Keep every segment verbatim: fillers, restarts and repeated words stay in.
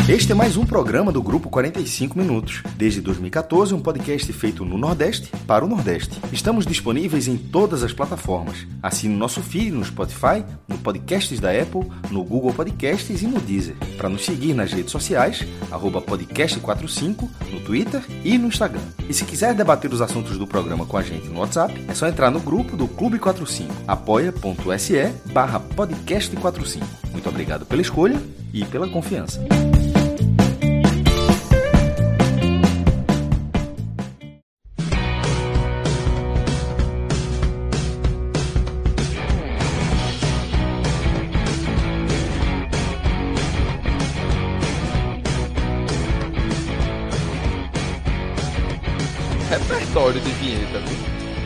Este é mais um programa do Grupo quarenta e cinco Minutos. Desde dois mil e catorze, um podcast feito no Nordeste para o Nordeste. Estamos disponíveis em todas as plataformas. Assine o nosso feed no Spotify, no Podcasts da Apple, no Google Podcasts e no Deezer. Para nos seguir nas redes sociais, arroba podcast quarenta e cinco, no Twitter e no Instagram. E se quiser debater os assuntos do programa com a gente no WhatsApp, é só entrar no grupo do Clube quarenta e cinco, apoia.se barra podcast quarenta e cinco. Muito obrigado pela escolha e pela confiança. Repertório de vinheta, viu?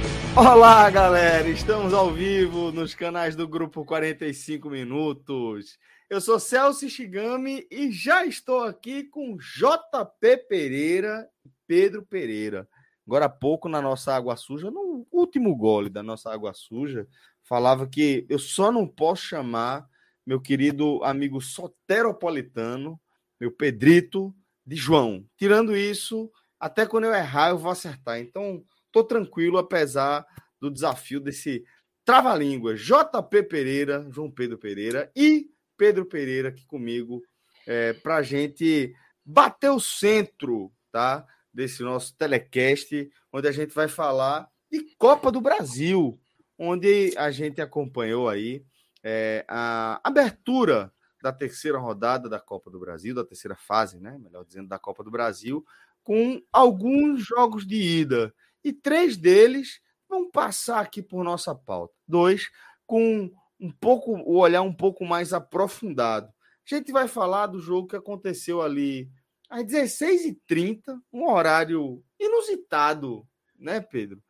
Olá, galera! Estamos ao vivo nos canais do Grupo quarenta e cinco Minutos. Eu sou Celso Shigami e já estou aqui com J P Pereira e Pedro Pereira. Agora há pouco, na nossa Água Suja, no último gole da nossa Água Suja, falava que eu só não posso chamar meu querido amigo soteropolitano, meu Pedrito, de João. Tirando isso, até quando eu errar, eu vou acertar. Então, tô tranquilo, apesar do desafio desse trava-língua. J P Pereira, João Pedro Pereira e Pedro Pereira aqui comigo, é, para a gente bater o centro, tá, desse nosso telecast, onde a gente vai falar de Copa do Brasil, onde a gente acompanhou aí é, a abertura da terceira rodada da Copa do Brasil, da terceira fase, né, melhor dizendo, da Copa do Brasil, com alguns jogos de ida. E três deles vão passar aqui por nossa pauta. Dois com um pouco, o olhar um pouco mais aprofundado. A gente vai falar do jogo que aconteceu ali às dezesseis e trinta, um horário inusitado, né, Pedro?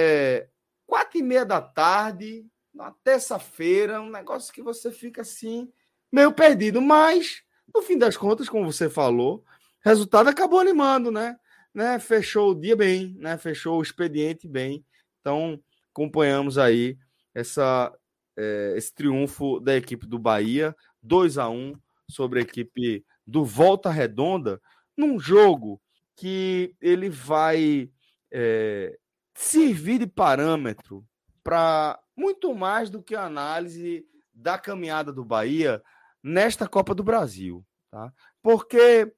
É, quatro e meia da tarde, na terça-feira, um negócio que você fica assim, meio perdido. Mas, no fim das contas, como você falou, o resultado acabou animando, né? né? Fechou o dia bem, né? Fechou o expediente bem. Então, acompanhamos aí essa, é, esse triunfo da equipe do Bahia, dois a um sobre a equipe do Volta Redonda, num jogo que ele vai é, servir de parâmetro para muito mais do que a análise da caminhada do Bahia nesta Copa do Brasil, tá? Porque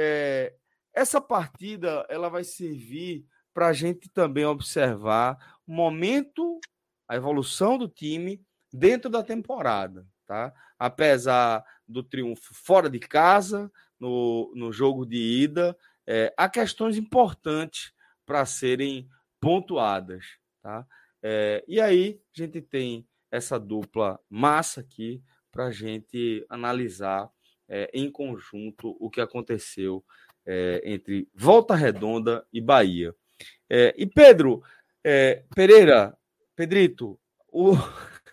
é, essa partida ela vai servir para a gente também observar o momento, a evolução do time dentro da temporada, tá? Apesar do triunfo fora de casa, no, no jogo de ida, é, há questões importantes para serem pontuadas, tá? É, e aí a gente tem essa dupla massa aqui para a gente analisar é, em conjunto o que aconteceu É, entre Volta Redonda e Bahia. É, e Pedro é, Pereira, Pedrito, o... o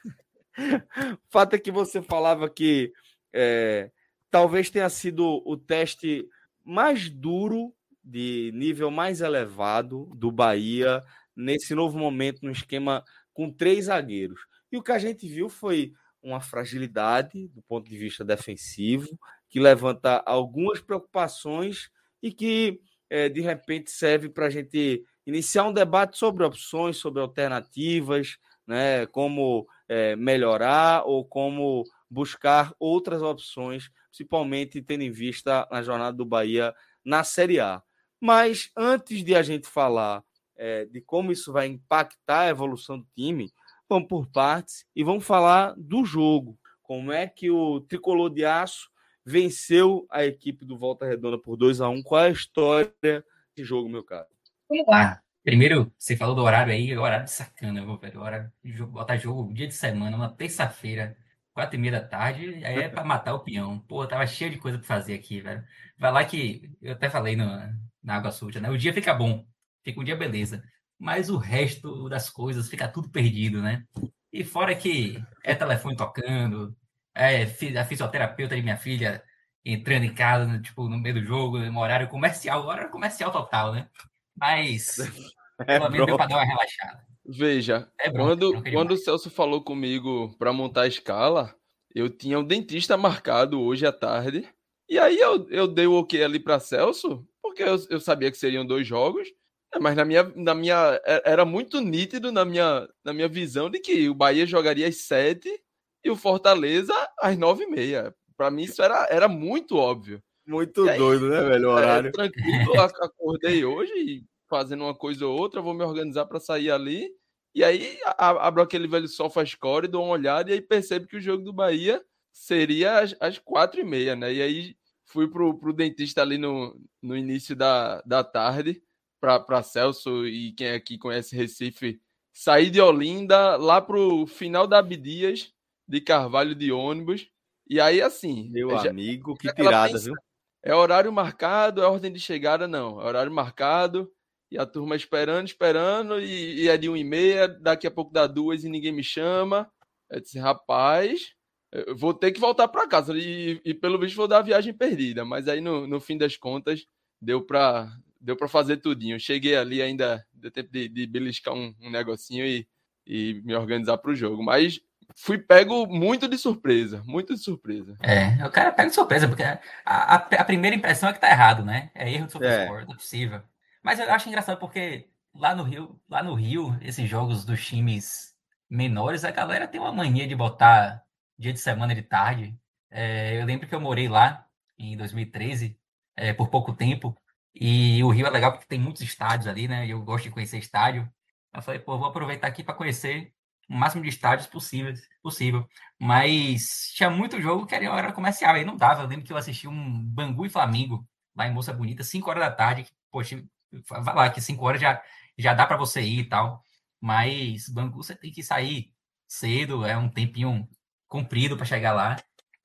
fato é que você falava que é, talvez tenha sido o teste mais duro, de nível mais elevado do Bahia, nesse novo momento, no esquema com três zagueiros. E o que a gente viu foi uma fragilidade do ponto de vista defensivo, que levanta algumas preocupações e que, é, de repente, serve para a gente iniciar um debate sobre opções, sobre alternativas, né, como é, melhorar ou como buscar outras opções, principalmente tendo em vista a jornada do Bahia na Série A. Mas, antes de a gente falar é, de como isso vai impactar a evolução do time, vamos por partes e vamos falar do jogo. Como é que o Tricolor de Aço venceu a equipe do Volta Redonda por dois a um. Qual é a história desse jogo, meu cara? Vamos lá. Primeiro, você falou do horário aí, horário de sacana, viu, velho? Horário de jogo, botar jogo dia de semana, uma terça-feira, quatro e meia da tarde, aí é pra matar o peão. Pô, tava cheio de coisa pra fazer aqui, velho. Vai lá que, eu até falei no, na Água Suja, né? O dia fica bom, fica um dia beleza, mas o resto das coisas fica tudo perdido, né? E fora que é telefone tocando, é, a fisioterapeuta de minha filha entrando em casa, né, tipo, no meio do jogo, no horário comercial, horário comercial total, né? Mas, é pelo menos deu pra dar uma relaxada. Veja, é quando, é quando o Celso falou comigo para montar a escala, eu tinha um dentista marcado hoje à tarde E aí eu, eu dei o ok ali para Celso, porque eu, eu sabia que seriam dois jogos, mas na minha, na minha era muito nítido na minha, na minha visão de que o Bahia jogaria às sete e o Fortaleza às nove e meia. Para mim isso era, era muito óbvio. Muito aí, doido, né, velho? O horário. É, tranquilo, acordei hoje fazendo uma coisa ou outra, vou me organizar para sair ali. E aí abro aquele velho SofaScore, dou uma olhada e aí percebo que o jogo do Bahia seria às, às quatro e meia, né? E aí fui pro, pro dentista ali no, no início da, da tarde, para Celso e quem aqui conhece Recife, sair de Olinda lá pro final da Abdias de Carvalho de ônibus. E aí, assim... Meu já, amigo, que tirada, pensa, viu? É horário marcado, é ordem de chegada, não. É horário marcado, e a turma esperando, esperando, e, e é de uma e meia, daqui a pouco dá duas e ninguém me chama. Eu disse, rapaz, eu vou ter que voltar para casa, e, e pelo visto vou dar a viagem perdida. Mas aí, no, no fim das contas, deu para deu para fazer tudinho. Cheguei ali ainda, deu tempo de, de beliscar um, um negocinho e, e me organizar para o jogo. Mas fui pego muito de surpresa, muito de surpresa. É, o cara pega de surpresa, porque a, a, a primeira impressão é que tá errado, né? É erro de SofaScore, É. não é possível. Mas eu acho engraçado porque lá no Rio, lá no Rio, esses jogos dos times menores, a galera tem uma mania de botar dia de semana de tarde. É, eu lembro que eu morei lá em dois mil e treze, é, por pouco tempo, e o Rio é legal porque tem muitos estádios ali, né? E eu gosto de conhecer estádio. Eu falei, pô, vou aproveitar aqui para conhecer o máximo de estádios possíveis, possível. Mas tinha muito jogo que era em hora comercial, aí não dava. Eu lembro que eu assisti um Bangu e Flamengo lá em Moça Bonita, cinco horas da tarde. Poxa, vai lá, que cinco horas já, já dá para você ir e tal. Mas Bangu você tem que sair cedo, é um tempinho comprido para chegar lá.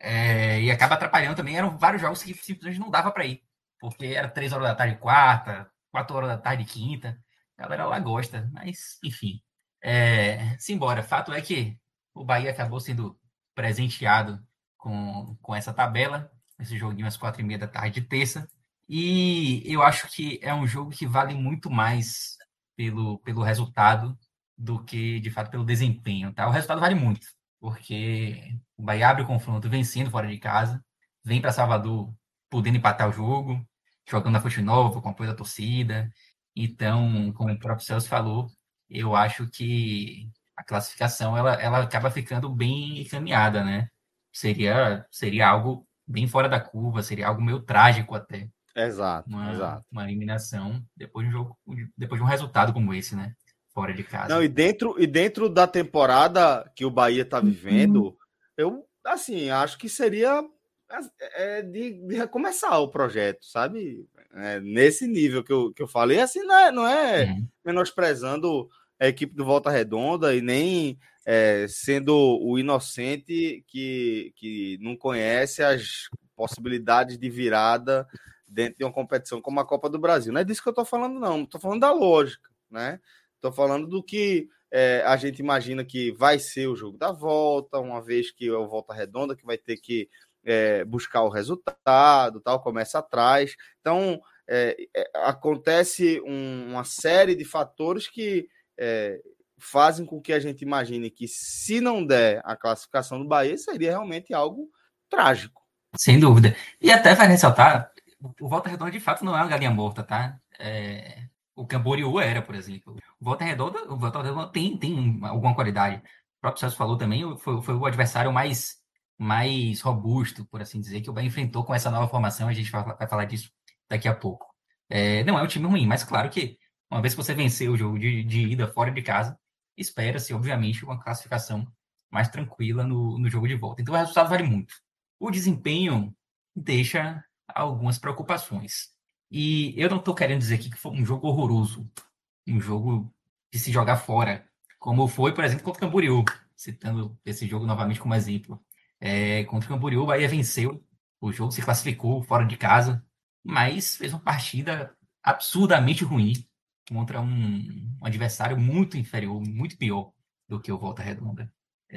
É, e acaba atrapalhando também. Eram vários jogos que simplesmente não dava para ir, porque era três horas da tarde quarta, quatro horas da tarde quinta. A galera lá gosta, mas enfim. É, simbora. Fato é que o Bahia acabou sendo presenteado com, com essa tabela, esse joguinho às quatro e meia da tarde de terça. E eu acho que é um jogo que vale muito mais pelo, pelo resultado do que, de fato, pelo desempenho. Tá? O resultado vale muito, porque o Bahia abre o confronto vencendo fora de casa, vem para Salvador podendo empatar o jogo, jogando na Fonte Nova, com apoio da torcida. Então, como o próprio Celso falou, eu acho que a classificação ela, ela acaba ficando bem encaminhada, né? Seria, seria algo bem fora da curva, seria algo meio trágico até. Exato, Uma, exato. uma eliminação depois de um jogo, depois de um resultado como esse, né? Fora de casa. Não, e dentro, e dentro da temporada que o Bahia está vivendo, eu, assim, acho que seria é, de, de recomeçar o projeto, sabe? É, nesse nível que eu, que eu falei, assim, não é, não é uhum. menosprezando a equipe do Volta Redonda e nem é, sendo o inocente que, que não conhece as possibilidades de virada dentro de uma competição como a Copa do Brasil. Não é disso que eu estou falando, não. Estou falando da lógica, né? Estou falando do que é, a gente imagina que vai ser o jogo da volta, uma vez que é o Volta Redonda, que vai ter que é, buscar o resultado, tal, começa atrás. Então, é, é, acontece um, uma série de fatores que é, fazem com que a gente imagine que, se não der a classificação do Bahia, seria realmente algo trágico. Sem dúvida. E até vai ressaltar, o Volta Redonda, de fato, não é uma galinha morta, tá? É... O Camboriú era, por exemplo. O Volta Redonda, o Volta Redonda tem, tem alguma qualidade. O próprio Celso falou também, foi, foi o adversário mais, mais robusto, por assim dizer, que o Bahia enfrentou com essa nova formação. A gente vai, vai falar disso daqui a pouco. É, não é um time ruim, mas claro que uma vez que você venceu o jogo de, de ida fora de casa, espera-se, obviamente, uma classificação mais tranquila no, no jogo de volta. Então o resultado vale muito. O desempenho deixa algumas preocupações. E eu não estou querendo dizer aqui que foi um jogo horroroso, um jogo de se jogar fora, como foi, por exemplo, contra o Camboriú, citando esse jogo novamente como exemplo. É, contra o Camboriú, o Bahia venceu, o jogo se classificou fora de casa, mas fez uma partida absurdamente ruim contra um, um adversário muito inferior, muito pior do que o Volta Redonda.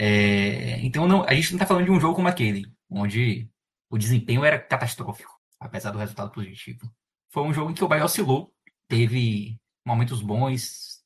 É, então, não, a gente não está falando de um jogo como aquele, onde o desempenho era catastrófico, apesar do resultado positivo. Foi um jogo em que o Bahia oscilou, teve momentos bons,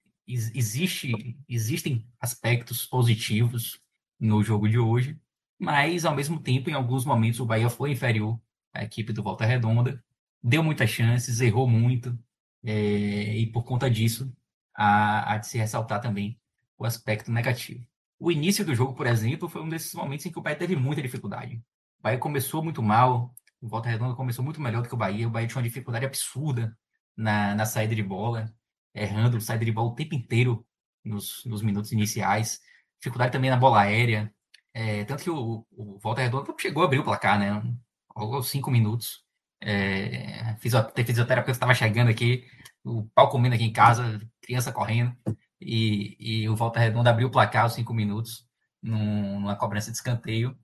existe, existem aspectos positivos no jogo de hoje, mas, ao mesmo tempo, em alguns momentos, o Bahia foi inferior a equipe do Volta Redonda. Deu muitas chances, errou muito, é, e por conta disso, há, há de se ressaltar também o aspecto negativo. O início do jogo, por exemplo, foi um desses momentos em que o Bahia teve muita dificuldade. O Bahia começou muito mal, o Volta Redonda começou muito melhor do que o Bahia. O Bahia tinha uma dificuldade absurda na, na saída de bola, errando saída de bola o tempo inteiro nos, nos minutos iniciais. Dificuldade também na bola aérea. É, tanto que o, o Volta Redonda chegou a abrir o placar, né? Logo aos cinco minutos. É, tem fisioterapeuta que estava chegando aqui, o pau comendo aqui em casa, criança correndo. E, e o Volta Redonda abriu o placar aos cinco minutos, num, numa cobrança de escanteio.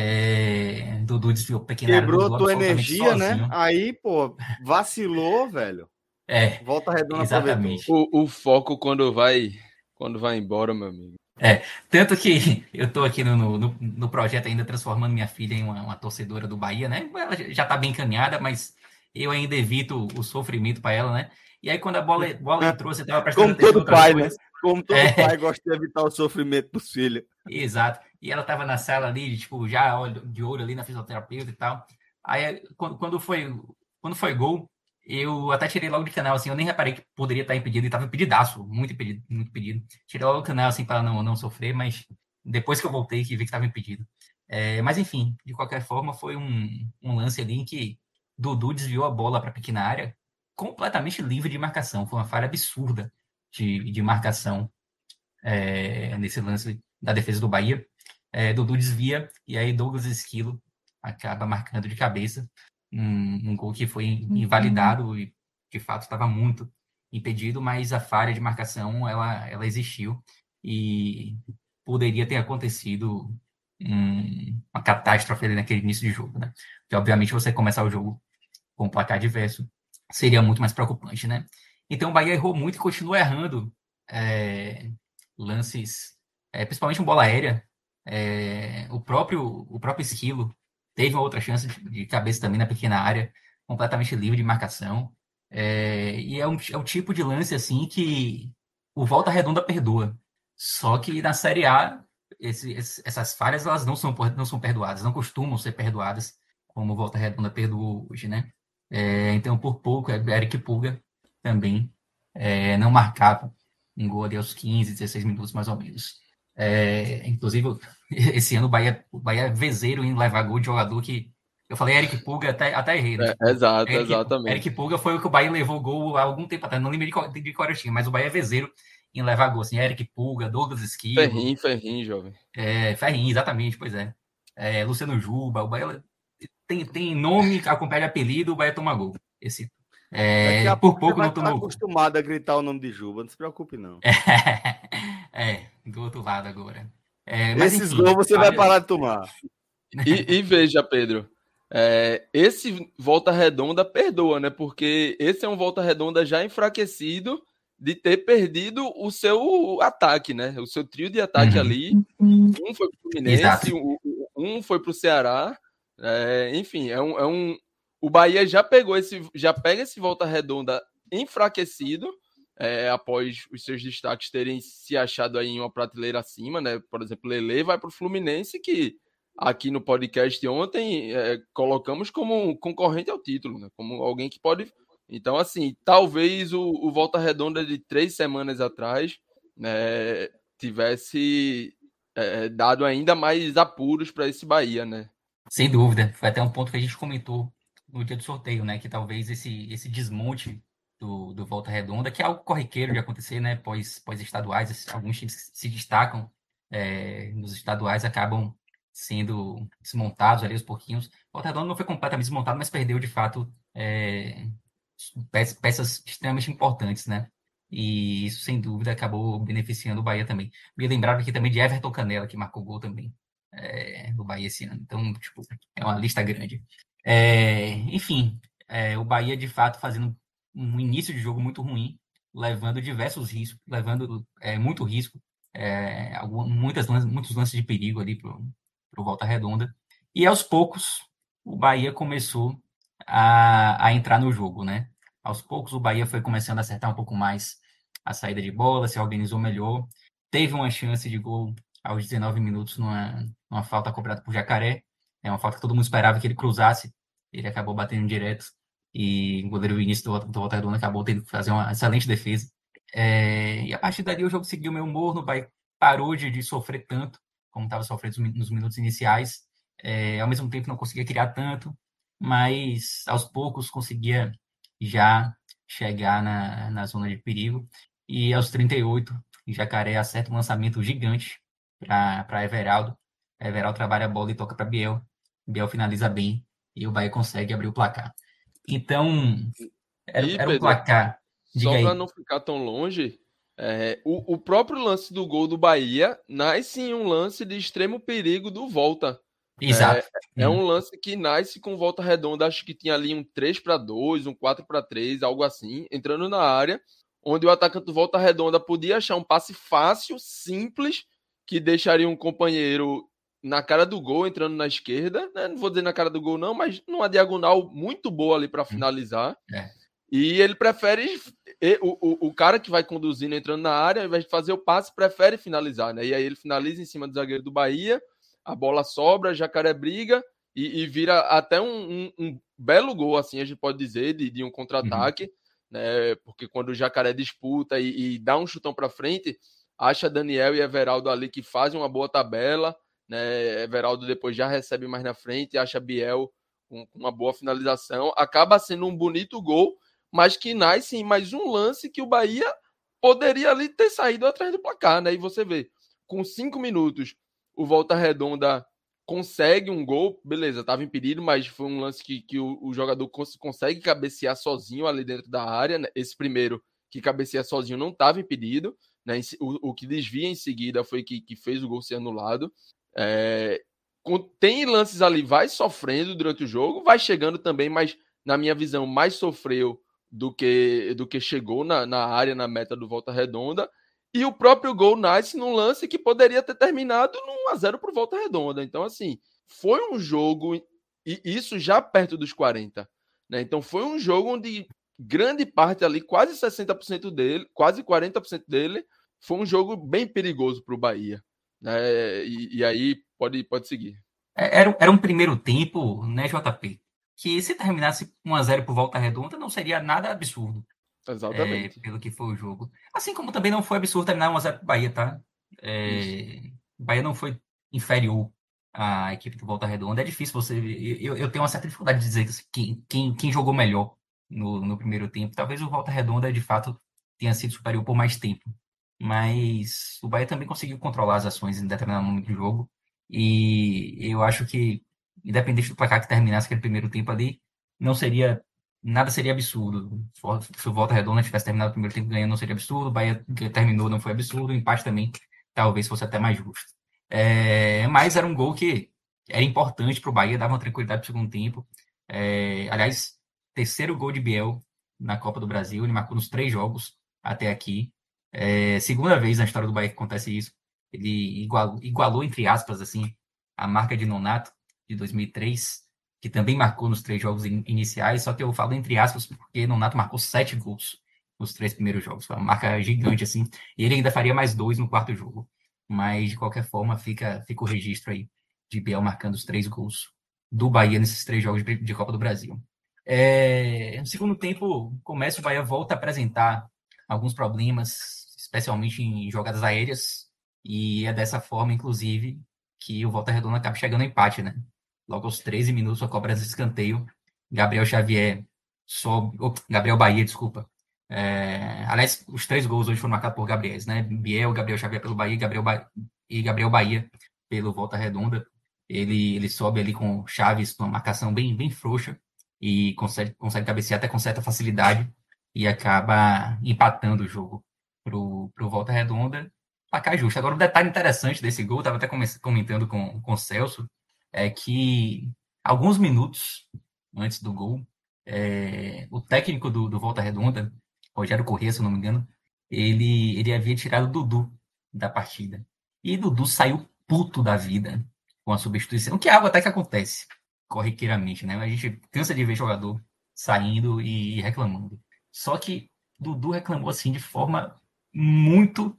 É, Dudu desviou pequena área, Quebrou Dudu tua absolutamente energia, sozinho. né? Aí, pô, vacilou, velho. É, Volta Redonda exatamente. aproveitou. O, o foco quando vai, quando vai embora, meu amigo. É, tanto que eu estou aqui no, no, no projeto ainda transformando minha filha em uma, uma torcedora do Bahia, né? Ela já está bem encaminhada, mas eu ainda evito o sofrimento para ela, né? E aí quando a bola, bola entrou, você estava prestando Como atenção em todo outras pai, né? coisas. Como todo É. pai gosta de evitar o sofrimento dos filhos. Exato. E ela estava na sala ali, tipo, já de olho ali na fisioterapeuta e tal. Aí quando, quando foi quando foi gol, eu até tirei logo de canal, assim, eu nem reparei que poderia estar impedido, e estava impedidaço, muito impedido, muito impedido. Tirei logo do canal, assim, para não, não sofrer, mas depois que eu voltei, que vi que estava impedido. É, mas, enfim, de qualquer forma, foi um, um lance ali em que Dudu desviou a bola para a pequena área, completamente livre de marcação. Foi uma falha absurda de, de marcação é, nesse lance da defesa do Bahia. É, Dudu desvia, e aí Douglas Esquilo acaba marcando de cabeça. Um, um gol que foi invalidado e, de fato, estava muito impedido, mas a falha de marcação, ela, ela existiu e poderia ter acontecido um, uma catástrofe ali naquele início de jogo, né? Porque, obviamente, você começar o jogo com um placar diverso seria muito mais preocupante, né? Então, o Bahia errou muito e continua errando é, lances, é, principalmente em bola aérea. É, o próprio o próprio Esquilo teve uma outra chance de, de cabeça também na pequena área, completamente livre de marcação. É, e é um, é um tipo de lance assim que o Volta Redonda perdoa. Só que na Série A, esse, esse, essas falhas elas não são, não são perdoadas, não costumam ser perdoadas, como o Volta Redonda perdoou hoje, né? É, então, por pouco, Eric Pulga também é, não marcava um gol ali aos quinze, dezesseis minutos, mais ou menos. É, inclusive, esse ano o Bahia, o Bahia é vezeiro em levar gol de jogador que... Eu falei Eric Pulga, até, até errei, né? É, Tipo, exato, Eric, exatamente. Eric Pulga foi o que o Bahia levou gol há algum tempo atrás. Não lembro de qual, de qual era o time, mas o Bahia é vezeiro em levar gol. Assim, Eric Pulga, Douglas Esquilo. Ferrinho, Ferrinho, jovem. É, Ferrinho, exatamente, pois é. é. Luciano Juba, o Bahia tem, tem nome, acompanha apelido, o Bahia toma gol. Esse, é, Daqui a por pouco pouco você vai não estar tomou acostumado a gritar o nome de Juba, não se preocupe, não. É, do outro lado agora. É, mas, Esses enfim, gols você falha... vai parar de tomar. E, e veja, Pedro, é, esse Volta Redonda perdoa, né? Porque esse é um Volta Redonda já enfraquecido de ter perdido o seu ataque, né? O seu trio de ataque uhum. ali. Um foi pro Fluminense, um, um foi pro Ceará. É, enfim, é um, é um. O Bahia já pegou esse. Já pega esse Volta Redonda enfraquecido. É, após os seus destaques terem se achado aí em uma prateleira acima, né? Por exemplo, Lele vai para o Fluminense, que aqui no podcast ontem é, colocamos como concorrente ao título, né? Como alguém que pode... Então, assim, talvez o, o Volta Redonda de três semanas atrás, né, tivesse é, dado ainda mais apuros para esse Bahia, né? Sem dúvida. Foi até um ponto que a gente comentou no dia do sorteio, né? Que talvez esse, esse desmonte do, do Volta Redonda, que é algo corriqueiro de acontecer, né? Pós, pós estaduais, alguns times que se destacam é, nos estaduais acabam sendo desmontados ali aos pouquinhos. O Volta Redonda não foi completamente desmontado, mas perdeu, de fato, é, peças extremamente importantes, né? E isso, sem dúvida, acabou beneficiando o Bahia também. Me lembrava aqui também de Everton Canella, que marcou gol também é, no Bahia esse ano. Então, tipo, é uma lista grande. É, enfim, é, o Bahia, de fato, fazendo um início de jogo muito ruim, levando diversos riscos, levando é, muito risco, é, algumas, muitas, muitos lances de perigo ali para o Volta Redonda. E, aos poucos, o Bahia começou a, a entrar no jogo, né? Aos poucos, o Bahia foi começando a acertar um pouco mais a saída de bola, se organizou melhor. Teve uma chance de gol aos dezenove minutos numa, numa falta cobrada por Jacaré. É uma falta que todo mundo esperava que ele cruzasse ele acabou batendo direto e o goleiro Vinícius do, do Volta Redonda acabou tendo que fazer uma excelente defesa. É, e a partir dali o jogo seguiu meio morno, o Bahia parou de, de sofrer tanto, como estava sofrendo nos minutos iniciais. É, ao mesmo tempo não conseguia criar tanto, mas aos poucos conseguia já chegar na, na zona de perigo. E aos trinta e oito, Jacaré acerta um lançamento gigante para Everaldo. Everaldo trabalha a bola e toca para Biel. Biel finaliza bem e o Bahia consegue abrir o placar. Então, era, E, era um Pedro, placar. só Diga para aí. não ficar tão longe, é, o, o próprio lance do gol do Bahia nasce em um lance de extremo perigo do Volta. Exato. É, é Hum. um lance que nasce com Volta Redonda, acho que tinha ali um três para dois, um quatro para três, algo assim, entrando na área, onde o atacante do Volta Redonda podia achar um passe fácil, simples, que deixaria um companheiro na cara do gol, entrando na esquerda, né? Não vou dizer na cara do gol não, mas numa diagonal muito boa ali para finalizar. É. E ele prefere, o, o, o cara que vai conduzindo, entrando na área, ao invés de fazer o passe, prefere finalizar, né? E aí ele finaliza em cima do zagueiro do Bahia, a bola sobra, Jacaré briga e, e vira até um, um, um belo gol, assim a gente pode dizer, de, de um contra-ataque, uhum. né? Porque quando o Jacaré disputa e, e dá um chutão para frente, acha Daniel e Everaldo ali que fazem uma boa tabela, né? Everaldo depois já recebe mais na frente, acha Biel com, com uma boa finalização, acaba sendo um bonito gol, mas que nasce em mais um lance que o Bahia poderia ali ter saído atrás do placar, né? E você vê, com cinco minutos, o Volta Redonda consegue um gol, beleza, estava impedido, mas foi um lance que, que o, o jogador cons- consegue cabecear sozinho ali dentro da área, né? Esse primeiro que cabeceia sozinho não estava impedido, né? O, o que desvia em seguida foi que, que fez o gol ser anulado. É, com, tem lances ali, vai sofrendo durante o jogo, vai chegando também, mas na minha visão, mais sofreu do que, do que chegou na, na área, na meta do Volta Redonda. E o próprio gol nasce num lance que poderia ter terminado no um a zero para o Volta Redonda. Então, assim, foi um jogo, e isso já perto dos quarenta. Né? Então, foi um jogo onde grande parte ali, quase sessenta por cento dele, quase quarenta por cento dele, foi um jogo bem perigoso para o Bahia. Né? E, e aí, pode, pode seguir. Era, era um primeiro tempo, né, J P? Que se terminasse um a zero por Volta Redonda, não seria nada absurdo. Exatamente. É, pelo que foi o jogo. Assim como também não foi absurdo terminar um a zero pro Bahia, tá? É, o Bahia não foi inferior à equipe do Volta Redonda. É difícil você... Eu, eu tenho uma certa dificuldade de dizer quem, quem, quem jogou melhor no, no primeiro tempo. Talvez o Volta Redonda, de fato, tenha sido superior por mais tempo. Mas o Bahia também conseguiu controlar as ações em determinado momento do jogo. E eu acho que, independente do placar que terminasse aquele primeiro tempo ali, não seria... Nada seria absurdo. Se o Volta Redonda tivesse terminado o primeiro tempo ganhando, não seria absurdo. O Bahia que terminou não foi absurdo. O empate também talvez fosse até mais justo. É, mas era um gol que era importante para o Bahia, dava uma tranquilidade para o segundo tempo. É, aliás, terceiro gol de Biel na Copa do Brasil. Ele marcou nos três jogos até aqui. É, segunda vez na história do Bahia que acontece isso. Ele igualou, igualou, entre aspas, assim, a marca de Nonato de dois mil e três, que também marcou nos três jogos in- iniciais, só que eu falo entre aspas porque Nonato marcou sete gols nos três primeiros jogos. Foi uma marca gigante, assim. E ele ainda faria mais dois no quarto jogo. Mas, de qualquer forma, fica, fica o registro aí de Biel marcando os três gols do Bahia nesses três jogos de, de Copa do Brasil. É, no segundo tempo, começa, o Bahia volta a apresentar alguns problemas, especialmente em jogadas aéreas, e é dessa forma, inclusive, que o Volta Redonda acaba chegando ao empate, né? Logo aos treze minutos, a cobrança de escanteio, Gabriel Xavier sobe... Oh, Gabriel Bahia, desculpa. É, aliás, os três gols hoje foram marcados por Gabriéis, né? Biel, Gabriel Xavier pelo Bahia, Gabriel ba... e Gabriel Bahia pelo Volta Redonda. Ele, ele sobe ali com Chaves, uma marcação bem, bem frouxa, e consegue, consegue cabecear até com certa facilidade, e acaba empatando o jogo pro, pro Volta Redonda. Placar justo. Agora, um detalhe interessante desse gol, estava até comentando com, com o Celso, é que alguns minutos antes do gol, é, o técnico do, do Volta Redonda, Rogério Corrêa, se eu não me engano, ele, ele havia tirado o Dudu da partida. E Dudu saiu puto da vida com a substituição, que é algo até que acontece corriqueiramente, né? A gente cansa de ver jogador saindo e reclamando. Só que Dudu reclamou assim de forma muito,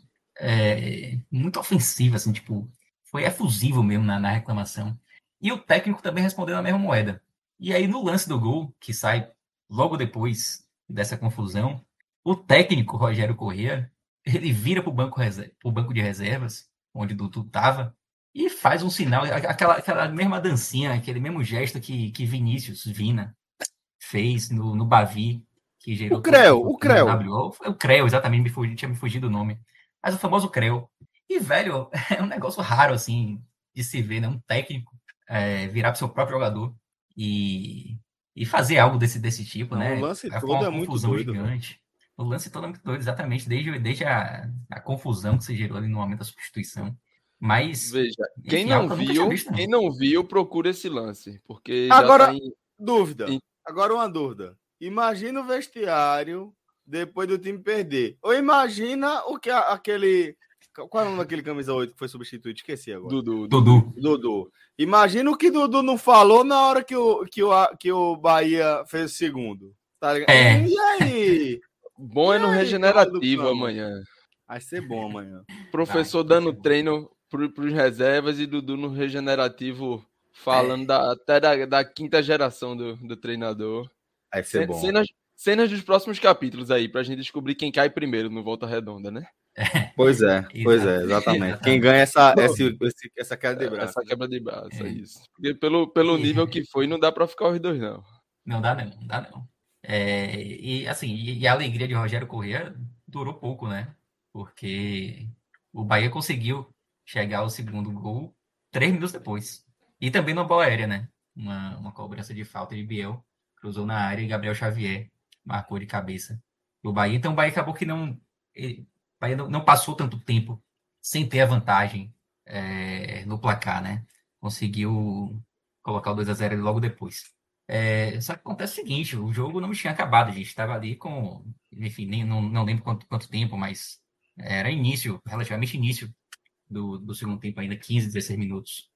é, muito ofensiva, assim, tipo, foi efusivo mesmo na, na reclamação. E o técnico também respondeu na mesma moeda. E aí, no lance do gol, que sai logo depois dessa confusão, o técnico Rogério Corrêa, ele vira para o banco, pro banco de reservas, onde o Dudu estava, e faz um sinal, aquela, aquela mesma dancinha, aquele mesmo gesto que, que Vinícius Vina fez no, no Bavi, que gerou... O Creu, o Creu. O Creu, exatamente, me fugi, tinha me fugido o nome. Mas o famoso Creu. E, velho, é um negócio raro, assim, de se ver, né? Um técnico é, virar para seu próprio jogador e, e fazer algo desse, desse tipo, Não, né? o lance Foi todo uma é muito confusão doido, gigante. O lance todo é muito doido, exatamente, desde, desde a, a confusão que se gerou ali no momento da substituição. Mas, Veja, quem enfim, não algo que eu nunca tinha viu, visto, não. quem não viu, procura esse lance, porque Agora, já tá em... dúvida. em- Agora uma dúvida. Imagina o vestiário depois do time perder. Ou imagina o que a- aquele... Qual é o nome daquele camisa oito que foi substituído? Esqueci agora. Dudu, Dudu. Dudu. Imagina o que Dudu não falou na hora que o, que o, que o Bahia fez o segundo. Tá ligado? É. E aí? Bom é E no aí, regenerativo Cláudio Cama? amanhã. Vai ser bom amanhã. Professor Vai, vai dando ser bom. treino pro, pros reservas e Dudu no regenerativo falando da, até da, da quinta geração do, do treinador. Vai ser Cen- bom. Cenas, cenas dos próximos capítulos aí, pra gente descobrir quem cai primeiro no Volta Redonda, né? Pois é, pois é, exatamente. Quem ganha essa, essa, esse- essa queda de braço. Essa né? quebra de braço, é É. isso. Porque pelo, pelo E- nível que foi, não dá pra ficar os dois, não. Não dá não, não dá não. É, e assim, e, e a alegria de Rogério Corrêa durou pouco, né? Porque o Bahia conseguiu chegar ao segundo gol três minutos depois. E também numa bola aérea, né? Uma, uma cobrança de falta de Biel, cruzou na área e Gabriel Xavier marcou de cabeça o Bahia. Então o Bahia acabou que não... ele- o Bahia não, não passou tanto tempo sem ter a vantagem é, no placar, né? Conseguiu colocar o dois a zero logo depois. É, só que acontece o seguinte, o jogo não tinha acabado, a gente estava ali com, enfim, nem, não, não lembro quanto, quanto tempo, mas era início, relativamente início do, do segundo tempo ainda, quinze, dezesseis minutos.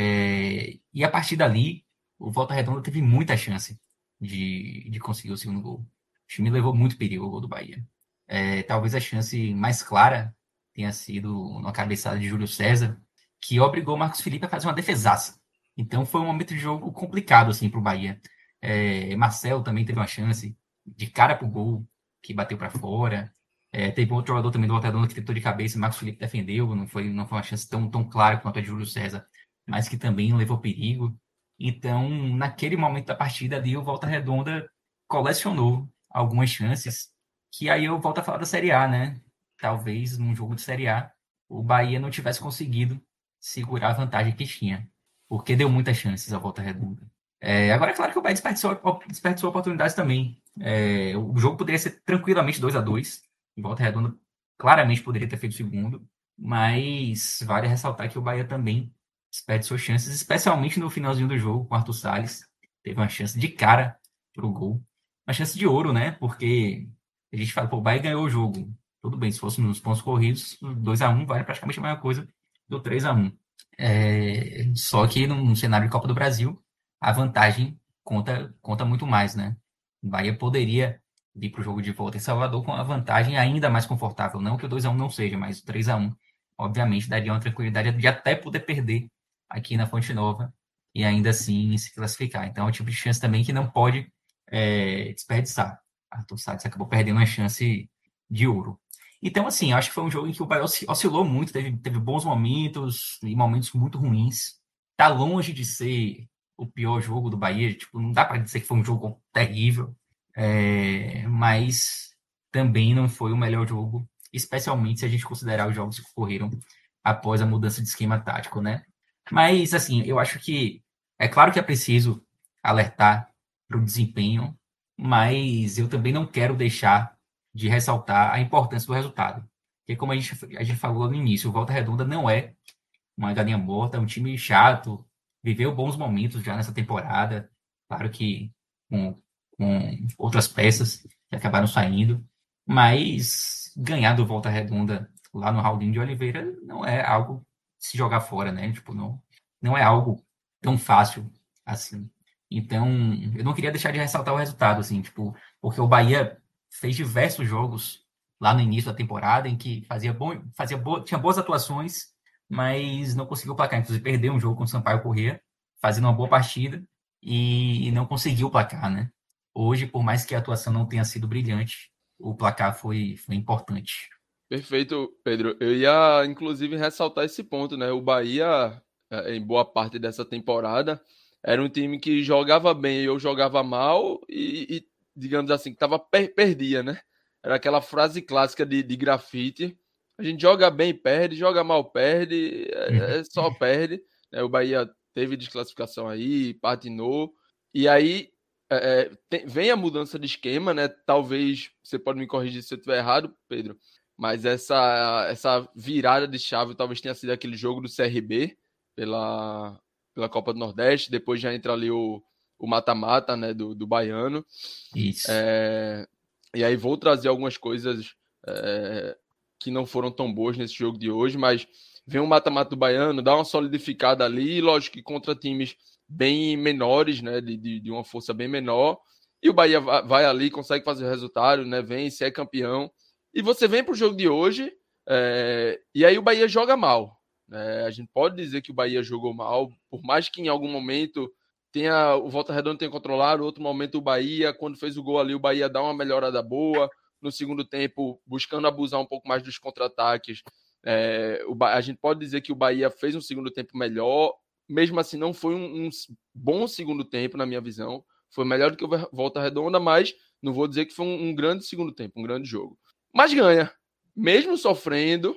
É, e a partir dali, o Volta Redonda teve muita chance de, de conseguir o segundo gol. O time levou muito perigo ao gol do Bahia. É, talvez a chance mais clara tenha sido na cabeçada de Júlio César, que obrigou o Marcos Felipe a fazer uma defesaça. Então foi um momento de jogo complicado assim, para o Bahia. É, Marcelo também teve uma chance de cara pro gol, que bateu para fora. É, teve outro jogador também do Volta Redonda que tentou de cabeça, o Marcos Felipe defendeu, não foi, não foi uma chance tão, tão clara quanto a de Júlio César, mas que também levou perigo. Então, naquele momento da partida ali, o Volta Redonda colecionou algumas chances, que aí eu volto a falar da Série A, né? Talvez num jogo de Série A, o Bahia não tivesse conseguido segurar a vantagem que tinha, porque deu muitas chances à Volta Redonda. É, agora, é claro que o Bahia desperdiçou, desperdiçou oportunidades também. É, o jogo poderia ser tranquilamente dois a dois. O Volta Redonda claramente poderia ter feito o segundo, mas vale ressaltar que o Bahia também desperdiçou chances, especialmente no finalzinho do jogo, com o Arthur Salles. Teve uma chance de cara pro gol. Uma chance de ouro, né? Porque a gente fala, pô, o Bahia ganhou o jogo. Tudo bem, se fosse nos pontos corridos, dois a um vale praticamente a mesma coisa do três a um. É, só que num cenário de Copa do Brasil, a vantagem conta, conta muito mais, né? O Bahia poderia vir para o jogo de volta em Salvador com a vantagem ainda mais confortável. Não que o dois a um não seja, mas o três a um, obviamente, daria uma tranquilidade de até poder perder aqui na Fonte Nova e ainda assim se classificar. Então é um tipo de chance também que não pode é, desperdiçar. Arthur Salles acabou perdendo uma chance de ouro. Então, assim, eu acho que foi um jogo em que o Bahia oscilou muito, teve, teve bons momentos e momentos muito ruins. Tá longe de ser o pior jogo do Bahia, tipo, não dá para dizer que foi um jogo terrível, é, mas também não foi o melhor jogo, especialmente se a gente considerar os jogos que ocorreram após a mudança de esquema tático, né? Mas, assim, eu acho que é claro que é preciso alertar para o desempenho, mas eu também não quero deixar de ressaltar a importância do resultado. Porque, como a gente, a gente falou no início, o Volta Redonda não é uma galinha morta, é um time chato, viveu bons momentos já nessa temporada, claro que com, com outras peças que acabaram saindo, mas ganhar do Volta Redonda lá no Raulino de Oliveira não é algo de se jogar fora, né? Tipo, não, não é algo tão fácil assim. Então, eu não queria deixar de ressaltar o resultado, assim, tipo, porque o Bahia fez diversos jogos lá no início da temporada em que fazia bom, fazia bo, tinha boas atuações, mas não conseguiu placar. Inclusive, perdeu um jogo com o Sampaio Corrêa, fazendo uma boa partida, e não conseguiu o placar, né? Hoje, por mais que a atuação não tenha sido brilhante, o placar foi, foi importante. Perfeito, Pedro. Eu ia, inclusive, ressaltar esse ponto, né? O Bahia, em boa parte dessa temporada, era um time que jogava bem ou jogava mal e, e digamos assim, que tava per perdia, né? Era aquela frase clássica de, de grafite. A gente joga bem, perde, joga mal, perde, é, é só perde. Né? O Bahia teve desclassificação aí, patinou. E aí é, tem, vem a mudança de esquema, né? Talvez você pode me corrigir se eu estiver errado, Pedro. Mas essa, essa virada de chave talvez tenha sido aquele jogo do C R B pela, pela Copa do Nordeste. Depois já entra ali o mata-mata, né, do, do Baiano. Isso. É, e aí vou trazer algumas coisas é, que não foram tão boas nesse jogo de hoje, mas vem o mata-mata do Baiano, dá uma solidificada ali, lógico que contra times bem menores, né, de, de, de uma força bem menor. E o Bahia vai, vai ali, consegue fazer o resultado, né, vence, é campeão. E você vem para o jogo de hoje, é, e aí o Bahia joga mal. Né? A gente pode dizer que o Bahia jogou mal, por mais que em algum momento tenha, o Volta Redonda tenha controlado, outro momento o Bahia, quando fez o gol ali, o Bahia dá uma melhorada boa. No segundo tempo, buscando abusar um pouco mais dos contra-ataques, é, o, a gente pode dizer que o Bahia fez um segundo tempo melhor. Mesmo assim, não foi um, um bom segundo tempo, na minha visão. Foi melhor do que o Volta Redonda, mas não vou dizer que foi um, um grande segundo tempo, um grande jogo. Mas ganha, mesmo sofrendo,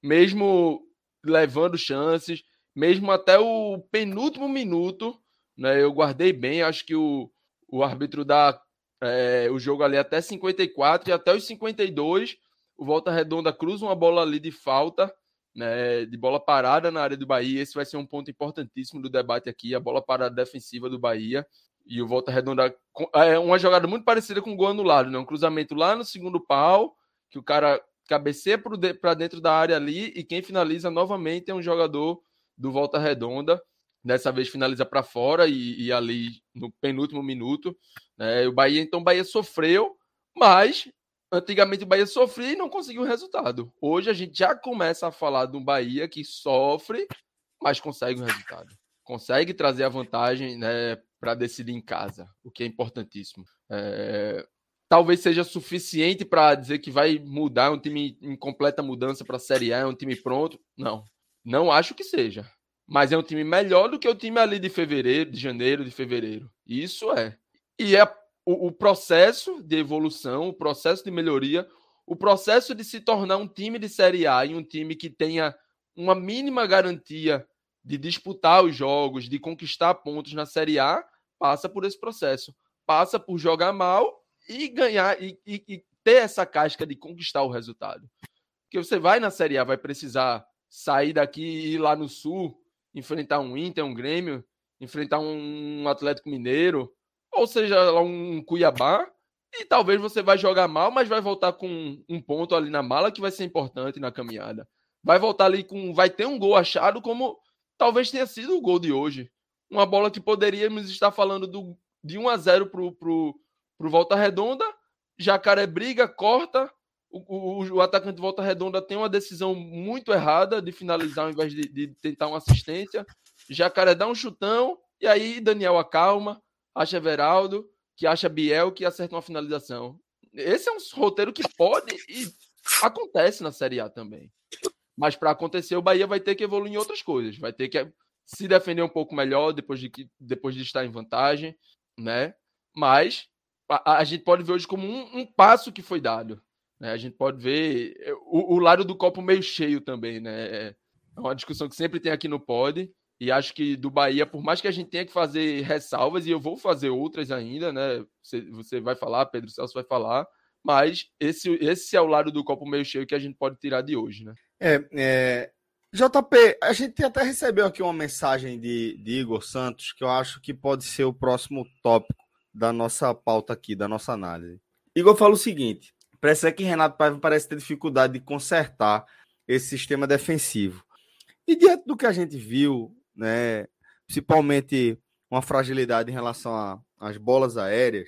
mesmo levando chances, mesmo até o penúltimo minuto, né? Eu guardei bem, acho que o, o árbitro dá é, o jogo ali até cinquenta e quatro e até os cinquenta e dois, o Volta Redonda cruza uma bola ali de falta, né? De bola parada na área do Bahia. Esse vai ser um ponto importantíssimo do debate aqui, a bola parada defensiva do Bahia. E o Volta Redonda é uma jogada muito parecida com o gol anulado, né? Um cruzamento lá no segundo pau, que o cara cabeceia para dentro da área ali e quem finaliza novamente é um jogador do Volta Redonda. Dessa vez finaliza para fora e, e ali no penúltimo minuto. Né? O Bahia, então, o Bahia sofreu, mas antigamente o Bahia sofria e não conseguiu o resultado. Hoje a gente já começa a falar de um Bahia que sofre, mas consegue o resultado. Consegue trazer a vantagem, né, para decidir em casa, o que é importantíssimo. É... Talvez seja suficiente para dizer que vai mudar, um time em completa mudança para a Série A, é um time pronto. Não, não acho que seja. Mas é um time melhor do que o time ali de fevereiro, de janeiro, de fevereiro. Isso é. E é o, o processo de evolução, o processo de melhoria, o processo de se tornar um time de Série A e um time que tenha uma mínima garantia de disputar os jogos, de conquistar pontos na Série A, passa por esse processo. Passa por jogar mal e ganhar e, e, e ter essa casca de conquistar o resultado. Porque você vai na Série A, vai precisar sair daqui e ir lá no Sul, enfrentar um Inter, um Grêmio, enfrentar um Atlético Mineiro, ou seja, um Cuiabá, e talvez você vai jogar mal, mas vai voltar com um ponto ali na mala que vai ser importante na caminhada. Vai voltar ali com... vai ter um gol achado como talvez tenha sido o gol de hoje. Uma bola que poderíamos estar falando do, de um a zero pro, pro, pro Volta Redonda, Jacaré briga, corta, o, o, o atacante de Volta Redonda tem uma decisão muito errada de finalizar ao invés de, de tentar uma assistência, Jacaré dá um chutão, e aí Daniel acalma, acha Everaldo, que acha Biel, que acerta uma finalização. Esse é um roteiro que pode e acontece na Série A também. Mas para acontecer, o Bahia vai ter que evoluir em outras coisas. Vai ter que se defender um pouco melhor depois de, que, depois de estar em vantagem, né? Mas a, a gente pode ver hoje como um, um passo que foi dado. Né? A gente pode ver o, o lado do copo meio cheio também, né? É uma discussão que sempre tem aqui no Pod. E acho que do Bahia, por mais que a gente tenha que fazer ressalvas, e eu vou fazer outras ainda, né? Você, você vai falar, Pedro Celso vai falar, mas esse, esse é o lado do copo meio cheio que a gente pode tirar de hoje, né? É, é... J P, a gente até recebeu aqui uma mensagem de, de Igor Santos, que eu acho que pode ser o próximo tópico da nossa pauta aqui, da nossa análise. Igor fala o seguinte: parece que Renato Paiva parece ter dificuldade de consertar esse sistema defensivo. E diante do que a gente viu, né, principalmente uma fragilidade em relação às bolas aéreas,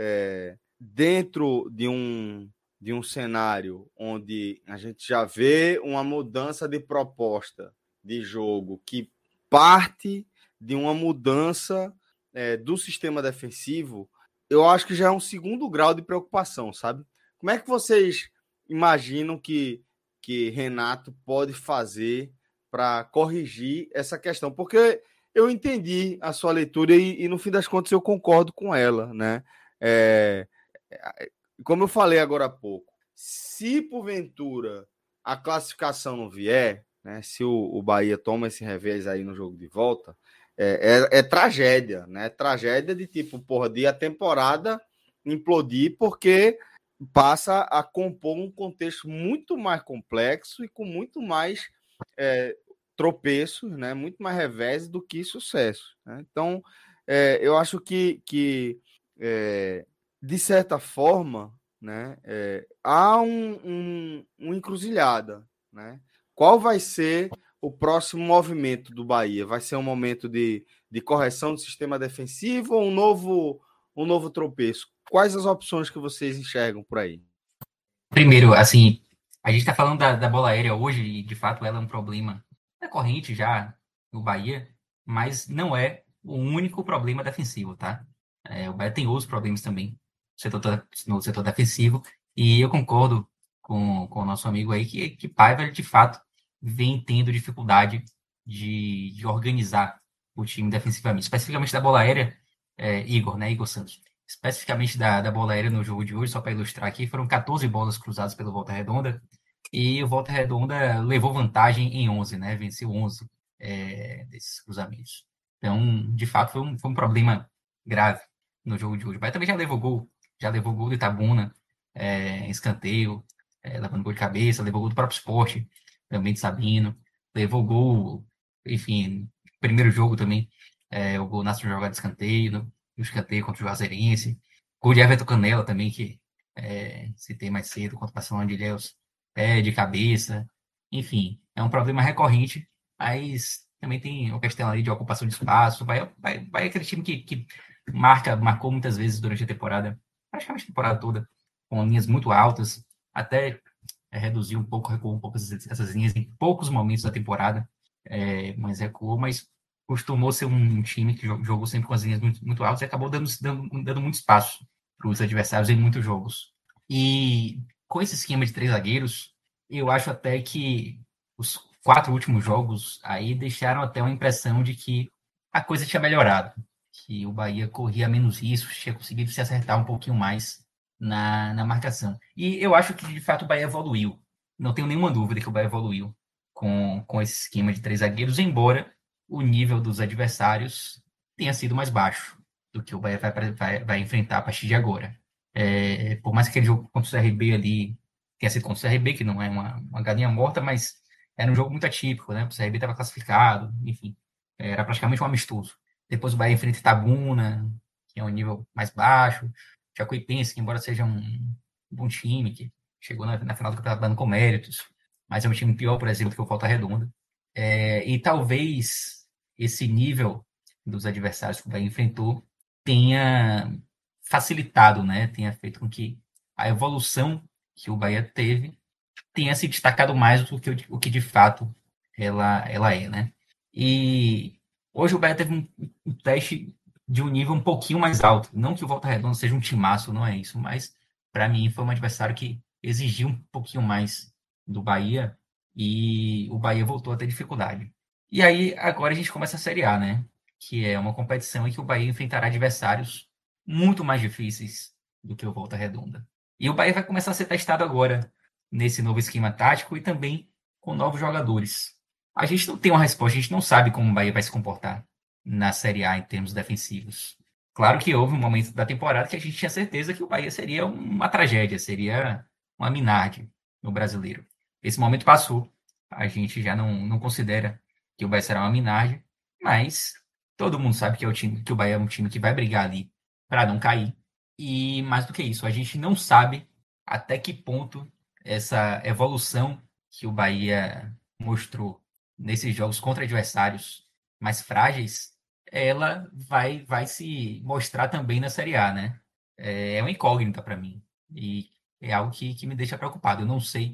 é, dentro de um, de um cenário onde a gente já vê uma mudança de proposta de jogo que parte de uma mudança é, do sistema defensivo, eu acho que já é um segundo grau de preocupação, sabe? Como é que vocês imaginam que, que Renato pode fazer para corrigir essa questão? Porque eu entendi a sua leitura e, e, no fim das contas, eu concordo com ela, né? É, como eu falei agora há pouco, se porventura a classificação não vier, né, se o, o Bahia toma esse revés aí no jogo de volta, é, é, é tragédia, né? Tragédia de tipo, porra, de a temporada implodir, porque passa a compor um contexto muito mais complexo e com muito mais é, tropeços, né? Muito mais revés do que sucesso. Né? Então, é, eu acho que, que é, de certa forma, né, é, há um, um, uma encruzilhada. Né? Qual vai ser o próximo movimento do Bahia? Vai ser um momento de, de correção do sistema defensivo ou um novo, um novo tropeço? Quais as opções que vocês enxergam por aí? Primeiro, assim, a gente está falando da, da bola aérea hoje e, de fato, ela é um problema recorrente já no Bahia, mas não é o único problema defensivo, tá? É, o Bahia tem outros problemas também no setor, no setor defensivo, e eu concordo com, com o nosso amigo aí que, que Paiva, de fato, vem tendo dificuldade de, de organizar o time defensivamente, especificamente da bola aérea, é, Igor, né? Igor Santos. Especificamente da, da bola aérea no jogo de hoje, só para ilustrar aqui, foram catorze bolas cruzadas pelo Volta Redonda, e o Volta Redonda levou vantagem em onze, né? Venceu onze é, desses cruzamentos. Então, de fato, foi um, foi um problema grave no jogo de hoje. Mas também já levou gol, já levou gol do Itabuna, é, escanteio, é, levando gol de cabeça, levou gol do próprio Sport, também de Sabino, levou gol, enfim, primeiro jogo também, é, o gol nasce de jogada de escanteio, no, no escanteio contra o Juazeirense, gol de Everton Canela também, que é, citei mais cedo, contra o Barcelona de Ilhéus, pé de cabeça, enfim, é um problema recorrente, mas também tem a questão ali de ocupação de espaço, vai, vai, vai aquele time que, que marca, marcou muitas vezes durante a temporada, praticamente a temporada toda, com linhas muito altas, até é, reduzir um pouco, recuou um pouco essas, essas linhas em poucos momentos da temporada, é, mas recuou, mas costumou ser um time que jogou sempre com as linhas muito, muito altas e acabou dando, dando, dando muito espaço para os adversários em muitos jogos. E com esse esquema de três zagueiros, eu acho até que os quatro últimos jogos aí deixaram até uma impressão de que a coisa tinha melhorado, que o Bahia corria menos riscos, tinha conseguido se acertar um pouquinho mais na, na marcação. E eu acho que, de fato, o Bahia evoluiu. Não tenho nenhuma dúvida que o Bahia evoluiu com, com esse esquema de três zagueiros, embora o nível dos adversários tenha sido mais baixo do que o Bahia vai, vai, vai enfrentar a partir de agora. É, por mais que aquele jogo contra o C R B ali tenha sido contra o C R B, que não é uma, uma galinha morta, mas era um jogo muito atípico, né? O C R B estava classificado, enfim, era praticamente um amistoso. Depois o Bahia enfrenta Itabuna, que é um nível mais baixo, Jacuipense, que embora seja um, um bom time, que chegou na, na final do campeonato dando com méritos, mas é um time pior, por exemplo, que o Volta Redonda. É, e talvez esse nível dos adversários que o Bahia enfrentou tenha facilitado, né? Tenha feito com que a evolução que o Bahia teve tenha se destacado mais do que o que de fato ela, ela é, né? E hoje o Bahia teve um, um teste de um nível um pouquinho mais alto. Não que o Volta Redonda seja um timaço, não é isso, mas para mim foi um adversário que exigiu um pouquinho mais do Bahia e o Bahia voltou a ter dificuldade. E aí agora a gente começa a Série A, né? Que é uma competição em que o Bahia enfrentará adversários muito mais difíceis do que o Volta Redonda. E o Bahia vai começar a ser testado agora nesse novo esquema tático e também com novos jogadores. A gente não tem uma resposta, a gente não sabe como o Bahia vai se comportar na Série A em termos defensivos. Claro que houve um momento da temporada que a gente tinha certeza que o Bahia seria uma tragédia, seria uma Minardi no brasileiro. Esse momento passou, a gente já não, não considera que o Bahia será uma Minardi, mas todo mundo sabe que, é o time, que o Bahia é um time que vai brigar ali para não cair. E mais do que isso, a gente não sabe até que ponto essa evolução que o Bahia mostrou nesses jogos contra adversários mais frágeis, ela vai, vai se mostrar também na Série A, né? É uma incógnita para mim. E é algo que, que me deixa preocupado. Eu não sei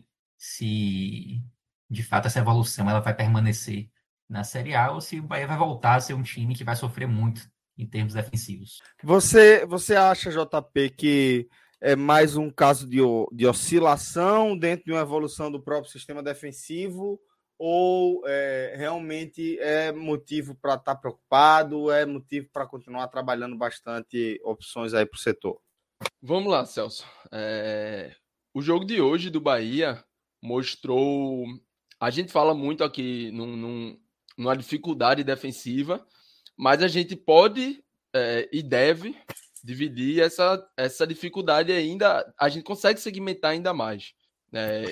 se, de fato, essa evolução ela vai permanecer na Série A ou se o Bahia vai voltar a ser um time que vai sofrer muito em termos defensivos. Você, você acha, J P, que é mais um caso de, de oscilação dentro de uma evolução do próprio sistema defensivo ou é, realmente é motivo para estar tá preocupado, é motivo para continuar trabalhando bastante opções aí para o setor? Vamos lá, Celso. É... O jogo de hoje do Bahia mostrou... A gente fala muito aqui num, num, numa dificuldade defensiva, mas a gente pode é, e deve dividir essa, essa dificuldade ainda... A gente consegue segmentar ainda mais. Né?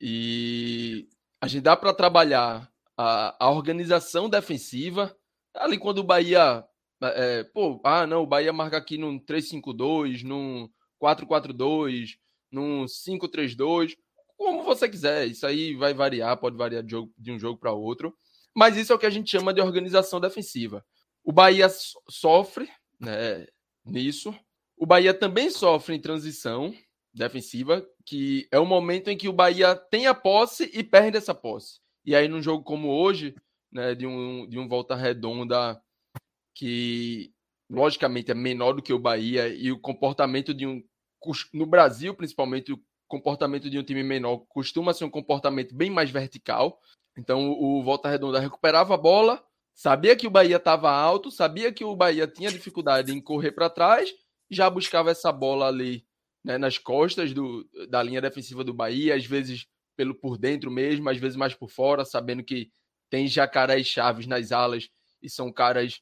E a gente dá para trabalhar a, a organização defensiva ali quando o Bahia... É, pô, ah, não, o Bahia marca aqui num três cinco dois, num quatro quatro dois, num cinco três dois, como você quiser. Isso aí vai variar, pode variar de, jogo, de um jogo para outro. Mas isso é o que a gente chama de organização defensiva. O Bahia sofre, né, nisso. O Bahia também sofre em transição defensiva, que é o momento em que o Bahia tem a posse e perde essa posse. E aí, num jogo como hoje, né, de um, de um Volta Redonda que, logicamente, é menor do que o Bahia, e o comportamento de um... No Brasil, principalmente, o comportamento de um time menor costuma ser um comportamento bem mais vertical. Então, o Volta Redonda recuperava a bola, sabia que o Bahia estava alto, sabia que o Bahia tinha dificuldade em correr para trás, já buscava essa bola ali, né, nas costas do, da linha defensiva do Bahia, às vezes pelo por dentro mesmo, às vezes mais por fora, sabendo que tem Jacaré e Chaves nas alas, e são caras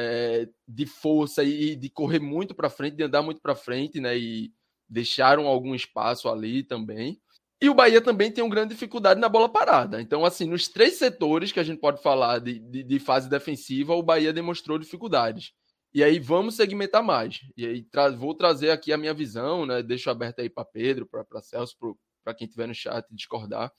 É, de força e de correr muito para frente, de andar muito para frente, né? E deixaram algum espaço ali também. E o Bahia também tem uma grande dificuldade na bola parada. Então, assim, nos três setores que a gente pode falar de, de, de fase defensiva, o Bahia demonstrou dificuldades. E aí vamos segmentar mais. E aí tra- vou trazer aqui a minha visão, né? Deixo aberto aí para Pedro, para Celso, para quem estiver no chat discordar.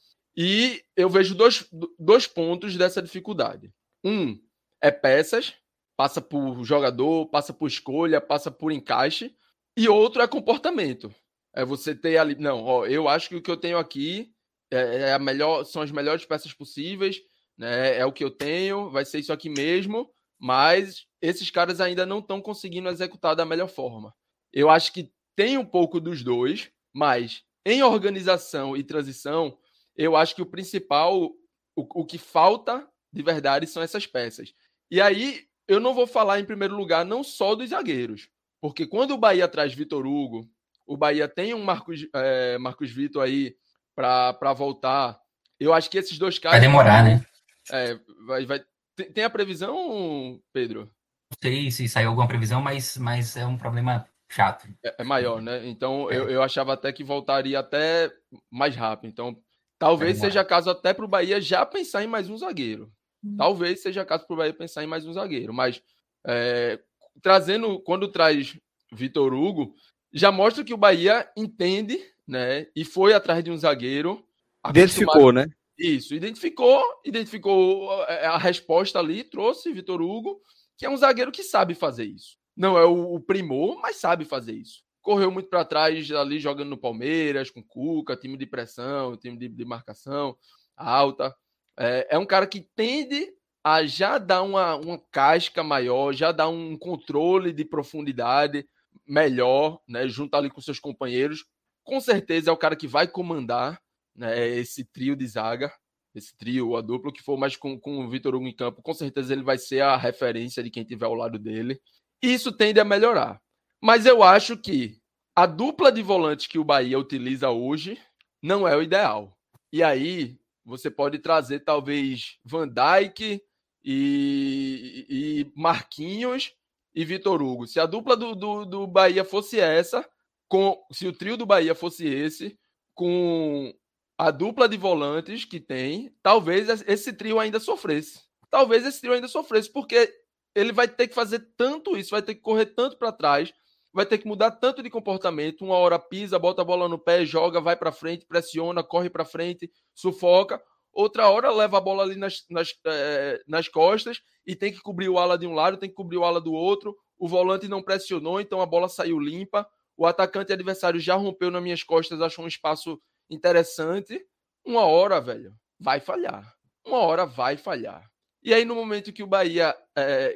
E eu vejo dois, dois pontos dessa dificuldade. Um é peças, passa por jogador, passa por escolha, passa por encaixe. E outro é comportamento. É você ter ali... Não, ó, eu acho que o que eu tenho aqui é, é a melhor, são as melhores peças possíveis, né? É o que eu tenho, vai ser isso aqui mesmo, mas esses caras ainda não estão conseguindo executar da melhor forma. Eu acho que tem um pouco dos dois, mas em organização e transição, eu acho que o principal, o, o que falta de verdade são essas peças. E aí, eu não vou falar em primeiro lugar não só dos zagueiros, porque quando o Bahia traz Vitor Hugo, o Bahia tem um Marcos, é, Marcos Vitor aí para voltar. Eu acho que esses dois caras... Vai demorar, vão, né? É, vai, vai, tem, tem a previsão, Pedro? Não sei se saiu alguma previsão, mas, mas é um problema chato. É, é maior, né? Então, é. eu, eu achava até que voltaria até mais rápido. Então, talvez seja caso até para o Bahia já pensar em mais um zagueiro. Talvez seja caso para o Bahia pensar em mais um zagueiro. Mas, é, trazendo, quando traz Vitor Hugo, já mostra que o Bahia entende, né? E foi atrás de um zagueiro. Identificou, né? Isso, identificou, identificou a resposta ali, trouxe Vitor Hugo, que é um zagueiro que sabe fazer isso. Não é o primor, mas sabe fazer isso. Correu muito para trás ali, jogando no Palmeiras, com Cuca, time de pressão, time de, de marcação alta. É, é um cara que tende a já dar uma, uma casca maior, já dar um controle de profundidade melhor, né, junto ali com seus companheiros. Com certeza é o cara que vai comandar, né, esse trio de zaga, esse trio, a dupla, que for mais com, com o Vitor Hugo em campo, com certeza ele vai ser a referência de quem estiver ao lado dele. E isso tende a melhorar. Mas eu acho que a dupla de volantes que o Bahia utiliza hoje não é o ideal. E aí você pode trazer talvez Van Dijk e, e Marquinhos e Vitor Hugo. Se a dupla do, do, do Bahia fosse essa, com, se o trio do Bahia fosse esse, com a dupla de volantes que tem, talvez esse trio ainda sofresse. Talvez esse trio ainda sofresse, porque ele vai ter que fazer tanto isso, vai ter que correr tanto para trás, vai ter que mudar tanto de comportamento. Uma hora pisa, bota a bola no pé, joga, vai para frente, pressiona, corre para frente, sufoca. Outra hora leva a bola ali nas, nas, é, nas costas e tem que cobrir o ala de um lado, tem que cobrir o ala do outro. O volante não pressionou, então a bola saiu limpa. O atacante adversário já rompeu nas minhas costas, achou um espaço interessante. Uma hora, velho, vai falhar. Uma hora vai falhar. E aí, no momento que o Bahia é,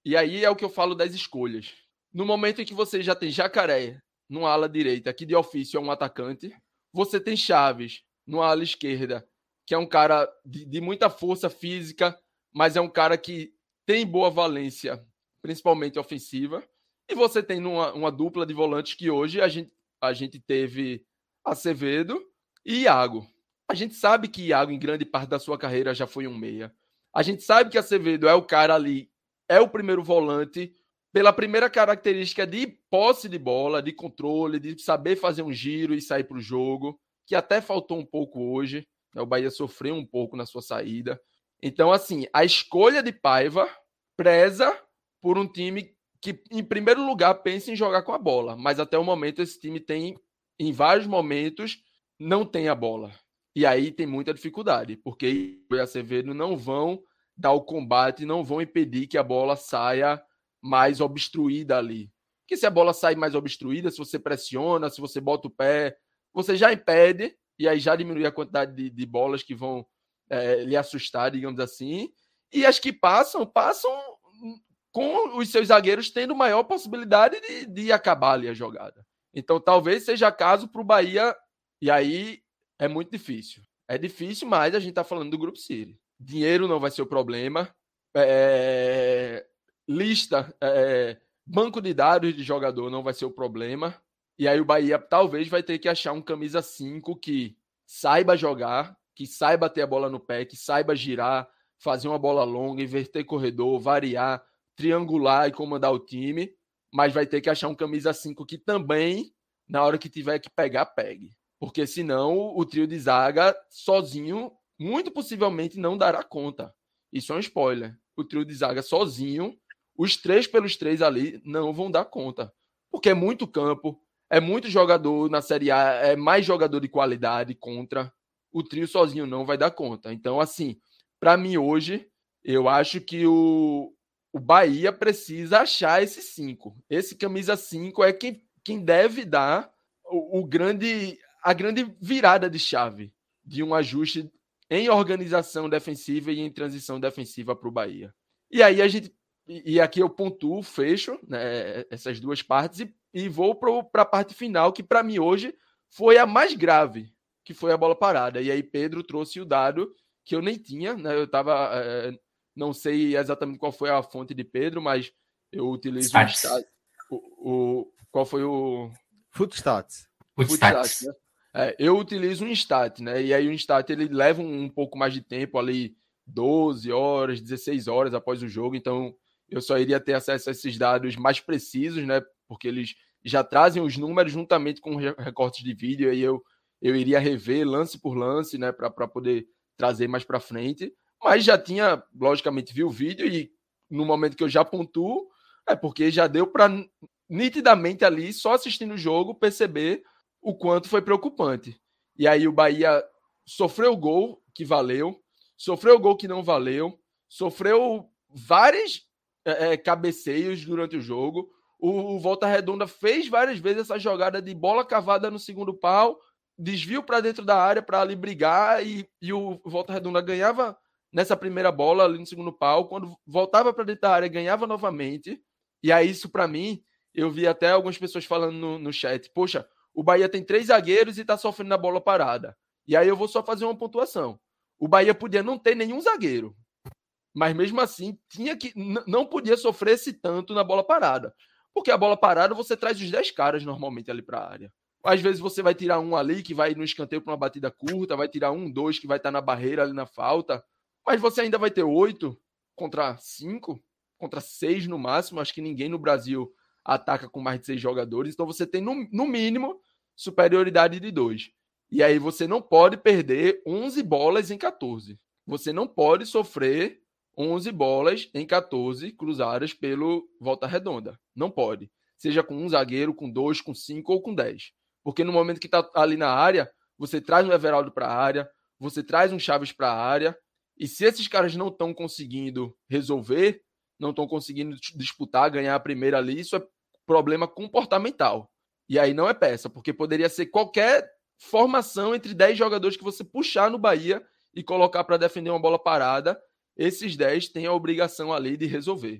E aí é o que eu falo das escolhas. No momento em que você já tem Jacaré numa ala direita, que de ofício é um atacante, você tem Chaves numa ala esquerda, que é um cara de, de muita força física, mas é um cara que tem boa valência, principalmente ofensiva. E você tem numa, uma dupla de volantes que hoje a gente, a gente teve Acevedo e Iago. A gente sabe que Iago, em grande parte da sua carreira, já foi um meia. A gente sabe que Acevedo é o cara ali, é o primeiro volante, pela primeira característica de posse de bola, de controle, de saber fazer um giro e sair para o jogo, que até faltou um pouco hoje. Né? O Bahia sofreu um pouco na sua saída. Então, assim, a escolha de Paiva preza por um time que, em primeiro lugar, pensa em jogar com a bola. Mas até o momento, esse time tem, em vários momentos, não tem a bola. E aí tem muita dificuldade, porque o Acevedo não vão dar o combate, não vão impedir que a bola saia mais obstruída ali. Porque se a bola sai mais obstruída, se você pressiona, se você bota o pé, você já impede, e aí já diminui a quantidade de, de bolas que vão é, lhe assustar, digamos assim. E as que passam, passam com os seus zagueiros tendo maior possibilidade de, de acabar ali a jogada. Então talvez seja caso para o Bahia, e aí é muito difícil. É difícil, mas a gente está falando do Grupo City. Dinheiro não vai ser o problema. É... Lista, é... banco de dados de jogador não vai ser o problema. E aí o Bahia talvez vai ter que achar um camisa cinco que saiba jogar, que saiba ter a bola no pé, que saiba girar, fazer uma bola longa, inverter corredor, variar, triangular e comandar o time. Mas vai ter que achar um camisa cinco que também, na hora que tiver que pegar, pegue. Porque senão o trio de zaga sozinho, muito possivelmente, não dará conta. Isso é um spoiler. O trio de zaga sozinho, os três pelos três ali, não vão dar conta. Porque é muito campo, é muito jogador na Série A, é mais jogador de qualidade contra. O trio sozinho não vai dar conta. Então, assim, para mim hoje, eu acho que o, o Bahia precisa achar esse cinco. Esse camisa cinco é quem, quem deve dar o, o grande... a grande virada de chave de um ajuste em organização defensiva e em transição defensiva para o Bahia. E aí a gente, e aqui eu pontuo, fecho, né, essas duas partes e, e vou para a parte final, que para mim hoje foi a mais grave, que foi a bola parada. E aí Pedro trouxe o dado que eu nem tinha, né, eu estava, é, não sei exatamente qual foi a fonte de Pedro, mas eu utilizo o, stat, o, o qual foi o... Footstats. Footstats, né? É, eu utilizo um Instat, né? E aí o Instat ele leva um, um pouco mais de tempo ali, doze horas, dezesseis horas após o jogo, então eu só iria ter acesso a esses dados mais precisos, né? Porque eles já trazem os números juntamente com recortes de vídeo, e eu, eu iria rever lance por lance, né? Para poder trazer mais para frente. Mas já tinha, logicamente, vi o vídeo e no momento que eu já pontuo, é porque já deu para nitidamente ali, só assistindo o jogo, perceber o quanto foi preocupante. E aí o Bahia sofreu gol que valeu, sofreu gol que não valeu, sofreu vários é, cabeceios durante o jogo. O, o Volta Redonda fez várias vezes essa jogada de bola cavada no segundo pau, desvio para dentro da área para ali brigar, e, e o Volta Redonda ganhava nessa primeira bola ali no segundo pau, quando voltava para dentro da área ganhava novamente. E aí isso para mim, eu vi até algumas pessoas falando no, no chat, poxa, o Bahia tem três zagueiros e está sofrendo na bola parada. E aí eu vou só fazer uma pontuação. O Bahia podia não ter nenhum zagueiro, mas mesmo assim tinha que, n- não podia sofrer esse tanto na bola parada. Porque a bola parada você traz os dez caras normalmente ali para a área. Às vezes você vai tirar um ali que vai no escanteio para uma batida curta, vai tirar um, dois que vai estar na barreira ali na falta, mas você ainda vai ter oito contra cinco, contra seis no máximo. Acho que ninguém no Brasil ataca com mais de seis jogadores, então você tem no, no mínimo superioridade de dois. E aí você não pode perder onze bolas em catorze. Você não pode sofrer onze bolas em catorze cruzadas pelo Volta Redonda. Não pode. Seja com um zagueiro, com dois, com cinco ou com dez. Porque no momento que está ali na área, você traz um Everaldo para a área, você traz um Chaves para a área, e se esses caras não estão conseguindo resolver, não estão conseguindo disputar, ganhar a primeira ali, isso é problema comportamental. E aí não é peça, porque poderia ser qualquer formação entre dez jogadores que você puxar no Bahia e colocar para defender uma bola parada, esses dez têm a obrigação ali de resolver.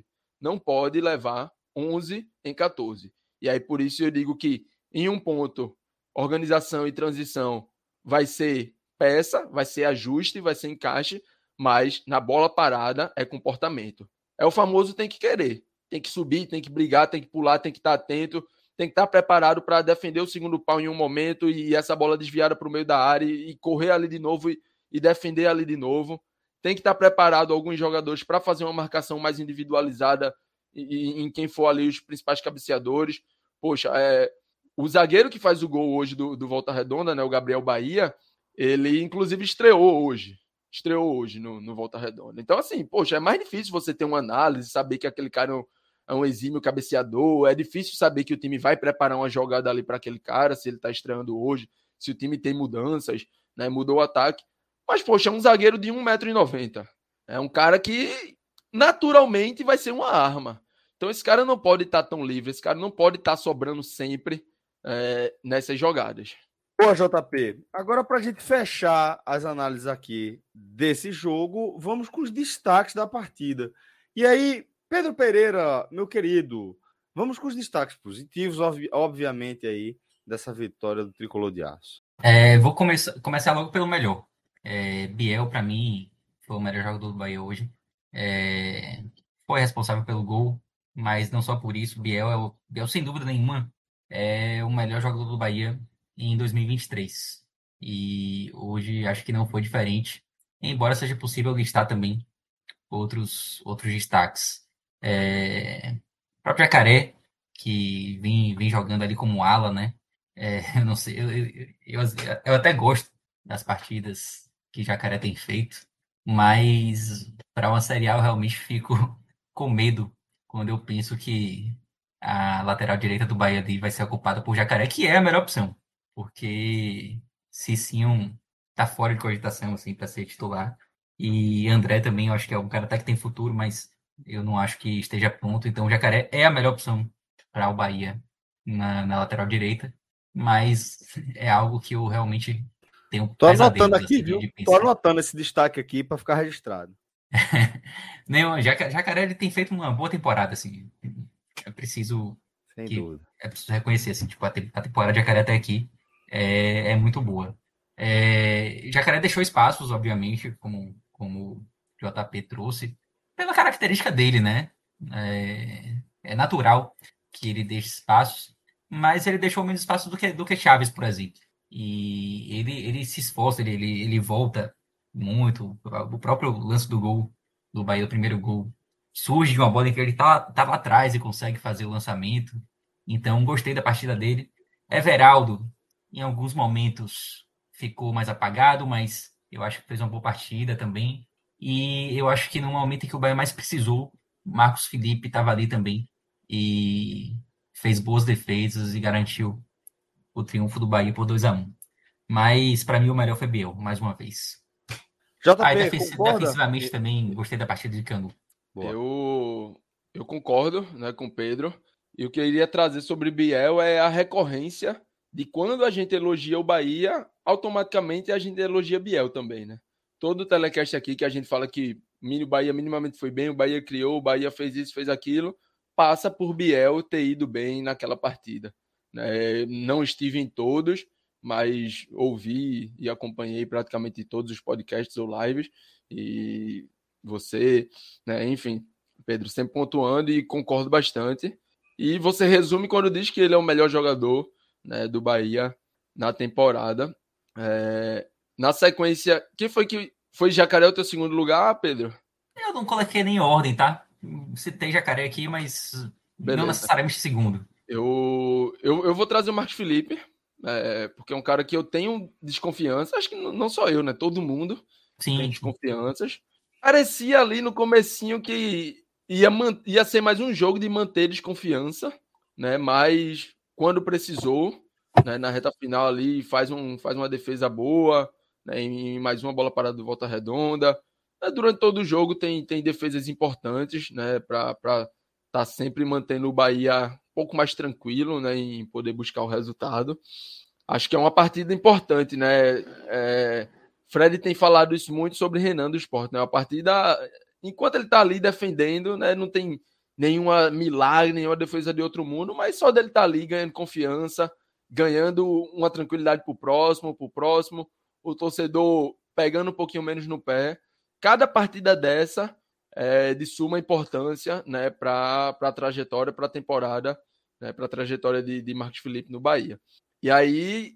não pode levar onze em catorze. E aí, por isso, eu digo que, em um ponto, organização e transição vai ser peça, vai ser ajuste, vai ser encaixe, mas na bola parada é comportamento. É o famoso tem que querer. Tem que subir, tem que brigar, tem que pular, tem que estar atento, tem que estar preparado para defender o segundo pau em um momento e essa bola desviada para o meio da área e correr ali de novo e, e defender ali de novo. Tem que estar preparado alguns jogadores para fazer uma marcação mais individualizada em, em quem for ali os principais cabeceadores. Poxa, é, o zagueiro que faz o gol hoje do, do Volta Redonda, né, o Gabriel Bahia, ele inclusive estreou hoje. Estreou hoje no, no Volta Redonda. Então, assim, poxa, é mais difícil você ter uma análise, saber que aquele cara é um, é um exímio cabeceador, é difícil saber que o time vai preparar uma jogada ali para aquele cara, se ele está estreando hoje, se o time tem mudanças, né, mudou o ataque. Mas, poxa, é um zagueiro de um metro e noventa. É um cara que naturalmente vai ser uma arma. Então, esse cara não pode estar tão livre, esse cara não pode estar sobrando sempre é, nessas jogadas. Pô, J P, agora para a gente fechar as análises aqui desse jogo, vamos com os destaques da partida. E aí, Pedro Pereira, meu querido, vamos com os destaques positivos, ob- obviamente, aí, dessa vitória do Tricolor de Aço. É, vou começar, começar logo pelo melhor. É, Biel, para mim, foi o melhor jogador do Bahia hoje. É, foi responsável pelo gol, mas não só por isso. Biel, é o, Biel sem dúvida nenhuma, é o melhor jogador do Bahia em dois mil e vinte e três. E hoje acho que não foi diferente, embora seja possível listar também outros, outros destaques. É, o próprio Jacaré, que vem, vem jogando ali como ala, né? É, eu não sei, eu, eu, eu, eu até gosto das partidas que Jacaré tem feito, mas para uma Série A eu realmente fico com medo quando eu penso que a lateral direita do Bahia ali vai ser ocupada por Jacaré, que é a melhor opção, porque Cicinho tá fora de cogitação assim, para ser titular. E André também, eu acho que é um cara até que tem futuro, mas eu não acho que esteja pronto. Então o Jacaré é a melhor opção para o Bahia na, na lateral direita. Mas é algo que eu realmente tenho Tô pesadelos, anotando aqui, assim, de, viu? de Tô pensar. anotando esse destaque aqui para ficar registrado. Não, Jaca- Jacaré ele tem feito uma boa temporada, assim. É preciso Sem que dúvida. é preciso reconhecer, assim, tipo, a, te- a temporada de Jacaré até aqui é, é muito boa. É, Jacaré deixou espaços, obviamente, como, como o J P trouxe, pela característica dele, né? É, é natural que ele deixe espaços, mas ele deixou menos espaço do que, do que Chaves, por exemplo. E ele, ele se esforça, ele, ele, ele volta muito. O próprio lance do gol do Bahia, o primeiro gol, surge de uma bola em que ele estava tá, tava atrás e consegue fazer o lançamento. Então, gostei da partida dele. Everaldo, em alguns momentos, ficou mais apagado, mas eu acho que fez uma boa partida também. E eu acho que no momento em que o Bahia mais precisou, Marcos Felipe estava ali também e fez boas defesas e garantiu o triunfo do Bahia por dois a um. Mas, para mim, o melhor foi Biel, mais uma vez. Ah, e J P, defensi- concorda? defensivamente também gostei da partida de Canu. Boa. Eu, eu concordo, né, com o Pedro. E o que eu iria trazer sobre Biel é a recorrência de quando a gente elogia o Bahia, automaticamente a gente elogia Biel também, né? Todo telecast aqui que a gente fala que o Bahia minimamente foi bem, o Bahia criou, o Bahia fez isso, fez aquilo, passa por Biel ter ido bem naquela partida, né? Não estive em todos, mas ouvi e acompanhei praticamente todos os podcasts ou lives, e você, né, enfim, Pedro sempre pontuando e concordo bastante. E você resume quando diz que ele é o melhor jogador, né, do Bahia na temporada. É, na sequência, quem foi que foi Jacaré o teu segundo lugar, Pedro? Eu não coloquei nem em ordem, tá? Citei Jacaré aqui, mas não Beleza. necessariamente segundo. Eu, eu, eu vou trazer o Marcos Felipe, é, porque é um cara que eu tenho desconfiança, acho que não só eu, né? Todo mundo tem Sim, desconfianças. Parecia ali no comecinho que ia, man- ia ser mais um jogo de manter desconfiança, né? Mas quando precisou, né, na reta final ali, faz, um, faz uma defesa boa, né, em mais uma bola parada do Volta Redonda. Né, durante todo o jogo tem, tem defesas importantes, né, para estar tá sempre mantendo o Bahia um pouco mais tranquilo, né, em poder buscar o resultado. Acho que é uma partida importante, né? É, Fred tem falado isso muito sobre Renan do Sport, né? A partida, enquanto ele está ali defendendo, né, não tem nenhuma milagre, nenhuma defesa de outro mundo, mas só dele estar tá ali ganhando confiança, ganhando uma tranquilidade pro próximo, pro próximo, o torcedor pegando um pouquinho menos no pé. Cada partida dessa é de suma importância, né, para a trajetória, para a temporada, né, para a trajetória de, de Marcos Felipe no Bahia. E aí,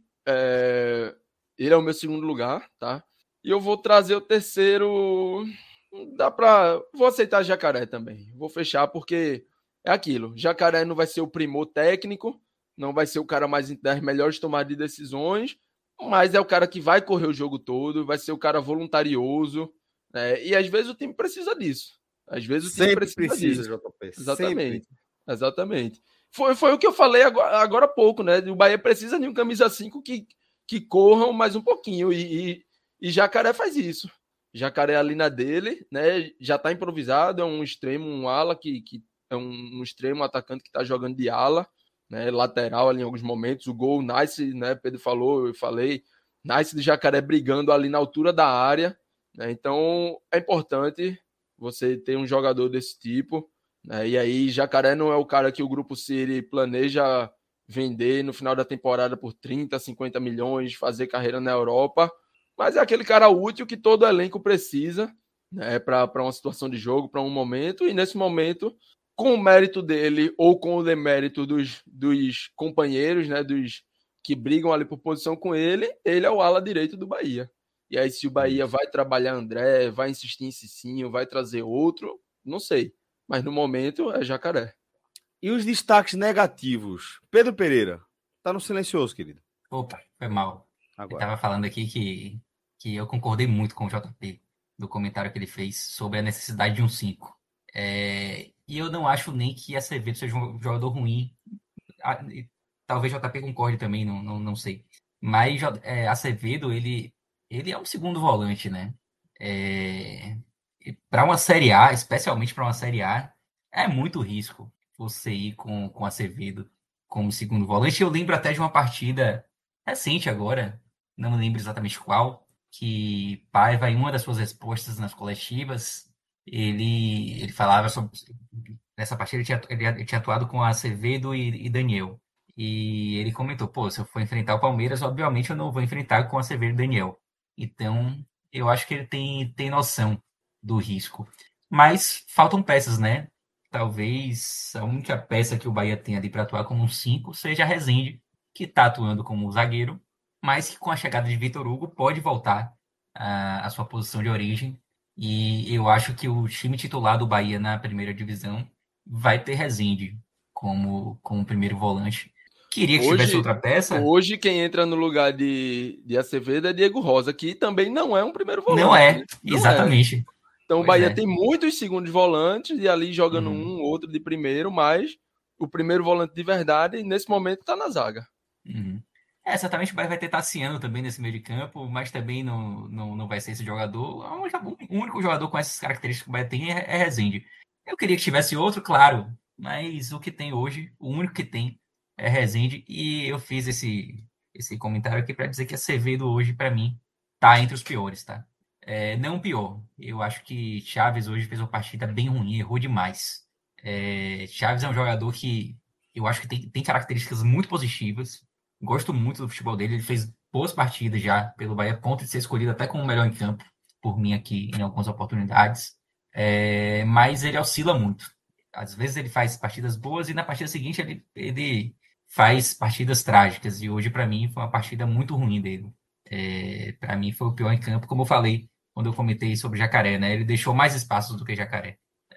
é, ele é o meu segundo lugar, tá? E eu vou trazer o terceiro. Dá para. Vou aceitar Jacaré também. Vou fechar porque é aquilo. Jacaré não vai ser o primor técnico, não vai ser o cara mais das melhores tomadas de decisões, mas é o cara que vai correr o jogo todo, vai ser o cara voluntarioso, né? E às vezes o time precisa disso. Às vezes o time Sempre precisa, precisa, disso. J P. Exatamente. Sempre. Exatamente. Foi, foi o que eu falei agora, agora há pouco, né? O Bahia precisa de um camisa cinco que, que corram mais um pouquinho. E, e, e Jacaré faz isso. Jacaré ali na dele, né? Já está improvisado, é um extremo, um ala que, que é um, um extremo atacante que está jogando de ala, né? Lateral ali em alguns momentos. O gol, nice, né? Pedro falou, eu falei, nice de Jacaré brigando ali na altura da área, né? Então é importante você ter um jogador desse tipo, né? E aí Jacaré não é o cara que o Grupo City planeja vender no final da temporada por trinta, cinquenta milhões, fazer carreira na Europa, mas é aquele cara útil que todo elenco precisa, né, para uma situação de jogo, para um momento, e nesse momento, com o mérito dele ou com o demérito dos, dos companheiros, né, dos que brigam ali por posição com ele, ele é o ala direito do Bahia. E aí, se o Bahia vai trabalhar André, vai insistir em Cicinho, vai trazer outro, não sei. Mas no momento é Jacaré. E os destaques negativos? Pedro Pereira, tá no silencioso, querido. Opa, foi mal. Agora. Eu tava falando aqui que, que eu concordei muito com o J P, do comentário que ele fez sobre a necessidade de um cinco. É, e eu não acho nem que Acevedo seja um jogador ruim. Ah, talvez J P concorde também, não, não, não sei. Mas é, Acevedo, ele, ele é um segundo volante, né? É, para uma Série A, especialmente para uma Série A, é muito risco você ir com, com Acevedo como segundo volante. Eu lembro até de uma partida recente agora, não me lembro exatamente qual, que Paiva, em uma das suas respostas nas coletivas, ele, ele falava sobre... Nessa partida ele tinha, ele tinha atuado com Acevedo e, e Daniel. E ele comentou, pô, se eu for enfrentar o Palmeiras, obviamente eu não vou enfrentar com Acevedo e Daniel. Então, eu acho que ele tem, tem noção do risco. Mas faltam peças, né? Talvez a única peça que o Bahia tem ali para atuar como um cinco seja a Rezende, que está atuando como zagueiro, mas que com a chegada de Vitor Hugo pode voltar à, à sua posição de origem. E eu acho que o time titular do Bahia na primeira divisão vai ter Rezende como, como primeiro volante. Queria que Hoje, tivesse outra peça. Hoje quem entra no lugar de, de Acevedo é Diego Rosa, que também não é um primeiro volante. Não é, né? Não exatamente. É. Então Pois o Bahia é. tem muitos segundos volantes, e ali jogando Uhum. um, outro de primeiro, mas o primeiro volante de verdade, nesse momento, está na zaga. Uhum. É, certamente o Bahia vai ter Tassiano também nesse meio de campo, mas também não, não, não vai ser esse jogador. O único jogador com essas características que o Bahia tem é, é Rezende. Eu queria que tivesse outro, claro, mas o que tem hoje, o único que tem é Rezende. E eu fiz esse, esse comentário aqui para dizer que Acevedo hoje, para mim, tá entre os piores, tá? É, não o pior. Eu acho que Chaves hoje fez uma partida bem ruim, errou demais. É, Chaves é um jogador que eu acho que tem, tem características muito positivas. Gosto muito do futebol dele. Ele fez boas partidas já pelo Bahia, a ponto de ser escolhido até como o melhor em campo, por mim aqui em algumas oportunidades. É, mas ele oscila muito. Às vezes ele faz partidas boas e na partida seguinte ele, ele faz partidas trágicas. E hoje, para mim, foi uma partida muito ruim dele. É, para mim, foi o pior em campo, como eu falei quando eu comentei sobre Jacaré, né? Ele deixou mais espaços do que Jacaré.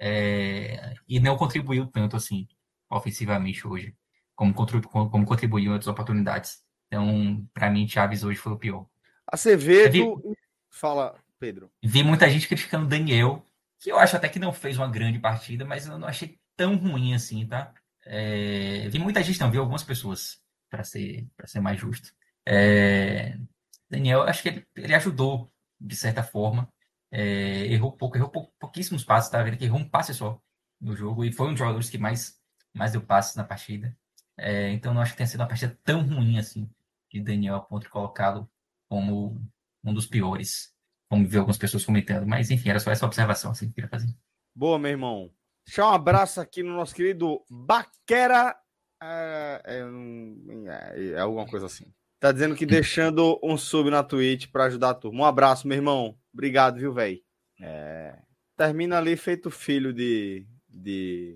É, e não contribuiu tanto assim, ofensivamente hoje, como, contribu como contribuiu em outras oportunidades. Então, para mim, Chaves hoje foi o pior. Acevedo. Vi, Fala, Pedro. Vi muita gente criticando Daniel, que eu acho até que não fez uma grande partida, mas eu não achei tão ruim assim, tá? É, vi muita gente, não, vi algumas pessoas, para ser, para ser mais justo. É, Daniel, acho que ele, ele ajudou, de certa forma. É, errou pouco, errou pou, pouquíssimos passes, tá vendo? Que errou um passe só no jogo, e foi um dos jogadores que mais, mais deu passes na partida. É, então, não acho que tenha sido uma partida tão ruim assim, de Daniel, a ponto de colocá-lo como um dos piores. Como ver algumas pessoas comentando, mas enfim, era só essa observação assim, que eu queria fazer. Boa, meu irmão. Deixar um abraço aqui no nosso querido Baquera. É, é, é, é alguma coisa assim. Tá dizendo que deixando um sub na Twitch pra ajudar a turma. Um abraço, meu irmão. Obrigado, viu, velho? É, termina ali feito filho de, de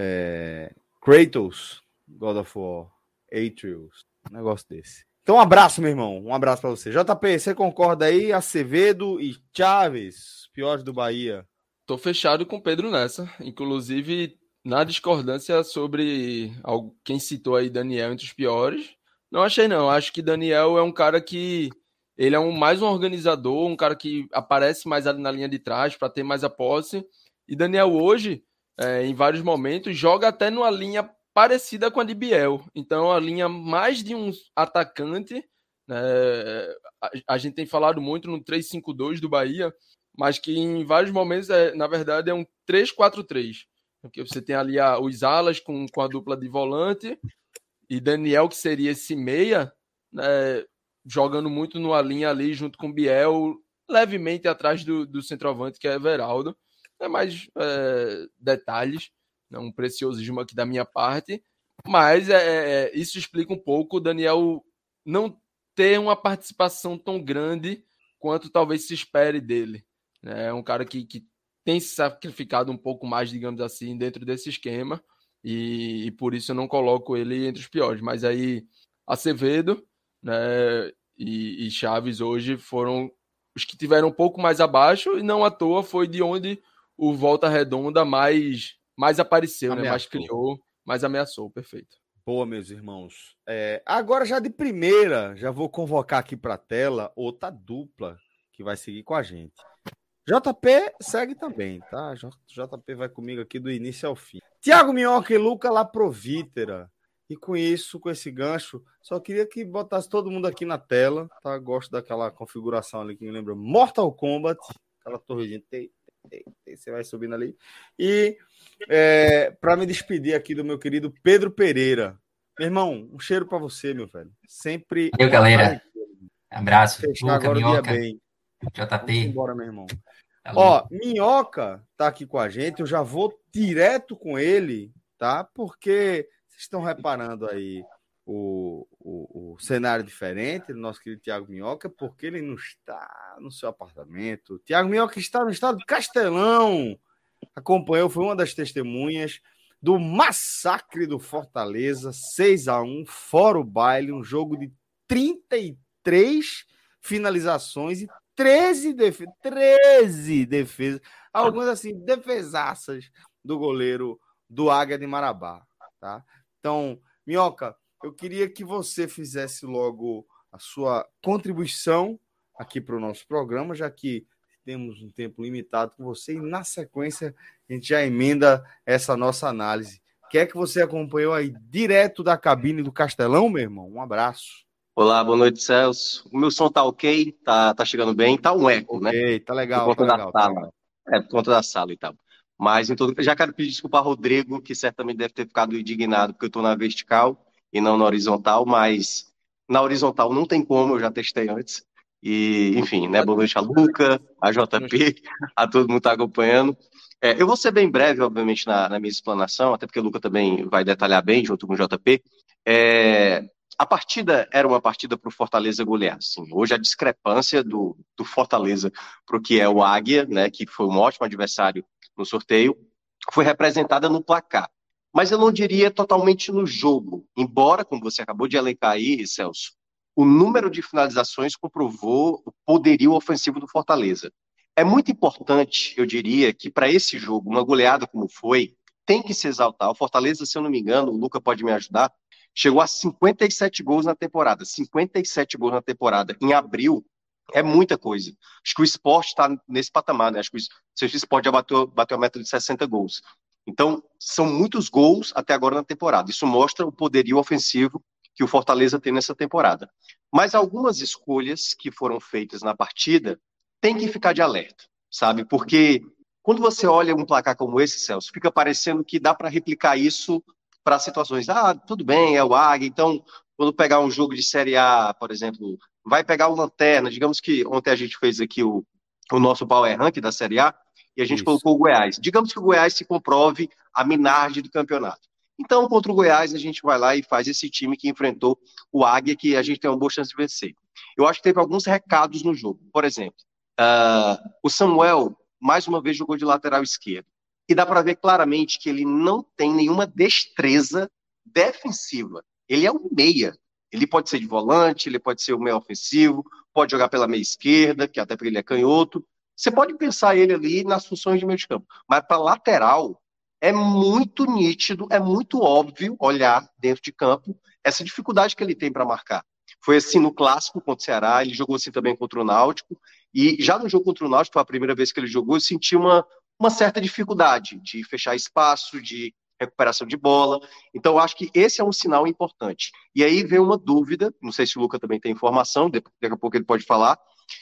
é, Kratos, God of War, Atreus, um negócio desse. Então, um abraço, meu irmão. Um abraço pra você. J P, você concorda aí? Acevedo e Chaves, piores do Bahia. Tô fechado com o Pedro nessa. Inclusive, na discordância sobre quem citou aí Daniel entre os piores. Não achei, não. Acho que Daniel é um cara que... Ele é um, mais um organizador, um cara que aparece mais ali na linha de trás para ter mais a posse. E Daniel hoje, é, em vários momentos, joga até numa linha parecida com a de Biel. Então, a linha mais de um atacante. Né? A, a gente tem falado muito no três cinco dois do Bahia, mas que em vários momentos, é, na verdade, é um três quatro três. Porque você tem ali a, os alas com, com a dupla de volante e Daniel, que seria esse meia, né, jogando muito numa linha ali junto com o Biel, levemente atrás do, do centroavante, que é Everaldo. É mais é, detalhes, né, um preciosismo aqui da minha parte, mas é, é, isso explica um pouco o Daniel não ter uma participação tão grande quanto talvez se espere dele. É um cara que, que tem se sacrificado um pouco mais, digamos assim, dentro desse esquema, e, e por isso eu não coloco ele entre os piores. Mas aí, Acevedo, né, e, e Chaves hoje foram os que tiveram um pouco mais abaixo, e não à toa foi de onde o Volta Redonda mais, mais apareceu, né, mais criou, mais ameaçou. Perfeito. Boa, meus irmãos. É, agora, já de primeira, já vou convocar aqui para a tela outra dupla que vai seguir com a gente. J P segue também, tá? J P vai comigo aqui do início ao fim. Thiago Minhoca e Luca Laprovítera. E com isso, com esse gancho, só queria que botasse todo mundo aqui na tela, tá? Gosto daquela configuração ali que me lembra Mortal Kombat. Aquela torrezinha, tem, tem, tem, você vai subindo ali. E é, para me despedir aqui do meu querido Pedro Pereira. Meu irmão, um cheiro para você, meu velho. Sempre. Valeu, galera. Abraço. Fechar agora Minhoca, o dia bem. J P. Vamos embora, meu irmão. Valeu. Ó, Minhoca tá aqui com a gente, eu já vou direto com ele, tá? Porque vocês estão reparando aí o, o, o cenário diferente do nosso querido Thiago Minhoca, porque ele não está no seu apartamento. Thiago Minhoca está no estado de Castelão, acompanhou, foi uma das testemunhas do massacre do Fortaleza, seis a um, fora o baile, um jogo de trinta e três finalizações e treze defesas, treze defesas, algumas assim, defesaças do goleiro do Águia de Marabá, tá? Então, Minhoca, eu queria que você fizesse logo a sua contribuição aqui para o nosso programa, já que temos um tempo limitado com você, e na sequência a gente já emenda essa nossa análise. Quer que você acompanhou aí direto da cabine do Castelão, meu irmão? Um abraço. Olá, boa noite, Celso. O meu som tá ok, tá, tá chegando bem, tá um eco, okay, né? Tá legal, por conta tá da legal, sala. tá legal. É, por conta da sala e tal. Mas em todo... já quero pedir desculpa a Rodrigo, que certamente deve ter ficado indignado porque eu tô na vertical e não na horizontal, mas na horizontal não tem como, eu já testei antes. E, enfim, né? Boa noite a Luca, a J P, a todo mundo que tá acompanhando. É, eu vou ser bem breve, obviamente, na, na minha explanação, até porque a Luca também vai detalhar bem junto com o J P. É... A partida era uma partida para o Fortaleza golear. Sim. Hoje a discrepância do, do Fortaleza para o que é o Águia, né, que foi um ótimo adversário no sorteio, foi representada no placar. Mas eu não diria totalmente no jogo. Embora, como você acabou de elencar aí, Celso, o número de finalizações comprovou o poderio ofensivo do Fortaleza. É muito importante, eu diria, que para esse jogo, uma goleada como foi, tem que se exaltar. O Fortaleza, se eu não me engano, o Luca pode me ajudar, chegou a cinquenta e sete gols na temporada. cinquenta e sete gols na temporada. Em abril, é muita coisa. Acho que o Sport está nesse patamar, né? Acho que o Sport já bateu, bateu a meta de sessenta gols. Então, são muitos gols até agora na temporada. Isso mostra o poderio ofensivo que o Fortaleza tem nessa temporada. Mas algumas escolhas que foram feitas na partida têm que ficar de alerta, sabe? Porque quando você olha um placar como esse, Celso, fica parecendo que dá para replicar isso para situações, ah, tudo bem, é o Águia, então, quando pegar um jogo de Série A, por exemplo, vai pegar o Lanterna, digamos que ontem a gente fez aqui o, o nosso Power Rank da Série A, e a gente Isso. colocou o Goiás. Digamos que o Goiás se comprove a Minardi do campeonato. Então, contra o Goiás, a gente vai lá e faz esse time que enfrentou o Águia, que a gente tem uma boa chance de vencer. Eu acho que teve alguns recados no jogo. Por exemplo, uh, o Samuel, mais uma vez, jogou de lateral esquerdo. E dá para ver claramente que ele não tem nenhuma destreza defensiva. Ele é um meia. Ele pode ser de volante, ele pode ser o meio ofensivo, pode jogar pela meia esquerda, que até porque ele é canhoto. Você pode pensar ele ali nas funções de meio de campo. Mas para lateral, é muito nítido, é muito óbvio olhar dentro de campo essa dificuldade que ele tem para marcar. Foi assim no Clássico contra o Ceará, ele jogou assim também contra o Náutico, e já no jogo contra o Náutico, foi a primeira vez que ele jogou, eu senti uma, uma certa dificuldade de fechar espaço, de recuperação de bola. Então, eu acho que esse é um sinal importante. E aí vem uma dúvida, não sei se o Lucas também tem informação, daqui a pouco ele pode falar.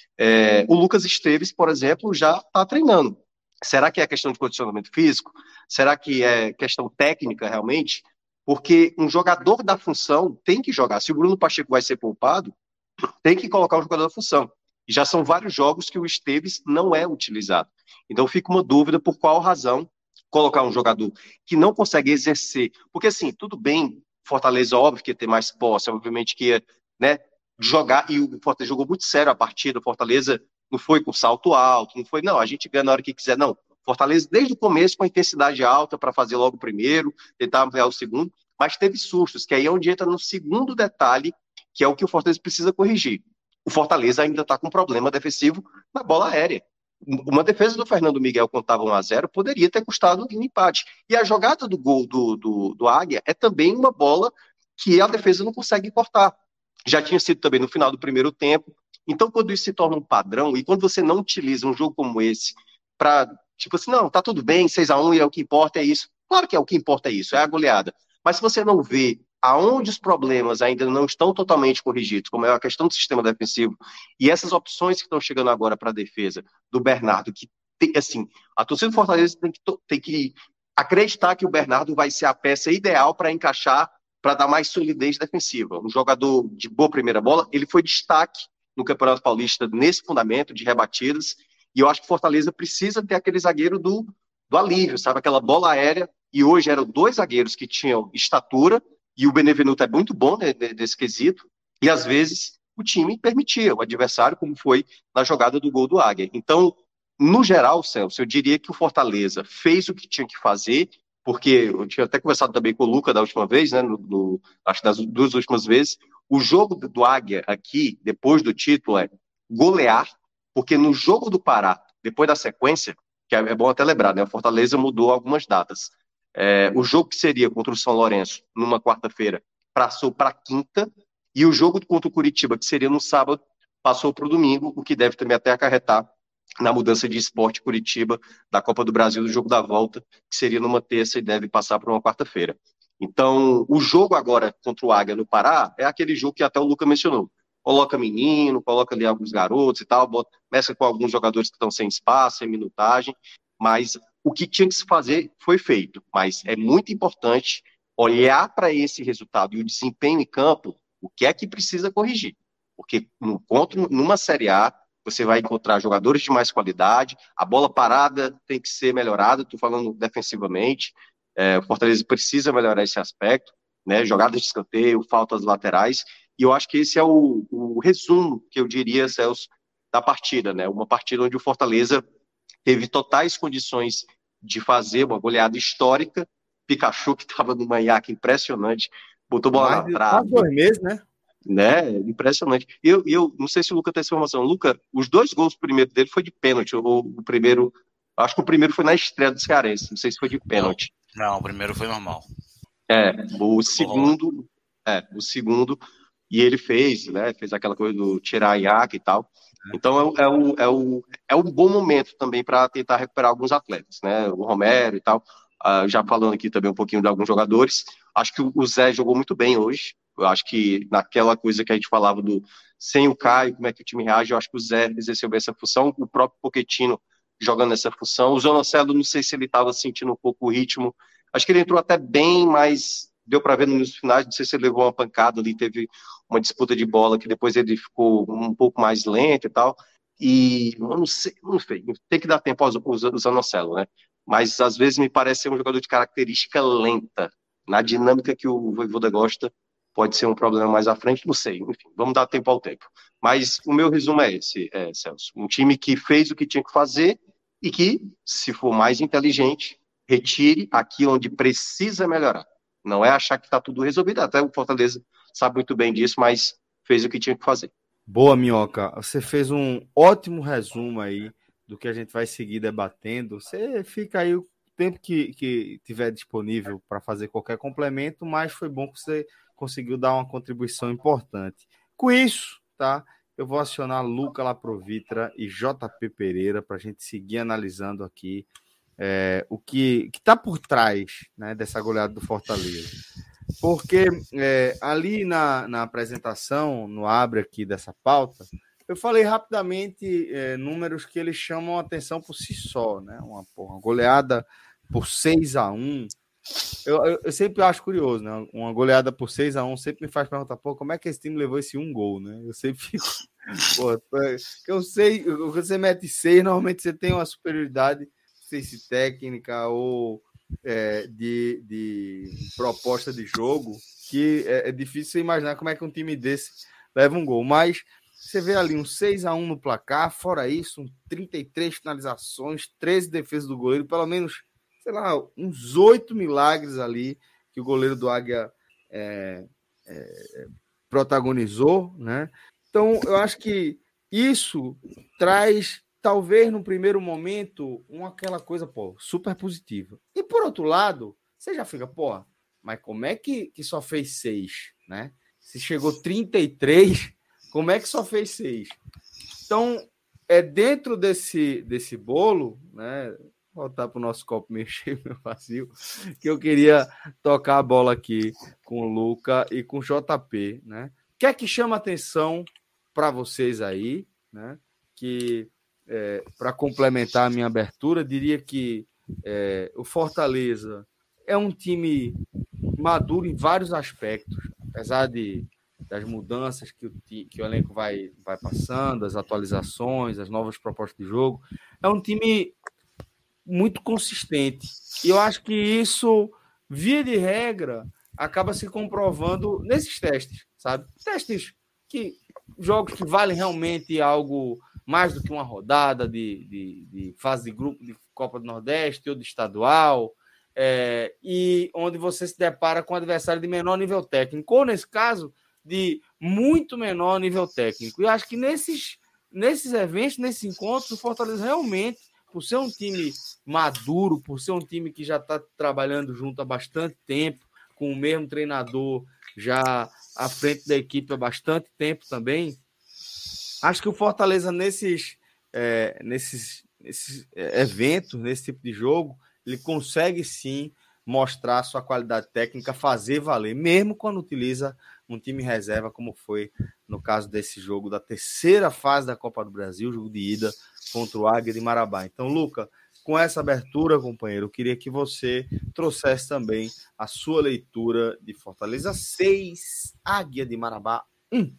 É, o Lucas Esteves, por exemplo, já está treinando. Será que é questão de condicionamento físico? Será que é questão técnica realmente? Porque um jogador da função tem que jogar. Se o Bruno Pacheco vai ser poupado, tem que colocar um jogador da função. E já são vários jogos que o Esteves não é utilizado. Então fica uma dúvida por qual razão colocar um jogador que não consegue exercer. Porque assim, tudo bem, Fortaleza, óbvio que ia ter mais posse, obviamente que ia, né, jogar, e o Fortaleza jogou muito sério a partida, o Fortaleza não foi com salto alto, não foi, não, a gente ganha na hora que quiser, não. Fortaleza, desde o começo, com a intensidade alta para fazer logo o primeiro, tentar ampliar o segundo, mas teve sustos, que aí é onde entra no segundo detalhe, que é o que o Fortaleza precisa corrigir. O Fortaleza ainda está com problema defensivo na bola aérea. Uma defesa do Fernando Miguel, quando estava um a zero, poderia ter custado um empate. E a jogada do gol do, do, do Águia é também uma bola que a defesa não consegue cortar. Já tinha sido também no final do primeiro tempo. Então, quando isso se torna um padrão, e quando você não utiliza um jogo como esse para, tipo assim, não, tá tudo bem, seis a um, e é o que importa, é isso. Claro que é o que importa, é isso, é a goleada. Mas se você não vê aonde os problemas ainda não estão totalmente corrigidos, como é a questão do sistema defensivo, e essas opções que estão chegando agora para a defesa do Bernardo, que tem, assim, a torcida do Fortaleza tem que, tem que acreditar que o Bernardo vai ser a peça ideal para encaixar, para dar mais solidez defensiva. Um jogador de boa primeira bola, ele foi destaque no Campeonato Paulista nesse fundamento de rebatidas, e eu acho que o Fortaleza precisa ter aquele zagueiro do, do alívio, sabe? Aquela bola aérea, e hoje eram dois zagueiros que tinham estatura, e o Benevenuto é muito bom, né, nesse quesito, e às vezes o time permitia o adversário, como foi na jogada do gol do Águia. Então, no geral, Celso, eu diria que o Fortaleza fez o que tinha que fazer, porque eu tinha até conversado também com o Luca da última vez, né, no, no, acho que das duas últimas vezes, o jogo do Águia aqui, depois do título, é golear, porque no jogo do Pará, depois da sequência, que é, é bom até lembrar, né, o Fortaleza mudou algumas datas. É, o jogo que seria contra o São Lourenço numa quarta-feira passou para quinta, e o jogo contra o Curitiba, que seria no sábado, passou para o domingo, o que deve também até acarretar na mudança de esporte Curitiba da Copa do Brasil, do jogo da volta, que seria numa terça e deve passar para uma quarta-feira. Então, o jogo agora contra o Águia no Pará é aquele jogo que até o Luca mencionou. Coloca menino, coloca ali alguns garotos e tal, bota, mexe com alguns jogadores que estão sem espaço, sem minutagem, mas o que tinha que se fazer foi feito. Mas é muito importante olhar para esse resultado e o desempenho em campo, o que é que precisa corrigir. Porque no, contra, numa Série A, você vai encontrar jogadores de mais qualidade, a bola parada tem que ser melhorada, estou falando defensivamente, é, o Fortaleza precisa melhorar esse aspecto, né, jogadas de escanteio, faltas laterais, e eu acho que esse é o, o resumo que eu diria, Celso, da partida, né, uma partida onde o Fortaleza teve totais condições de fazer uma goleada histórica. Pikachu, que estava numa iaca impressionante, botou bola Mais na trave. quase dois meses, né? Né? Impressionante. Eu, eu não sei se o Luca tem essa informação. Luca, os dois gols primeiro dele foi de pênalti. O, o primeiro, acho que o primeiro foi na estreia do Cearense. Não sei se foi de pênalti. Não, não, o primeiro foi normal. É, o segundo, é, o segundo, e ele fez, né? Fez aquela coisa do tirar a iaca e tal. Então é, é, um, é, um, é um bom momento também para tentar recuperar alguns atletas, né? O Romero e tal. Uh, já falando aqui também um pouquinho de alguns jogadores. Acho que o Zé jogou muito bem hoje. Eu acho que naquela coisa que a gente falava do sem o Caio, como é que o time reage, eu acho que o Zé exerceu bem essa função, o próprio Pochettino jogando essa função. O Zonocelo, não sei se ele estava sentindo um pouco o ritmo. Acho que ele entrou até bem, mas deu para ver nos finais, não sei se ele levou uma pancada ali, teve uma disputa de bola que depois ele ficou um pouco mais lento e tal. e eu não sei, não sei, tem que dar tempo aos, aos, aos Zanocelo, né? Mas às vezes me parece ser um jogador de característica lenta. Na dinâmica que o Vojvoda gosta, pode ser um problema mais à frente, não sei. Enfim, vamos dar tempo ao tempo. Mas o meu resumo é esse, é, Celso. Um time que fez o que tinha que fazer e que, se for mais inteligente, retire aqui onde precisa melhorar. Não é achar que está tudo resolvido. Até o Fortaleza sabe muito bem disso, mas fez o que tinha que fazer. Boa, Minhoca. Você fez um ótimo resumo aí do que a gente vai seguir debatendo. Você fica aí o tempo que, que tiver disponível para fazer qualquer complemento, mas foi bom que você conseguiu dar uma contribuição importante. Com isso, tá? Eu vou acionar Luca Laprovitra e J P Pereira para a gente seguir analisando aqui é, o que está por trás, né, dessa goleada do Fortaleza. Porque é, ali na, na apresentação, no abre aqui dessa pauta, eu falei rapidamente é, números que eles chamam a atenção por si só, né? Uma, uma goleada por seis a um. Eu, eu, eu sempre acho curioso, né? Uma goleada por seis a um sempre me faz perguntar, pô, como é que esse time levou esse um gol, né? Eu sempre fico, pô, eu sei, quando você mete seis, normalmente você tem uma superioridade, não sei se técnica ou É, de, de proposta de jogo, que é, é difícil você imaginar como é que um time desse leva um gol, mas você vê ali um seis a um no placar, fora isso, um trinta e três finalizações, treze defesas do goleiro, pelo menos, sei lá, uns oito milagres ali que o goleiro do Águia é, é, protagonizou, né? Então, eu acho que isso traz, talvez no primeiro momento, uma aquela coisa, pô, super positiva. E por outro lado, você já fica, pô, mas como é que, que só fez seis, né? Se chegou trinta e três, como é que só fez seis? Então, é dentro desse, desse bolo, né? Vou voltar para o nosso copo meio cheio, meio vazio, que eu queria tocar a bola aqui com o Luca e com o J P, né? O que é que chama atenção para vocês aí, né? Que É, para complementar a minha abertura, diria que é, o Fortaleza é um time maduro em vários aspectos, apesar de, das mudanças que o, que o elenco vai, vai passando, as atualizações, as novas propostas de jogo. É um time muito consistente. E eu acho que isso, via de regra, acaba se comprovando nesses testes, sabe? Testes que, jogos que valem realmente algo mais do que uma rodada de, de, de fase de grupo de Copa do Nordeste ou de estadual, é, e onde você se depara com um adversário de menor nível técnico, ou nesse caso, de muito menor nível técnico. E acho que nesses, nesses eventos, nesses encontros, o Fortaleza realmente, por ser um time maduro, por ser um time que já está trabalhando junto há bastante tempo, com o mesmo treinador já à frente da equipe há bastante tempo também, acho que o Fortaleza, nesses, é, nesses, nesses eventos, nesse tipo de jogo, ele consegue sim mostrar sua qualidade técnica, fazer valer, mesmo quando utiliza um time reserva, como foi no caso desse jogo da terceira fase da Copa do Brasil, jogo de ida contra o Águia de Marabá. Então, Luca, com essa abertura, companheiro, eu queria que você trouxesse também a sua leitura de Fortaleza seis, Águia de Marabá um.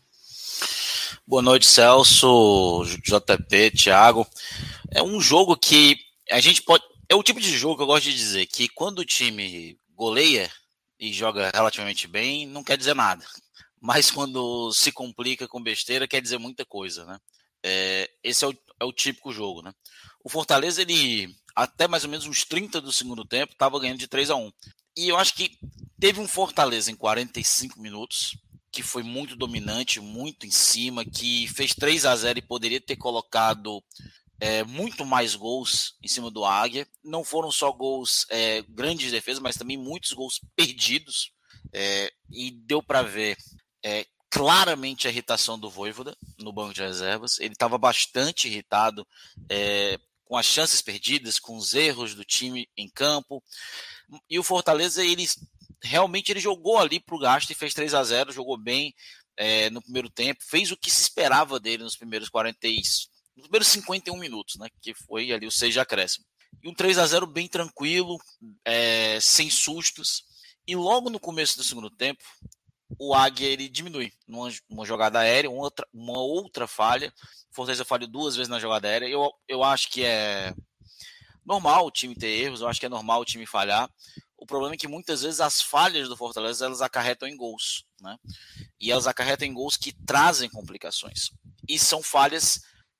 Boa noite, Celso, J P, Thiago. É um jogo que a gente pode... É o tipo de jogo que eu gosto de dizer, que quando o time goleia e joga relativamente bem, não quer dizer nada. Mas quando se complica com besteira, quer dizer muita coisa, né? É, esse é o, é o típico jogo, né? O Fortaleza, ele, até mais ou menos uns trinta do segundo tempo, estava ganhando de três a um. E eu acho que teve um Fortaleza em quarenta e cinco minutos, que foi muito dominante, muito em cima, que fez três a zero e poderia ter colocado é, muito mais gols em cima do Águia. Não foram só gols, é, grandes defesas, mas também muitos gols perdidos. É, e deu para ver é, claramente a irritação do Vojvoda no banco de reservas. Ele estava bastante irritado é, com as chances perdidas, com os erros do time em campo. E o Fortaleza, ele realmente ele jogou ali para o gasto e fez três a zero, jogou bem é, no primeiro tempo, fez o que se esperava dele nos primeiros quarenta e, nos primeiros cinquenta e um minutos, né, que foi ali o seis de acréscimo. E um três a zero bem tranquilo, é, sem sustos. E logo no começo do segundo tempo, o Águia ele diminui numa, uma jogada aérea, uma outra, uma outra falha. Fortaleza falhou duas vezes na jogada aérea. Eu, eu acho que é normal o time ter erros, eu acho que é normal o time falhar. O problema é que muitas vezes as falhas do Fortaleza elas acarretam em gols, né? E elas acarretam em gols que trazem complicações. E são falhas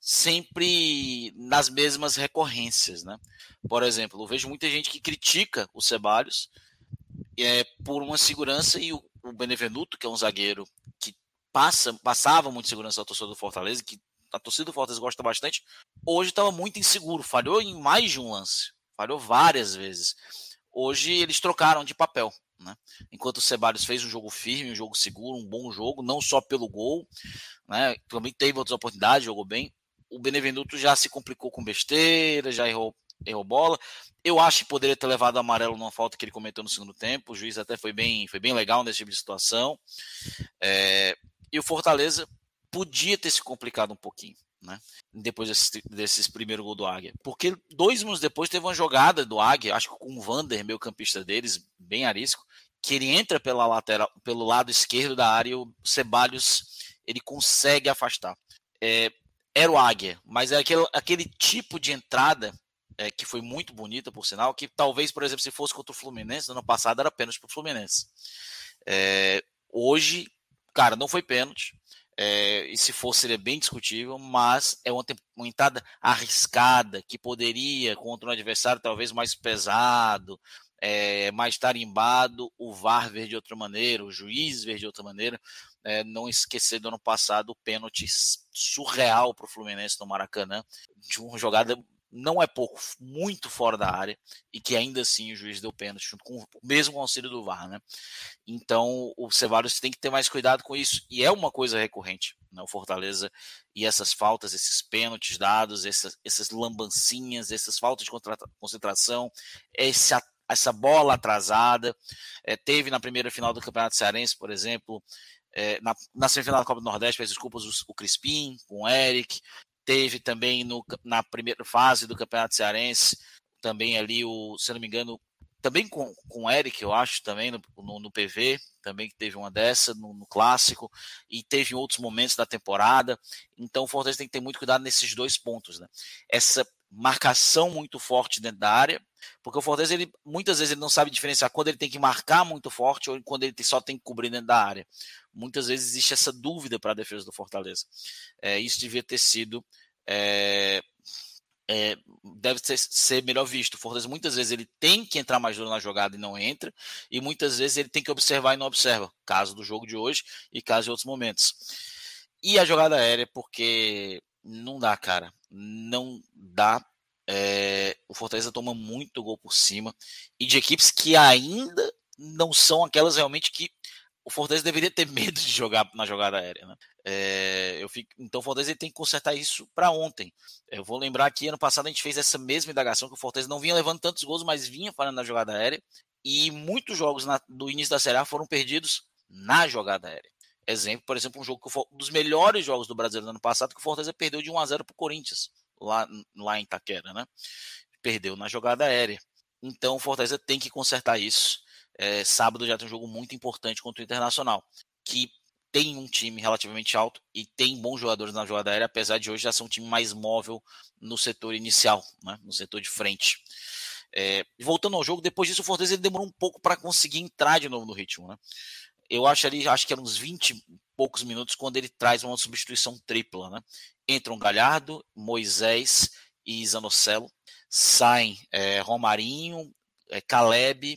sempre nas mesmas recorrências, né? Por exemplo, eu vejo muita gente que critica o Ceballos é, por uma segurança e o, o Benevenuto, que é um zagueiro que passa, passava muito segurança ao torcedor do Fortaleza, que a torcida do Fortaleza gosta bastante, hoje estava muito inseguro, falhou em mais de um lance, falhou várias vezes. Hoje eles trocaram de papel, né? Enquanto o Ceballos fez um jogo firme, um jogo seguro, um bom jogo, não só pelo gol, né? Também teve outras oportunidades, jogou bem. O Benevenuto já se complicou com besteira, já errou, errou bola. Eu acho que poderia ter levado amarelo numa falta que ele cometeu no segundo tempo. O juiz até foi bem, foi bem legal nesse tipo de situação. É, e o Fortaleza podia ter se complicado um pouquinho, né? Depois desses, desses primeiros gols do Águia. Porque dois minutos depois teve uma jogada do Águia, acho que com o Vander, meio campista deles, bem arisco, que ele entra pela lateral, pelo lado esquerdo da área e o Ceballos ele consegue afastar. É, era o Águia, mas é aquele, aquele tipo de entrada é, que foi muito bonita, por sinal, que talvez, por exemplo, se fosse contra o Fluminense, no ano passado era pênalti para o Fluminense. É, hoje, cara, não foi pênalti. É, e se fosse, seria bem discutível, mas é uma, uma entrada arriscada que poderia, contra um adversário talvez mais pesado, é, mais tarimbado, o V A R ver de outra maneira, o juiz ver de outra maneira. É, não esquecer do ano passado o pênalti surreal para o Fluminense no Maracanã, de uma jogada não é pouco, muito fora da área, e que ainda assim o juiz deu pênalti, junto com o mesmo auxílio do V A R, né? Então o Ceballos tem que ter mais cuidado com isso, e é uma coisa recorrente, né? O Fortaleza e essas faltas, esses pênaltis dados, essas, essas lambancinhas, essas faltas de concentração, esse, essa bola atrasada, é, teve na primeira final do Campeonato Cearense, por exemplo, é, na, na semifinal da Copa do Nordeste, fez desculpas o, o Crispim, com o Eric. Teve também no, na primeira fase do Campeonato Cearense, também ali, o, se não me engano, também com, com o Eric, eu acho, também no, no, no P V, também que teve uma dessa no, no Clássico, e teve em outros momentos da temporada. Então o Fortaleza tem que ter muito cuidado nesses dois pontos, né? Essa marcação muito forte dentro da área, porque o Fortaleza, ele, muitas vezes, ele não sabe diferenciar quando ele tem que marcar muito forte ou quando ele só tem que cobrir dentro da área. Muitas vezes existe essa dúvida para a defesa do Fortaleza. É, isso devia ter sido... É, é, deve ser, ser melhor visto. O Fortaleza, muitas vezes, ele tem que entrar mais duro na jogada e não entra, e muitas vezes ele tem que observar e não observa. Caso do jogo de hoje e caso de outros momentos. E a jogada aérea, porque não dá, cara. Não dá. É, o Fortaleza toma muito gol por cima, e de equipes que ainda não são aquelas realmente que o Fortaleza deveria ter medo de jogar na jogada aérea, né? É, eu fico, então o Fortaleza tem que consertar isso para ontem. Eu vou lembrar que ano passado a gente fez essa mesma indagação, que o Fortaleza não vinha levando tantos gols, mas vinha falando na jogada aérea, e muitos jogos na, do início da Série A foram perdidos na jogada aérea. Exemplo, por exemplo, um jogo que foi um dos melhores jogos do Brasileiro no ano passado, que o Fortaleza perdeu de um a zero para o Corinthians, lá, lá em Itaquera, né? Perdeu na jogada aérea. Então o Fortaleza tem que consertar isso. É, sábado já tem um jogo muito importante contra o Internacional, que tem um time relativamente alto e tem bons jogadores na jogada aérea, apesar de hoje já ser um time mais móvel no setor inicial, né, no setor de frente. É, voltando ao jogo, depois disso o Fortaleza ele demorou um pouco para conseguir entrar de novo no ritmo, né? Eu acho ali, acho que eram uns vinte e poucos minutos quando ele traz uma substituição tripla, né? Entram Galhardo, Moisés e Zanocelo, saem é, Romarinho, é, Caleb,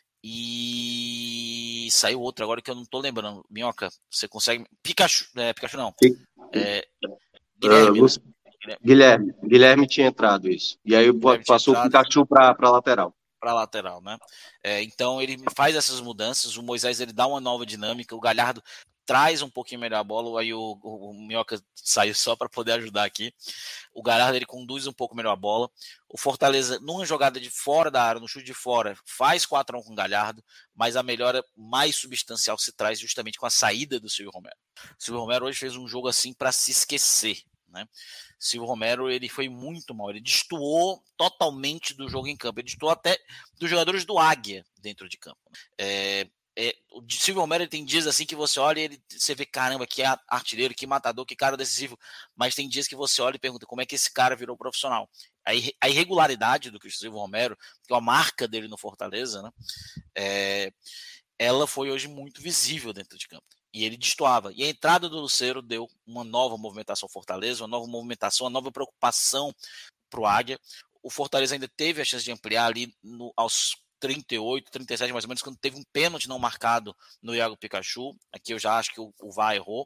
e saiu outro agora que eu não tô lembrando. Minhoca, você consegue... Pikachu, é, Pikachu não. É, Guilherme, uh, né? Guilherme. Guilherme tinha entrado, isso. E aí Guilherme passou o Pikachu para a lateral. Para lateral, né? É, então ele faz essas mudanças, o Moisés ele dá uma nova dinâmica, o Galhardo traz um pouquinho melhor a bola, aí o, o, o Minhoca saiu só para poder ajudar aqui. O Galhardo ele conduz um pouco melhor a bola. O Fortaleza, numa jogada de fora da área, no chute de fora, faz quatro a um com o Galhardo, mas a melhora mais substancial se traz justamente com a saída do Silvio Romero. O Silvio Romero hoje fez um jogo assim para se esquecer, né? Silvio Romero ele foi muito mal, ele destoou totalmente do jogo em campo, ele destoou até dos jogadores do Águia dentro de campo. É, É, o Silvio Romero ele tem dias assim que você olha e ele, você vê, caramba, que artilheiro, que matador, que cara decisivo. Mas tem dias que você olha e pergunta como é que esse cara virou profissional. A, a irregularidade do Silvio Romero, que é a marca dele no Fortaleza, né? É, ela foi hoje muito visível dentro de campo. E ele destoava. E a entrada do Lucero deu uma nova movimentação ao Fortaleza, uma nova movimentação, uma nova preocupação para o Águia. O Fortaleza ainda teve a chance de ampliar ali no, aos trinta e oito, trinta e sete mais ou menos, quando teve um pênalti não marcado no Iago Pikachu. Aqui eu já acho que o, o V A R errou.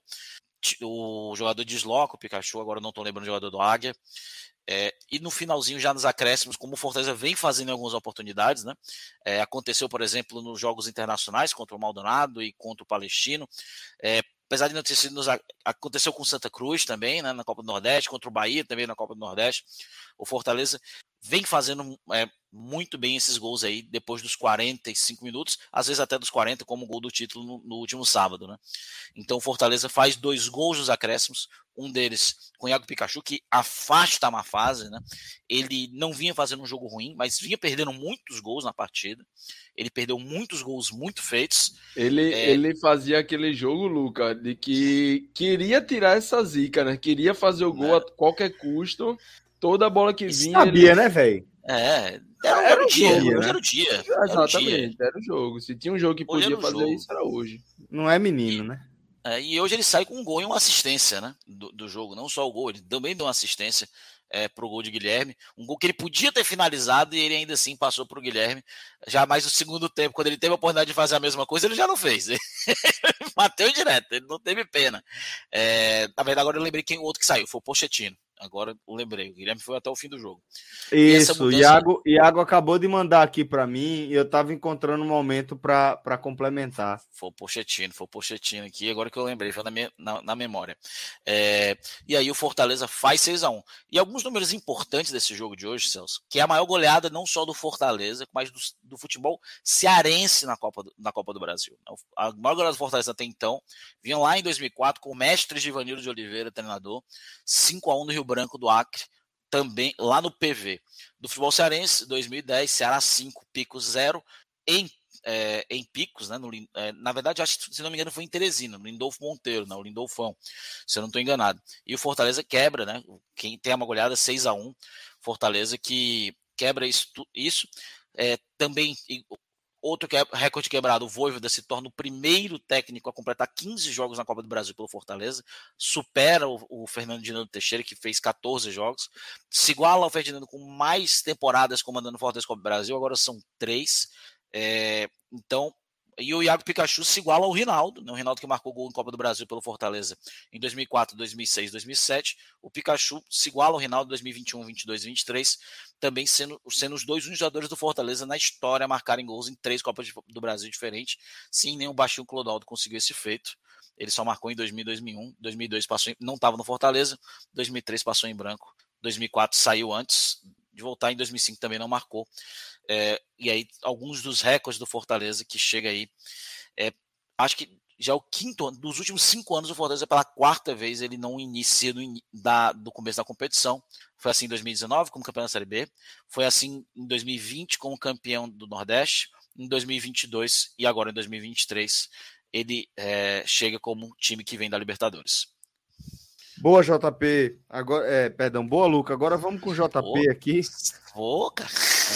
O jogador desloca o Pikachu, agora não estou lembrando o jogador do Águia. É, e no finalzinho, já nos acréscimos, como o Fortaleza vem fazendo em algumas oportunidades, né? É, aconteceu, por exemplo, nos jogos internacionais contra o Maldonado e contra o Palestino. É, apesar de não ter sido. Nos, aconteceu com o Santa Cruz também, né? Na Copa do Nordeste, contra o Bahia também na Copa do Nordeste. O Fortaleza vem fazendo é, muito bem esses gols aí, depois dos quarenta e cinco minutos, às vezes até dos quarenta, como o gol do título no, no último sábado, né? Então o Fortaleza faz dois gols nos acréscimos, um deles com o Iago Pikachu, que afasta a má fase, né? Ele não vinha fazendo um jogo ruim, mas vinha perdendo muitos gols na partida. Ele perdeu muitos gols muito feitos. Ele, é... ele fazia aquele jogo, Luca, de que queria tirar essa zica, né? Queria fazer o gol é. a qualquer custo. Toda bola que vinha. Sabia, ele... né, velho? É, era, era, era o dia, jogo, né? Era o dia. Exatamente, era o, dia. Era o jogo. Se tinha um jogo que hoje podia fazer jogo. isso, era hoje. Não é menino, e, né? É, e hoje ele sai com um gol e uma assistência, né? Do, do jogo, não só o gol, ele também deu uma assistência é, pro gol de Guilherme. Um gol que ele podia ter finalizado e ele ainda assim passou pro Guilherme. Já mais no segundo tempo, quando ele teve a oportunidade de fazer a mesma coisa, ele já não fez. Ele bateu direto, ele não teve pena. É, na verdade, agora eu lembrei quem o outro que saiu, foi o Pochettino. Agora eu lembrei, o Guilherme foi até o fim do jogo. Isso, mudança... Iago, Iago acabou de mandar aqui para mim e eu estava encontrando um momento para complementar. Foi o Pochettino, foi o Pochettino aqui, agora que eu lembrei, foi na, minha, na, na memória. É, e aí o Fortaleza faz seis a um. E alguns números importantes desse jogo de hoje, Celso, que é a maior goleada não só do Fortaleza, mas do, do futebol cearense na Copa, do, na Copa do Brasil. A maior goleada do Fortaleza até então vinha lá em dois mil e quatro com o mestre Givanildo de Oliveira, treinador, cinco a um no Rio Branco do Acre, também lá no P V. Do futebol cearense, dois mil e dez, Ceará cinco, Pico zero, em, é, em Picos, né, no, é, na verdade, acho que, se não me engano, foi em Teresina, no Lindolfo Monteiro, né, o Lindolfão, se eu não estou enganado. E o Fortaleza quebra, né, quem tem uma goleada seis a um, Fortaleza que quebra isso, isso é, também... Outro que é recorde quebrado, o Vojvoda se torna o primeiro técnico a completar quinze jogos na Copa do Brasil pelo Fortaleza, supera o, o Fernando Dinando Teixeira, que fez catorze jogos, se iguala ao Ferdinando com mais temporadas comandando o Fortaleza Copa do Brasil, agora são três, é, então, e o Iago Pikachu se iguala ao Rinaldo, né? O Rinaldo que marcou gol em Copa do Brasil pelo Fortaleza em dois mil e quatro, dois mil e seis, dois mil e sete, o Pikachu se iguala ao Rinaldo em dois mil e vinte e um, vinte e dois, vinte e três, também sendo, sendo os dois únicos jogadores do Fortaleza na história a marcarem gols em três Copas do Brasil diferentes. Sim, nem o baixinho Clodoaldo conseguiu esse feito. Ele só marcou em dois mil, dois mil e um, dois mil e dois passou em, não estava no Fortaleza, dois mil e três passou em branco, dois mil e quatro saiu antes de voltar, em dois mil e cinco também não marcou. É, e aí alguns dos recordes do Fortaleza que chega aí, é, acho que já é o quinto ano, dos últimos cinco anos o Fortaleza pela quarta vez ele não inicia do, da, do começo da competição. Foi assim em dois mil e dezenove como campeão da Série B, foi assim em dois mil e vinte como campeão do Nordeste, em dois mil e vinte e dois e agora em dois mil e vinte e três ele é, chega como um time que vem da Libertadores. Boa, J P. Agora, é, perdão, boa, Luca. Agora vamos com o J P boa, aqui. Boa, cara.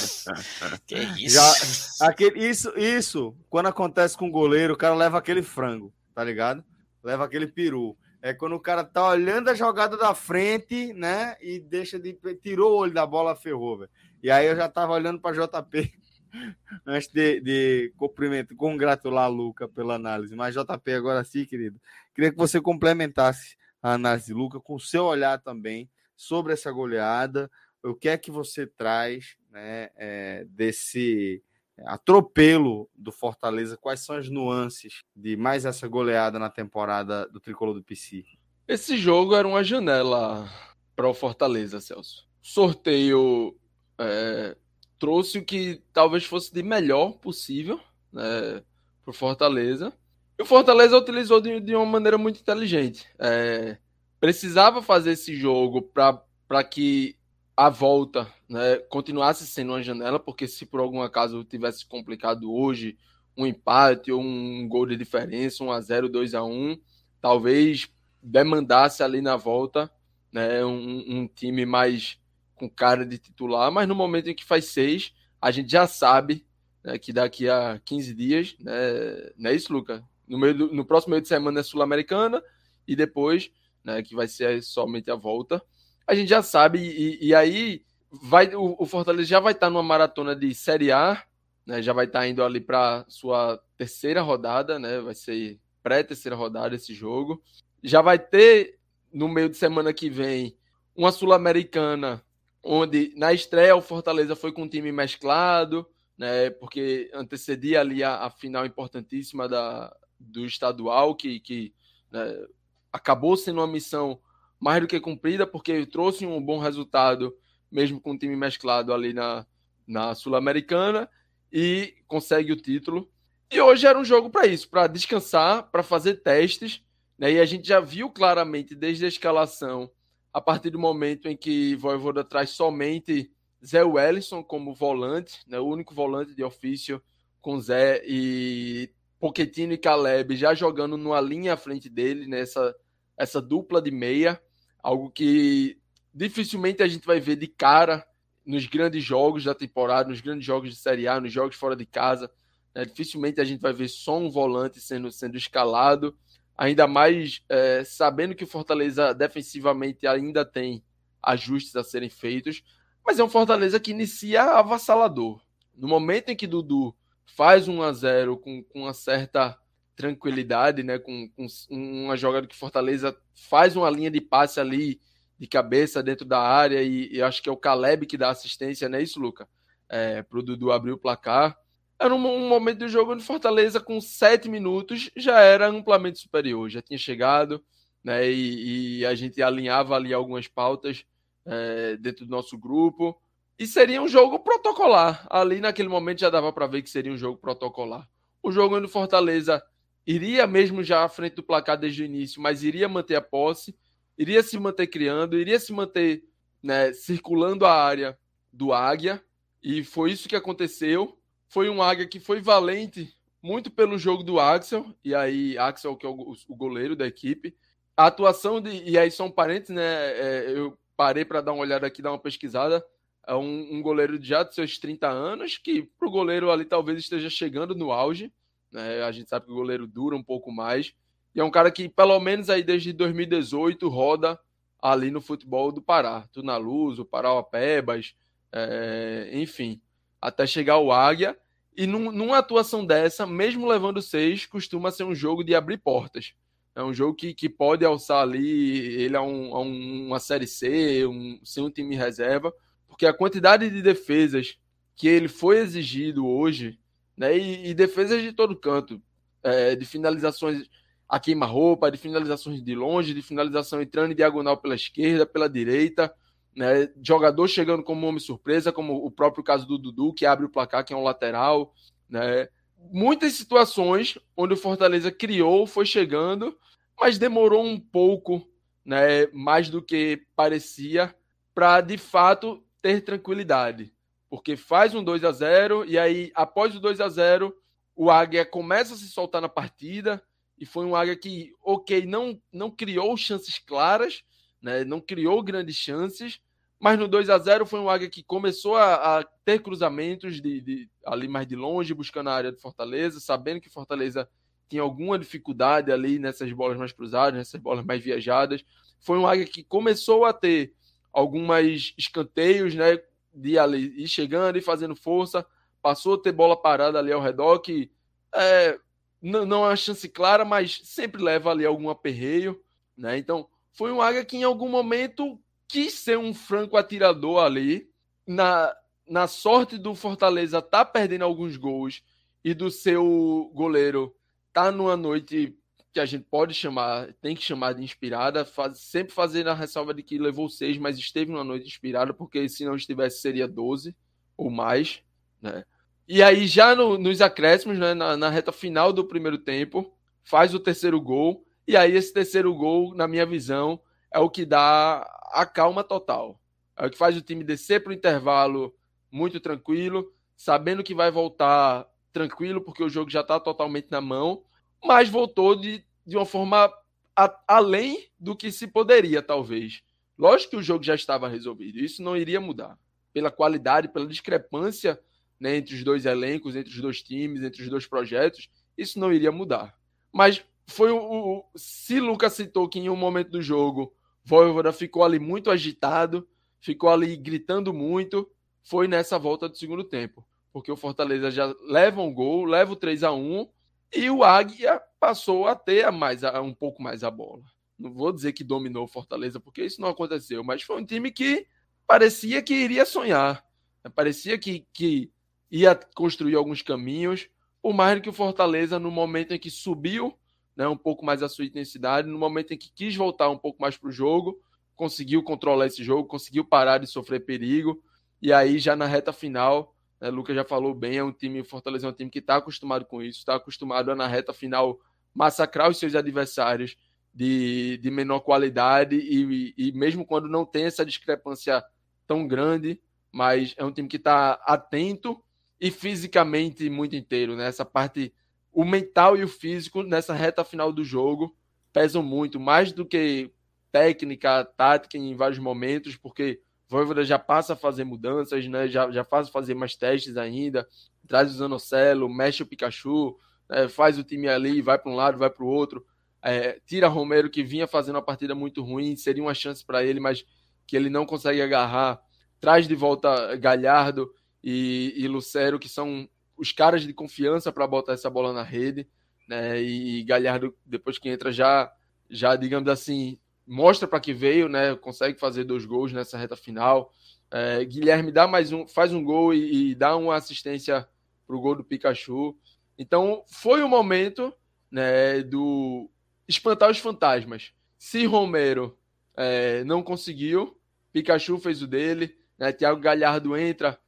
Que isso? Já, aquele, isso, isso, quando acontece com o goleiro, o cara leva aquele frango, tá ligado? Leva aquele peru. É quando o cara tá olhando a jogada da frente, né? E deixa de... Tirou o olho da bola, ferrou, velho. E aí eu já tava olhando pra J P antes de, de cumprimento, congratular a Luca pela análise. Mas J P, agora sim, querido, queria que você complementasse a análise de Luca com o seu olhar também sobre essa goleada. O que é que você traz, né, é, desse atropelo do Fortaleza? Quais são as nuances de mais essa goleada na temporada do Tricolor do P C? Esse jogo era uma janela para o Fortaleza, Celso. O sorteio é, trouxe o que talvez fosse de melhor possível, né, para o Fortaleza. E o Fortaleza utilizou de, de uma maneira muito inteligente. É, precisava fazer esse jogo para que a volta, né, continuasse sendo uma janela, porque se por algum acaso tivesse complicado hoje um empate ou um gol de diferença, um a zero, dois a um, talvez demandasse ali na volta, né, um, um time mais com cara de titular, mas no momento em que faz seis, a gente já sabe, né, que daqui a quinze dias, né, não é isso, Luca? No, meio do, no próximo meio de semana é Sul-Americana e depois, né, que vai ser somente a volta, a gente já sabe, e, e aí vai, o, o Fortaleza já vai estar numa maratona de Série A, né, já vai estar indo ali para sua terceira rodada, né, vai ser pré-terceira rodada esse jogo. Já vai ter, no meio de semana que vem, uma Sul-Americana, onde na estreia o Fortaleza foi com um time mesclado, né, porque antecedia ali a, a final importantíssima da, do estadual, que, que né, acabou sendo uma missão mais do que cumprida, porque trouxe um bom resultado, mesmo com o time mesclado ali na, na Sul-Americana, e consegue o título. E hoje era um jogo para isso, para descansar, para fazer testes, né? E a gente já viu claramente desde a escalação, a partir do momento em que Vojvoda traz somente Zé Wellison como volante, né? O único volante de ofício com Zé, e Pochettino e Caleb já jogando numa linha à frente dele, nessa né? essa dupla de meia, algo que dificilmente a gente vai ver de cara nos grandes jogos da temporada, nos grandes jogos de Série A, nos jogos fora de casa. Né? Dificilmente a gente vai ver só um volante sendo, sendo escalado, ainda mais é, sabendo que o Fortaleza defensivamente ainda tem ajustes a serem feitos, mas é um Fortaleza que inicia avassalador. No momento em que Dudu faz um a zero com, com uma certa tranquilidade, né, com, com uma jogada que Fortaleza faz uma linha de passe ali de cabeça dentro da área, e, e acho que é o Caleb que dá assistência, não é isso, Luca? É, para o Dudu abrir o placar. Era um, um momento do jogo onde Fortaleza, com sete minutos, já era amplamente superior, já tinha chegado, né, e, e a gente alinhava ali algumas pautas é, dentro do nosso grupo, e seria um jogo protocolar. Ali naquele momento já dava para ver que seria um jogo protocolar. O jogo onde o Fortaleza iria mesmo já à frente do placar desde o início, mas iria manter a posse, iria se manter criando, iria se manter né, circulando a área do Águia, e foi isso que aconteceu. Foi um Águia que foi valente muito pelo jogo do Axel, e aí Axel que é o, o goleiro da equipe. A atuação de... E aí são parentes, né? É, eu parei para dar uma olhada aqui, dar uma pesquisada. É um, um goleiro já de seus trinta anos, que para o goleiro ali talvez esteja chegando no auge. Né? A gente sabe que o goleiro dura um pouco mais. E é um cara que, pelo menos aí desde dois mil e dezoito, roda ali no futebol do Pará. Tunaluz, o Parauapebas, é, enfim, até chegar o Águia. E num, numa atuação dessa, mesmo levando seis, costuma ser um jogo de abrir portas. É um jogo que, que pode alçar ali ele a, um, a um, uma Série C, um, sem um time reserva, porque a quantidade de defesas que ele foi exigido hoje, né, e, e defesas de todo canto, é, de finalizações a queima-roupa, de finalizações de longe, de finalização entrando em diagonal pela esquerda, pela direita, né? Jogador chegando como homem surpresa, como o próprio caso do Dudu, que abre o placar, que é um lateral, né? Muitas situações onde o Fortaleza criou, foi chegando, mas demorou um pouco, né, mais do que parecia, para de fato ter tranquilidade, porque faz um dois a zero, e aí após o dois a zero o Águia começa a se soltar na partida, e foi um Águia que, ok, não, não criou chances claras, né, não criou grandes chances, mas no dois a zero foi um Águia que começou a, a ter cruzamentos de, de, ali mais de longe, buscando a área do Fortaleza, sabendo que Fortaleza tinha alguma dificuldade ali nessas bolas mais cruzadas, nessas bolas mais viajadas. Foi um Águia que começou a ter algumas escanteios, né, de ali, ir chegando e fazendo força, passou a ter bola parada ali ao redor, que é, não, não é uma chance clara, mas sempre leva ali algum aperreio, né? Então, foi um Águia que em algum momento quis ser um franco atirador ali, na, na sorte do Fortaleza tá perdendo alguns gols e do seu goleiro tá numa noite que a gente pode chamar, tem que chamar de inspirada, faz, sempre fazendo a ressalva de que levou seis, mas esteve numa noite inspirada, porque se não estivesse seria doze ou mais, né? E aí já no, nos acréscimos, né, na, na reta final do primeiro tempo, faz o terceiro gol, e aí esse terceiro gol, na minha visão, é o que dá a calma total. É o que faz o time descer para o intervalo muito tranquilo, sabendo que vai voltar tranquilo, porque o jogo já está totalmente na mão, mas voltou de, de uma forma a, além do que se poderia, talvez. Lógico que o jogo já estava resolvido, isso não iria mudar. Pela qualidade, pela discrepância, né, entre os dois elencos, entre os dois times, entre os dois projetos, isso não iria mudar. Mas foi o, o se Lucas citou que em um momento do jogo Vojvoda ficou ali muito agitado, ficou ali gritando muito, foi nessa volta do segundo tempo, porque o Fortaleza já leva um gol, leva o três a um e o Águia passou a ter a mais, a, um pouco mais a bola. Não vou dizer que dominou o Fortaleza, porque isso não aconteceu, mas foi um time que parecia que iria sonhar, parecia que, que ia construir alguns caminhos, por mais que o Fortaleza, no momento em que subiu, né, um pouco mais a sua intensidade, no momento em que quis voltar um pouco mais para o jogo, conseguiu controlar esse jogo, conseguiu parar de sofrer perigo, e aí já na reta final, né, Lucas já falou bem, é um time, o Fortaleza é um time que está acostumado com isso, está acostumado a na reta final massacrar os seus adversários de, de menor qualidade, e, e mesmo quando não tem essa discrepância tão grande, mas é um time que está atento e fisicamente muito inteiro, né? Essa parte, o mental e o físico nessa reta final do jogo pesam muito, mais do que técnica, tática em vários momentos, porque Vojvoda já passa a fazer mudanças, né? já, já faz fazer mais testes ainda, traz o Zanocelo, mexe o Pikachu, né? Faz o time ali, vai para um lado, vai para o outro, é, tira Romero, que vinha fazendo uma partida muito ruim, seria uma chance para ele, mas que ele não consegue agarrar, traz de volta Galhardo e, e Lucero, que são os caras de confiança para botar essa bola na rede, né? E Galhardo, depois que entra, já, já digamos assim, mostra para que veio, né? Consegue fazer dois gols nessa reta final. É, Guilherme dá mais um, faz um gol e, e dá uma assistência para o gol do Pikachu. Então, foi o momento, né, do espantar os fantasmas. Se Romero é, não conseguiu, Pikachu fez o dele, né? Thiago Galhardo entra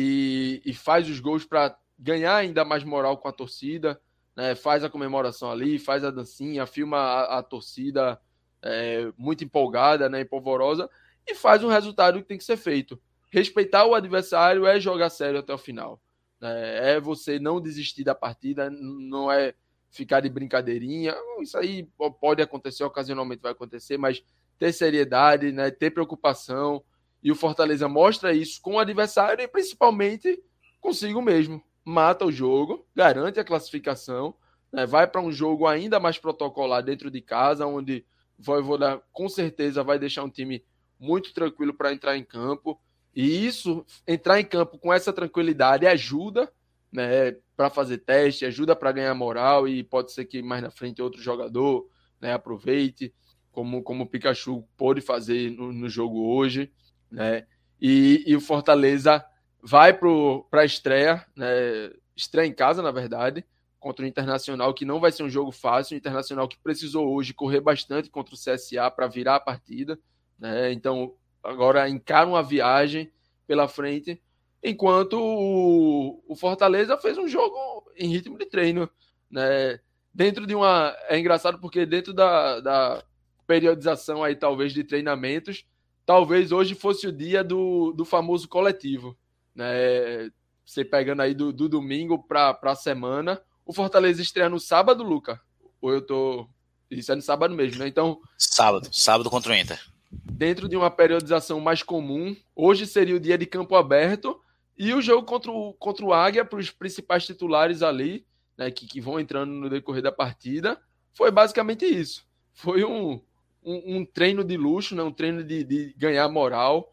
e, e faz os gols para ganhar ainda mais moral com a torcida, né? Faz a comemoração ali, faz a dancinha, filma a, a torcida é, muito empolgada, né, empolvorosa, e faz um resultado que tem que ser feito. Respeitar o adversário é jogar sério até o final. Né? É você não desistir da partida, não é ficar de brincadeirinha. Isso aí pode acontecer, ocasionalmente vai acontecer, mas ter seriedade, né, ter preocupação, e o Fortaleza mostra isso com o adversário e principalmente consigo mesmo. Mata o jogo, garante a classificação, né, vai para um jogo ainda mais protocolar dentro de casa, onde Vojvoda com certeza vai deixar um time muito tranquilo para entrar em campo, e isso, entrar em campo com essa tranquilidade ajuda, né, para fazer teste, ajuda para ganhar moral, e pode ser que mais na frente outro jogador, né, aproveite, como, como o Pikachu pôde fazer no, no jogo hoje, né? E, e o Fortaleza vai para a estreia, né? Estreia em casa, na verdade, contra o Internacional, que não vai ser um jogo fácil, o Internacional que precisou hoje correr bastante contra o C S A para virar a partida, né? Então agora encara uma viagem pela frente, enquanto o, o Fortaleza fez um jogo em ritmo de treino, né? Dentro de uma... É engraçado porque dentro da, da periodização aí, talvez, de treinamentos, talvez hoje fosse o dia do, do famoso coletivo, né? Você pegando aí do, do domingo para a semana, o Fortaleza estreia no sábado, Luca? Ou eu tô... Isso é no sábado mesmo, né? Então... Sábado, sábado contra o Inter. Dentro de uma periodização mais comum, hoje seria o dia de campo aberto, e o jogo contra o, contra o Águia, para os principais titulares ali, né, que, que vão entrando no decorrer da partida, foi basicamente isso. Foi um, um, um treino de luxo, né, um treino de, de ganhar moral,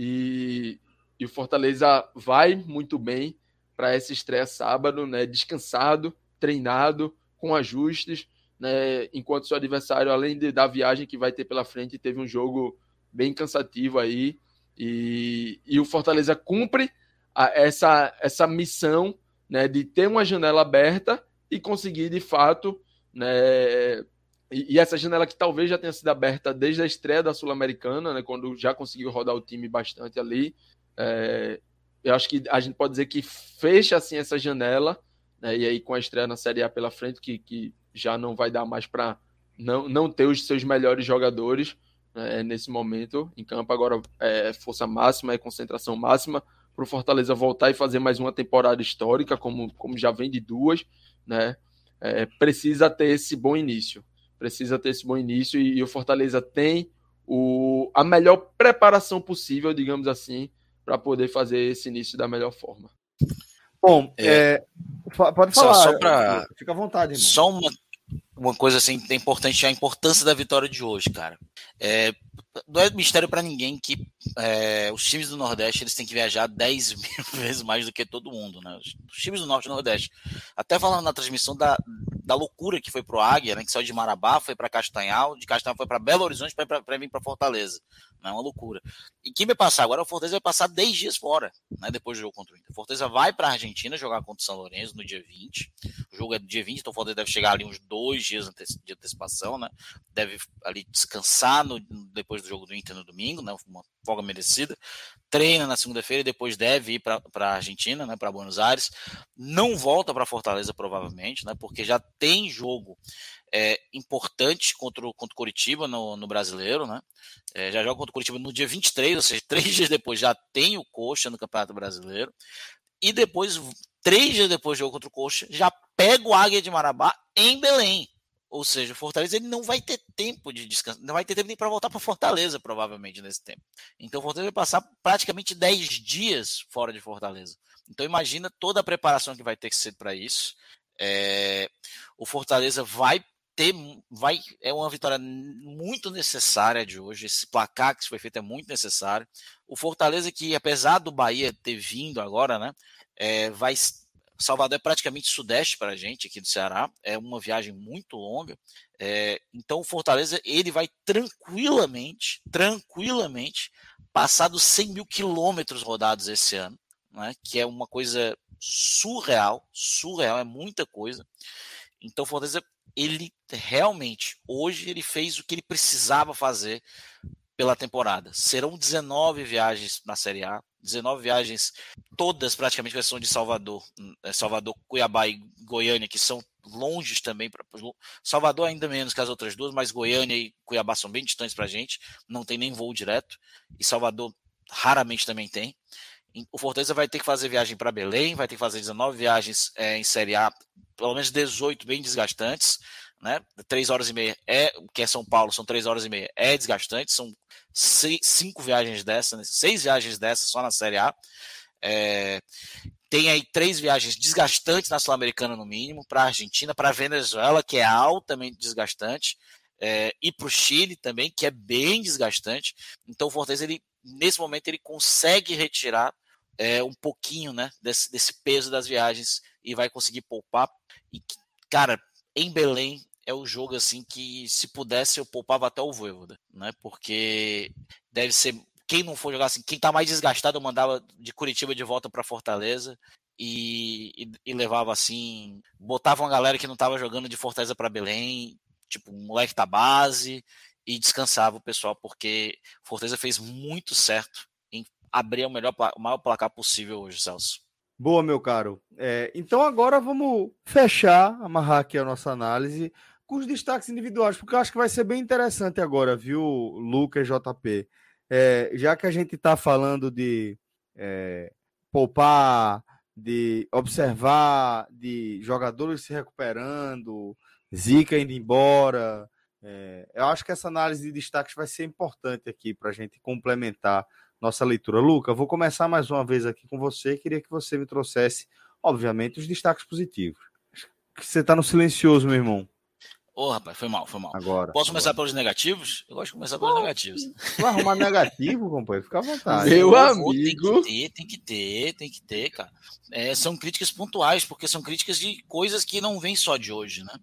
e, e o Fortaleza vai muito bem para essa estreia sábado, né, descansado, treinado, com ajustes, né, enquanto seu adversário, além de, da viagem que vai ter pela frente, teve um jogo bem cansativo aí, e, e o Fortaleza cumpre a, essa, essa missão, né, de ter uma janela aberta e conseguir, de fato, né, e, e essa janela que talvez já tenha sido aberta desde a estreia da Sul-Americana, né, quando já conseguiu rodar o time bastante ali, é, eu acho que a gente pode dizer que fecha assim essa janela, né, e aí com a estreia na Série A pela frente, que, que já não vai dar mais para não, não ter os seus melhores jogadores, né, nesse momento em campo. Agora é força máxima, é concentração máxima, para o Fortaleza voltar e fazer mais uma temporada histórica, como, como já vem de duas, né? É, precisa ter esse bom início. Precisa ter esse bom início e, e o Fortaleza tem o, a melhor preparação possível, digamos assim, para poder fazer esse início da melhor forma. Bom, é, é, pode falar. Só, só pra, fica à vontade, irmão. Só uma, uma coisa assim importante, a importância da vitória de hoje, cara. É, não é mistério para ninguém que é, os times do Nordeste eles têm que viajar dez mil vezes mais do que todo mundo, né? Os times do Norte e Nordeste. Até falando na transmissão da, da loucura que foi pro Águia, né? Que saiu de Marabá, foi para Castanhal, de Castanhal foi para Belo Horizonte para vir para Fortaleza. Não é uma loucura. E quem vai passar agora? O Fortaleza vai passar dez dias fora, né? Depois do jogo contra o Inter. O Fortaleza vai para a Argentina jogar contra o São Lourenço no dia vinte. O jogo é do dia vinte, então o Fortaleza deve chegar ali uns dois dias de antecipação, né? Deve ali descansar no, depois do jogo do Inter no domingo, né? Uma folga merecida. Treina na segunda-feira e depois deve ir para a Argentina, né? Para Buenos Aires. Não volta para Fortaleza provavelmente, né? Porque já tem jogo é, importante contra o, contra o Coritiba no, no Brasileiro, né? É, já joga contra o Coritiba no dia vinte e três, ou seja, três dias depois já tem o Coxa no Campeonato Brasileiro. E depois, três dias depois do jogo contra o Coxa, já pega o Águia de Marabá em Belém. Ou seja, o Fortaleza ele não vai ter tempo de descanso, não vai ter tempo nem para voltar para Fortaleza, provavelmente, nesse tempo. Então o Fortaleza vai passar praticamente dez dias fora de Fortaleza. Então imagina toda a preparação que vai ter que ser para isso. É... O Fortaleza vai ter, vai, é uma vitória muito necessária de hoje. Esse placar que foi feito é muito necessário. O Fortaleza que, apesar do Bahia ter vindo agora, né, é, vai... Salvador é praticamente sudeste para a gente aqui do Ceará, é uma viagem muito longa, é, então o Fortaleza ele vai tranquilamente, tranquilamente passar dos cem mil quilômetros rodados esse ano, né, que é uma coisa surreal, surreal, é muita coisa. Então o Fortaleza, ele realmente, hoje ele fez o que ele precisava fazer pela temporada. Serão dezenove viagens na Série A, dezenove viagens, todas praticamente são de Salvador, Salvador, Cuiabá e Goiânia, que são longes também. Pra, Salvador ainda menos que as outras duas, mas Goiânia e Cuiabá são bem distantes pra gente, não tem nem voo direto, e Salvador raramente também tem. O Fortaleza vai ter que fazer viagem para Belém, vai ter que fazer dezenove viagens é, em Série A, pelo menos dezoito bem desgastantes, né? Três horas e meia é, que é São Paulo, são três horas e meia, é desgastante, são seis, cinco viagens dessas, né? seis viagens dessas só na Série A. É, tem aí três viagens desgastantes na Sul-Americana no mínimo, para a Argentina, para a Venezuela, que é altamente desgastante, é, e para o Chile também, que é bem desgastante. Então o Fortaleza, ele, nesse momento, ele consegue retirar é, um pouquinho, né, desse, desse peso das viagens e vai conseguir poupar. E, cara, em Belém é o jogo assim que, se pudesse, eu poupava até o Voivoda, né? Porque deve ser, quem não for jogar assim, quem tá mais desgastado, eu mandava de Curitiba de volta para Fortaleza e, e, e levava assim, botava uma galera que não tava jogando de Fortaleza para Belém, tipo um moleque da base, e descansava o pessoal, porque Fortaleza fez muito certo em abrir o melhor, o maior placar possível hoje, Celso. Boa, meu caro. É, então agora vamos fechar, amarrar aqui a nossa análise com os destaques individuais, porque eu acho que vai ser bem interessante agora, viu, Lucas, J P? É, já que a gente está falando de é, poupar, de observar, de jogadores se recuperando, Zica indo embora, é, eu acho que essa análise de destaques vai ser importante aqui para a gente complementar nossa leitura. Luca, vou começar mais uma vez aqui com você. Queria que você me trouxesse, obviamente, os destaques positivos. Você está no silencioso, meu irmão. Ô, oh, rapaz, foi mal, foi mal. Agora. Posso começar agora. pelos negativos? Eu gosto de começar pelos Pô, negativos. Vai arrumar negativo, companheiro? Fica à vontade. Meu Pô, amigo. Tem que ter, tem que ter, tem que ter, cara. É, são críticas pontuais, porque são críticas de coisas que não vêm só de hoje, né?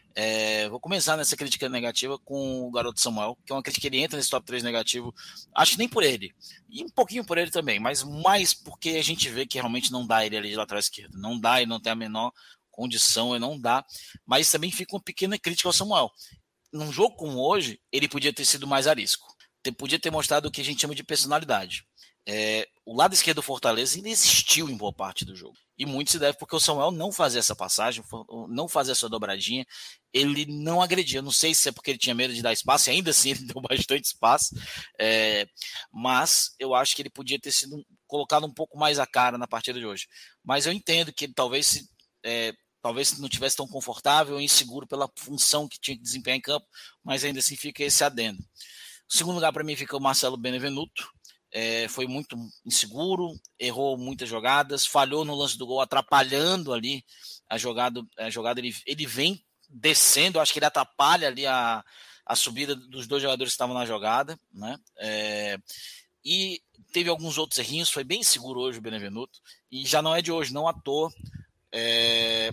É, vou começar nessa crítica negativa com o garoto Samuel, que é uma crítica que ele entra nesse top três negativo, acho que nem por ele, e um pouquinho por ele também, mas mais porque a gente vê que realmente não dá ele ali de lateral esquerdo, não dá, ele não tem a menor condição, ele não dá, mas também fica uma pequena crítica ao Samuel. Num jogo como hoje, ele podia ter sido mais arisco, podia ter mostrado o que a gente chama de personalidade. É, o lado esquerdo do Fortaleza inexistiu em boa parte do jogo. E muito se deve porque o Samuel não fazia essa passagem, não fazia essa dobradinha, ele não agredia. Não sei se é porque ele tinha medo de dar espaço, e ainda assim ele deu bastante espaço, é, mas eu acho que ele podia ter sido colocado um pouco mais a cara na partida de hoje. Mas eu entendo que ele talvez, se, é, talvez não tivesse tão confortável ou inseguro pela função que tinha que desempenhar em campo, mas ainda assim fica esse adendo. O segundo lugar para mim fica o Marcelo Benevenuto. É, foi muito inseguro, errou muitas jogadas, falhou no lance do gol, atrapalhando ali a jogada. A jogada ele, ele vem descendo, acho que ele atrapalha ali a, a subida dos dois jogadores que estavam na jogada, né? É, e teve alguns outros errinhos, foi bem seguro hoje o Benevenuto, e já não é de hoje, não à toa. É,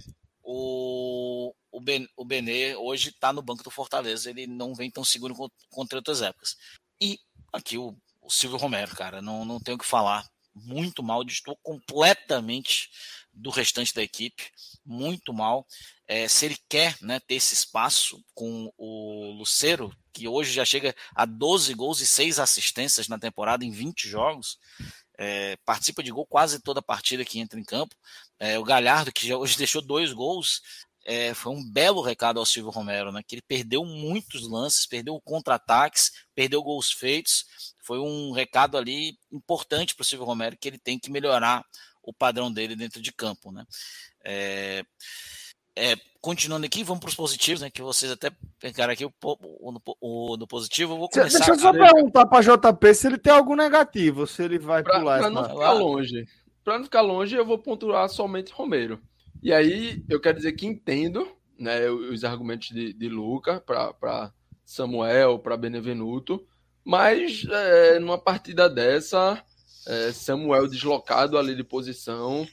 o, o, ben, o Benê hoje está no banco do Fortaleza, ele não vem tão seguro contra outras épocas. E aqui o O Silvio Romero, cara, não, não tenho o que falar. Muito mal, destoou completamente do restante da equipe. Muito mal. É, se ele quer, né, ter esse espaço com o Lucero, que hoje já chega a doze gols e seis assistências na temporada em vinte jogos, é, participa de gol quase toda a partida que entra em campo. É, o Galhardo, que já hoje deixou dois gols, É, foi um belo recado ao Silvio Romero, né? Que ele perdeu muitos lances, perdeu contra-ataques, perdeu gols feitos. Foi um recado ali importante para o Silvio Romero, que ele tem que melhorar o padrão dele dentro de campo, né? É, é, continuando aqui, vamos para os positivos, né? Que vocês até pegaram aqui o, o, o, o do positivo. Eu vou começar. Deixa eu só perguntar para J P se ele tem algum negativo, se ele vai pra, pular pra essa... não ficar longe. Para não ficar longe, eu vou pontuar somente Romero. E aí, eu quero dizer que entendo, né, os argumentos de, de Luca para Samuel, para Benevenuto, mas é, numa partida dessa, é, Samuel deslocado ali de posição,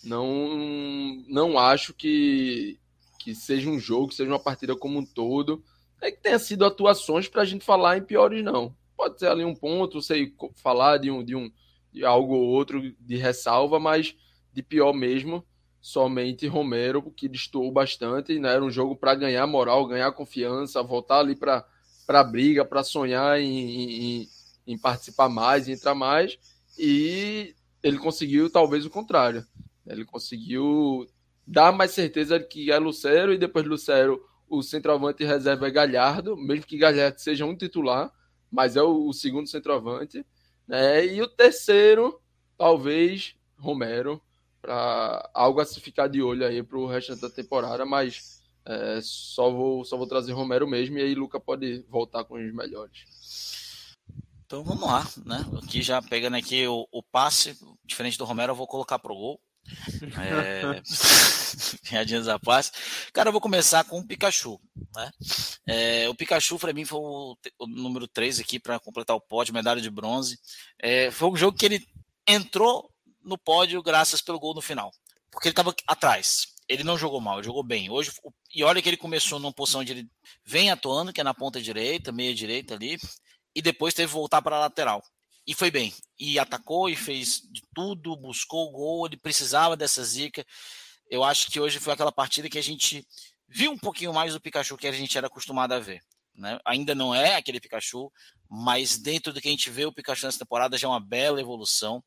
não, não acho que, que seja um jogo, que seja uma partida como um todo, é que tenha sido atuações para a gente falar em piores, não. Pode ser ali um ponto, sei falar de, um, de, um, de algo ou outro de ressalva, mas de pior mesmo, somente Romero, que destoou bastante, né? Era um jogo para ganhar moral, ganhar confiança, voltar ali para a briga, para sonhar em, em, em participar mais, em entrar mais, e ele conseguiu talvez o contrário. Ele conseguiu dar mais certeza de que é Lucero, e depois de Lucero o centroavante reserva é Galhardo, mesmo que Galhardo seja um titular, mas é o, o segundo centroavante, né? E o terceiro, talvez Romero, para algo a se ficar de olho aí para o resto da temporada, mas é, só, vou, só vou trazer Romero mesmo, e aí Luca pode voltar com os melhores. Então vamos lá, né? Aqui já pegando aqui o, o passe, diferente do Romero, eu vou colocar pro gol. É... Piadinhas à passe. Cara, eu vou começar com o Pikachu, né? É, o Pikachu, para mim, foi o, o número três aqui para completar o pódio, medalha de bronze. É, foi um jogo que ele entrou no pódio graças pelo gol no final, porque ele estava atrás, ele não jogou mal, ele jogou bem, hoje, e olha que ele começou numa posição onde ele vem atuando, que é na ponta direita, meia direita ali, e depois teve que voltar para a lateral, e foi bem, e atacou, e fez de tudo, buscou o gol, ele precisava dessa zica. Eu acho que hoje foi aquela partida que a gente viu um pouquinho mais do Pikachu que a gente era acostumado a ver, né? Ainda não é aquele Pikachu, mas dentro do que a gente vê o Pikachu nessa temporada já é uma bela evolução.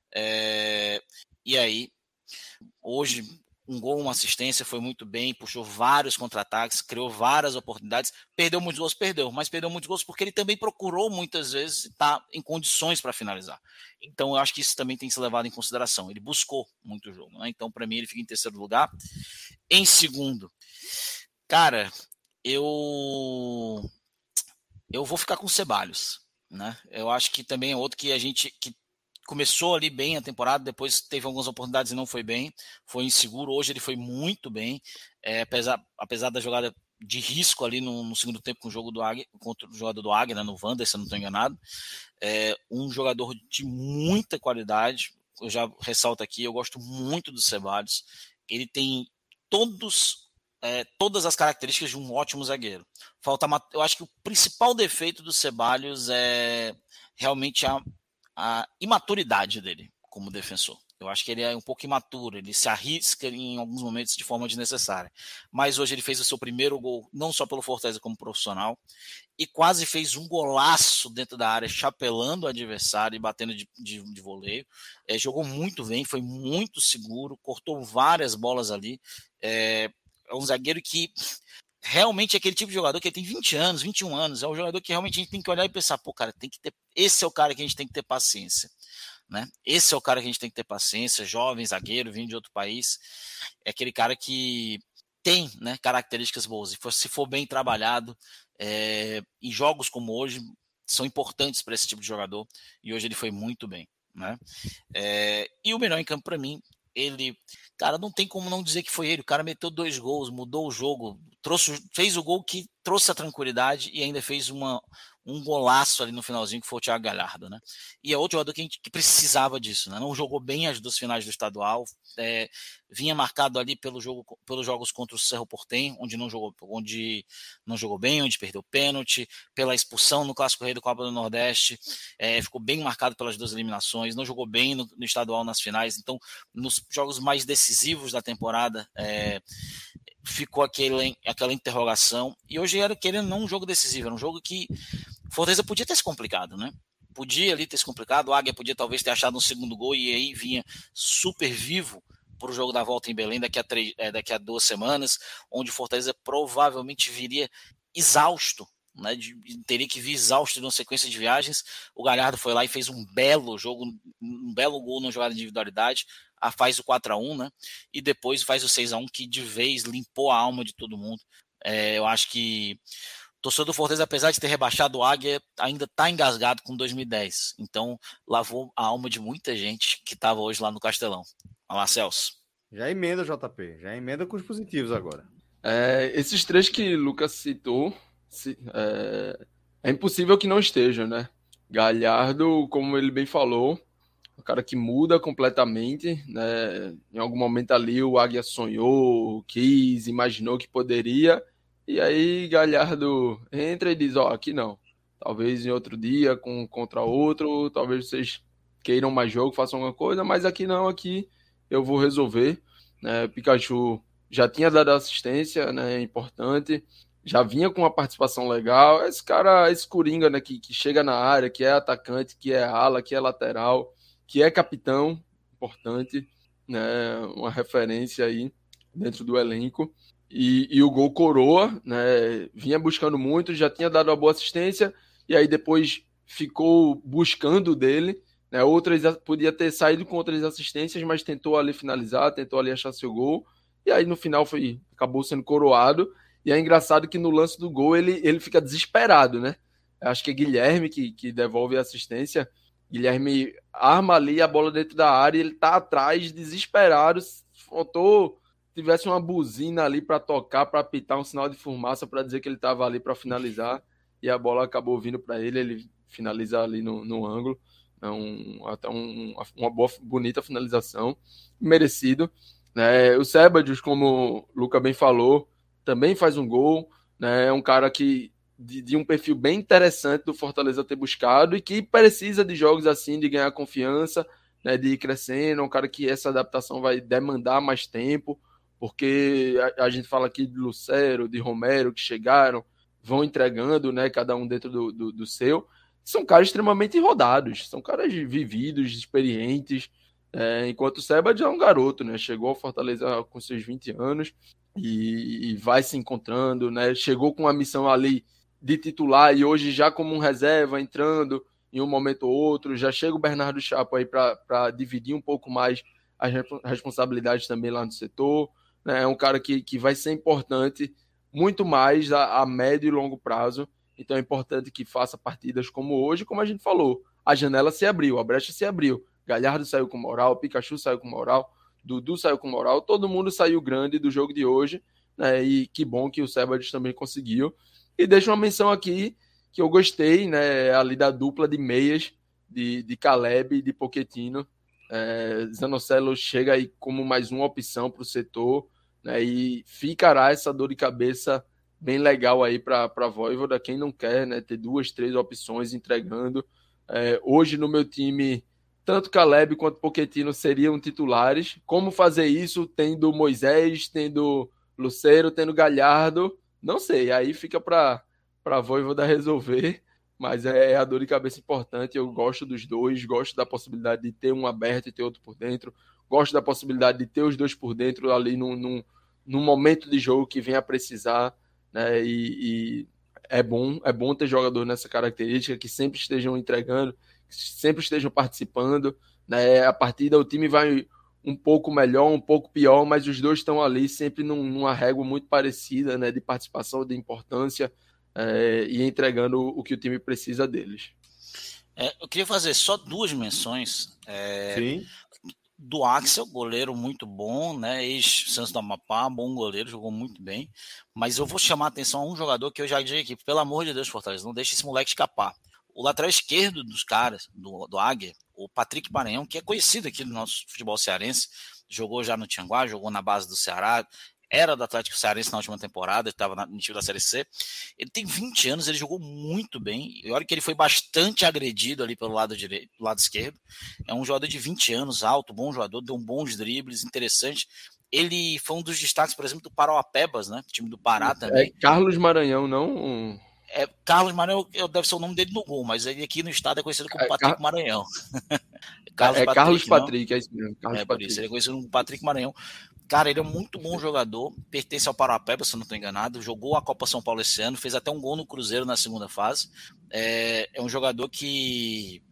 É, e aí, hoje, um gol, uma assistência, foi muito bem, puxou vários contra-ataques, criou várias oportunidades, perdeu muitos gols, perdeu, mas perdeu muitos gols porque ele também procurou muitas vezes estar em condições para finalizar. Então, eu acho que isso também tem que ser levado em consideração. Ele buscou muito o jogo, né? Então, para mim, ele fica em terceiro lugar. Em segundo, cara, eu eu vou ficar com o Ceballos, né? Eu acho que também é outro que a gente que começou ali bem a temporada, depois teve algumas oportunidades e não foi bem, foi inseguro. Hoje ele foi muito bem, é, apesar, apesar da jogada de risco ali no, no segundo tempo com o jogo do Águia, contra o jogador do Águia, né, no Wander, se eu não estou enganado. É, um jogador de muita qualidade, eu já ressalto aqui, eu gosto muito do Ceballos. Ele tem todos, é, todas as características de um ótimo zagueiro. Falta, eu acho que o principal defeito do Ceballos é realmente a a imaturidade dele como defensor. Eu acho que ele é um pouco imaturo, ele se arrisca em alguns momentos de forma desnecessária. Mas hoje ele fez o seu primeiro gol, não só pelo Fortaleza como profissional, e quase fez um golaço dentro da área, chapelando o adversário e batendo de, de, de voleio. É, jogou muito bem, foi muito seguro, cortou várias bolas ali. É, é um zagueiro que realmente é aquele tipo de jogador que ele tem vinte anos, vinte e um anos, é um jogador que realmente a gente tem que olhar e pensar, pô, cara, tem que ter, esse é o cara que a gente tem que ter paciência, né? Esse é o cara que a gente tem que ter paciência, jovem, zagueiro, vindo de outro país, é aquele cara que tem, né, características boas, e se for bem trabalhado, é, em jogos como hoje, são importantes para esse tipo de jogador, e hoje ele foi muito bem, né? É, e o melhor em campo para mim, ele, cara, não tem como não dizer que foi ele. O cara meteu dois gols, mudou o jogo, trouxe, fez o gol que trouxe a tranquilidade e ainda fez uma, um golaço ali no finalzinho, que foi o Thiago Galhardo, né? E é outro jogador que, a gente, que precisava disso, né? Não jogou bem as duas finais do estadual, é, vinha marcado ali pelo jogo, pelos jogos contra o Cerro Porteño, onde não jogou, onde não jogou bem, onde perdeu pênalti, pela expulsão no Clássico Rei do Copa do Nordeste, é, ficou bem marcado pelas duas eliminações, não jogou bem no, no estadual nas finais, então nos jogos mais decisivos da temporada, é, ficou aquele, aquela interrogação, e hoje era querendo não um jogo decisivo, era um jogo que Fortaleza podia ter se complicado, né? Podia ali ter se complicado, o Águia podia talvez ter achado um segundo gol e aí vinha super vivo para o jogo da volta em Belém daqui a, três, é, daqui a duas semanas, onde Fortaleza provavelmente viria exausto, né? De, teria que vir exausto de uma sequência de viagens. O Galhardo foi lá e fez um belo jogo, um belo gol na jogada de individualidade, a, faz o quatro a um, né? E depois faz o seis a um, que de vez limpou a alma de todo mundo. É, eu acho que o torcedor do Fortaleza, apesar de ter rebaixado o Águia, ainda está engasgado com dois mil e dez. Então, lavou a alma de muita gente que estava hoje lá no Castelão. Olá, Celso. Já emenda, J P. Já emenda com os positivos agora. É, esses três que o Lucas citou, se, é, é impossível que não estejam, né? Galhardo, como ele bem falou, um cara que muda completamente, né? Em algum momento ali o Águia sonhou, quis, imaginou que poderia, e aí Galhardo entra e diz, ó, oh, aqui não. Talvez em outro dia, com, contra outro, talvez vocês queiram mais jogo, façam alguma coisa, mas aqui não, aqui eu vou resolver. Né? Pikachu já tinha dado assistência, né, importante, já vinha com uma participação legal. Esse cara, esse coringa, né, que, que chega na área, que é atacante, que é ala, que é lateral, que é capitão, importante, né, uma referência aí dentro do elenco. E, e o gol coroa, né, vinha buscando muito, já tinha dado uma boa assistência, e aí depois ficou buscando dele, né, outras, podia ter saído com outras assistências, mas tentou ali finalizar, tentou ali achar seu gol, e aí no final foi, acabou sendo coroado. E é engraçado que no lance do gol ele, ele fica desesperado, né? Acho que é Guilherme que, que devolve a assistência. Guilherme arma ali a bola dentro da área e ele tá atrás, desesperado. Faltou, tivesse uma buzina ali para tocar, para apitar um sinal de fumaça para dizer que ele estava ali para finalizar. E a bola acabou vindo para ele, ele finaliza ali no, no ângulo. É um, até um, uma boa, bonita finalização, merecido. Né? O Sebadios, como o Luca bem falou, também faz um gol, né? É um cara que de, de um perfil bem interessante do Fortaleza ter buscado e que precisa de jogos assim, de ganhar confiança, né? De ir crescendo, é um cara que essa adaptação vai demandar mais tempo, porque a, a gente fala aqui de Lucero, de Romero, que chegaram, vão entregando, né? Cada um dentro do, do, do seu, são caras extremamente rodados, são caras vividos, experientes, é, enquanto o Seba já é um garoto, né? Chegou ao Fortaleza com seus vinte anos e, e vai se encontrando, né? Chegou com uma missão ali de titular e hoje já como um reserva, entrando em um momento ou outro. Já chega o Bernardo Chapo aí para dividir um pouco mais as responsabilidades também lá no setor, né? É um cara que, que vai ser importante muito mais a, a médio e longo prazo. Então é importante que faça partidas como hoje, como a gente falou. A janela se abriu, a brecha se abriu. Galhardo saiu com moral, Pikachu saiu com moral, Dudu saiu com moral, todo mundo saiu grande do jogo de hoje, né? E que bom que o Sebadios também conseguiu. E deixo uma menção aqui que eu gostei, né? Ali da dupla de meias de, de Caleb e de Pochettino. É, Zanocelo chega aí como mais uma opção para o setor, né? E ficará essa dor de cabeça bem legal aí para a Voivoda, quem não quer, né? Ter duas, três opções entregando. É, hoje no meu time, tanto Caleb quanto Pochettino seriam titulares. Como fazer isso tendo Moisés, tendo Lucero, tendo Galhardo? Não sei, aí fica para a Voivoda resolver, mas é a dor de cabeça importante. Eu gosto dos dois, gosto da possibilidade de ter um aberto e ter outro por dentro, gosto da possibilidade de ter os dois por dentro ali num, num, num momento de jogo que venha a precisar, né? E, e é bom, é bom ter jogador nessa característica, que sempre estejam entregando, sempre estejam participando, né? A partida, o time vai um pouco melhor, um pouco pior, mas os dois estão ali sempre num, numa régua muito parecida, né? De participação, de importância, é, e entregando o que o time precisa deles. É, eu queria fazer só duas menções. É, Sim. Do Axel, goleiro muito bom, né? Ex-Santos do Amapá, bom goleiro, jogou muito bem. Mas eu vou chamar a atenção a um jogador que eu já digo aqui, pelo amor de Deus, Fortaleza, não deixe esse moleque escapar. O lateral esquerdo dos caras, do, do Águia, o Patrick Maranhão, que é conhecido aqui no nosso futebol cearense, jogou já no Tianguá, jogou na base do Ceará, era do Atlético Cearense na última temporada, ele estava no time da Série C. Ele tem vinte anos, ele jogou muito bem. E olha que ele foi bastante agredido ali pelo lado direito, lado esquerdo. É um jogador de vinte anos, alto, bom jogador, deu bons dribles, interessante. Ele foi um dos destaques, por exemplo, do Parauapebas, né? Time do Pará também. É Carlos Maranhão, não... É, Carlos Maranhão, deve ser o nome dele no gol, mas ele aqui no estado é conhecido como é, Patrick Car... Maranhão. Carlos é Patrick, Carlos não? Patrick, é isso mesmo. Carlos é por Patrick. isso, ele é conhecido como Patrick Maranhão. Cara, ele é um muito bom jogador, pertence ao Parauapebas, se eu não estou enganado, jogou a Copa São Paulo esse ano, fez até um gol no Cruzeiro na segunda fase. É, é um jogador que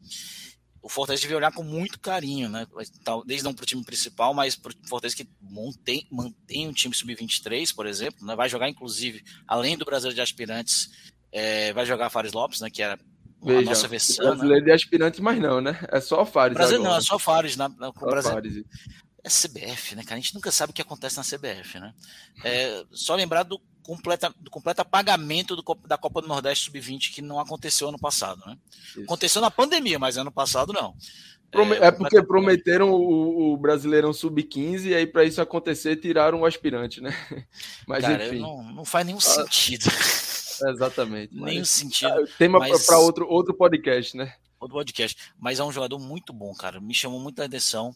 o Fortaleza deve olhar com muito carinho, né? Desde não para o time principal, mas para o Fortaleza que mantém, mantém um time sub vinte e três, por exemplo, né? Vai jogar, inclusive, além do Brasileiro de Aspirantes, é, vai jogar Fares Lopes, né? Que era Veja, a nossa versão. Brasileiro né? de Aspirantes, mas não, né? É só Fares. Brasil agora. Não, é só Fares, né? Com o Brasil. Fares. É C B F, né, cara? A gente nunca sabe o que acontece na C B F, né? É, só lembrar do, completa, do completo apagamento do, da Copa do Nordeste sub vinte que não aconteceu ano passado, né? Isso. Aconteceu na pandemia, mas ano passado não. Prome é, é porque prometeram o, o Brasileirão sub quinze e aí para isso acontecer tiraram o aspirante, né? Mas cara, enfim. Não, não faz nenhum ah, sentido. Exatamente. Nenhum mas, sentido. Tema mas... para outro, outro podcast, né? Outro podcast. Mas é um jogador muito bom, cara. Me chamou muita atenção.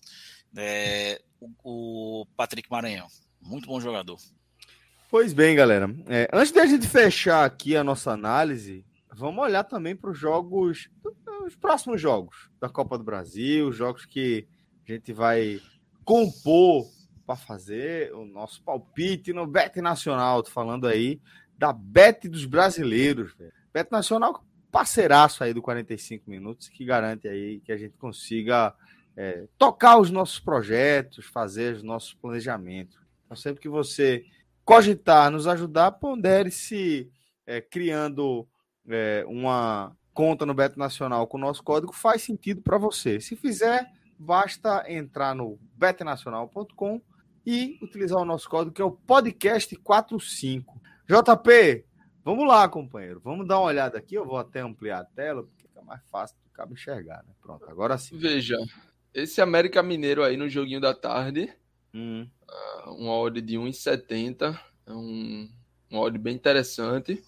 É, o, o Patrick Maranhão, muito bom jogador. Pois bem, galera, é, antes de a gente fechar aqui a nossa análise, vamos olhar também para os jogos, os próximos jogos da Copa do Brasil, jogos que a gente vai compor para fazer o nosso palpite no Bet Nacional. Tô falando aí da Bet dos brasileiros, velho. Bet Nacional, parceiraço aí do quarenta e cinco minutos, que garante aí que a gente consiga É, tocar os nossos projetos, fazer os nossos planejamentos. Então, sempre que você cogitar, nos ajudar, pondere-se é, criando é, uma conta no Bet Nacional com o nosso código, faz sentido para você. Se fizer, basta entrar no bet nacional ponto com e utilizar o nosso código, que é o podcast quarenta e cinco. J P, vamos lá, companheiro. Vamos dar uma olhada aqui. Eu vou até ampliar a tela, porque fica mais fácil do cabo enxergar, né? Pronto, agora sim. Veja. Esse América Mineiro aí no joguinho da tarde, hum. uh, uma odd de um e setenta, é um, uma odd bem interessante.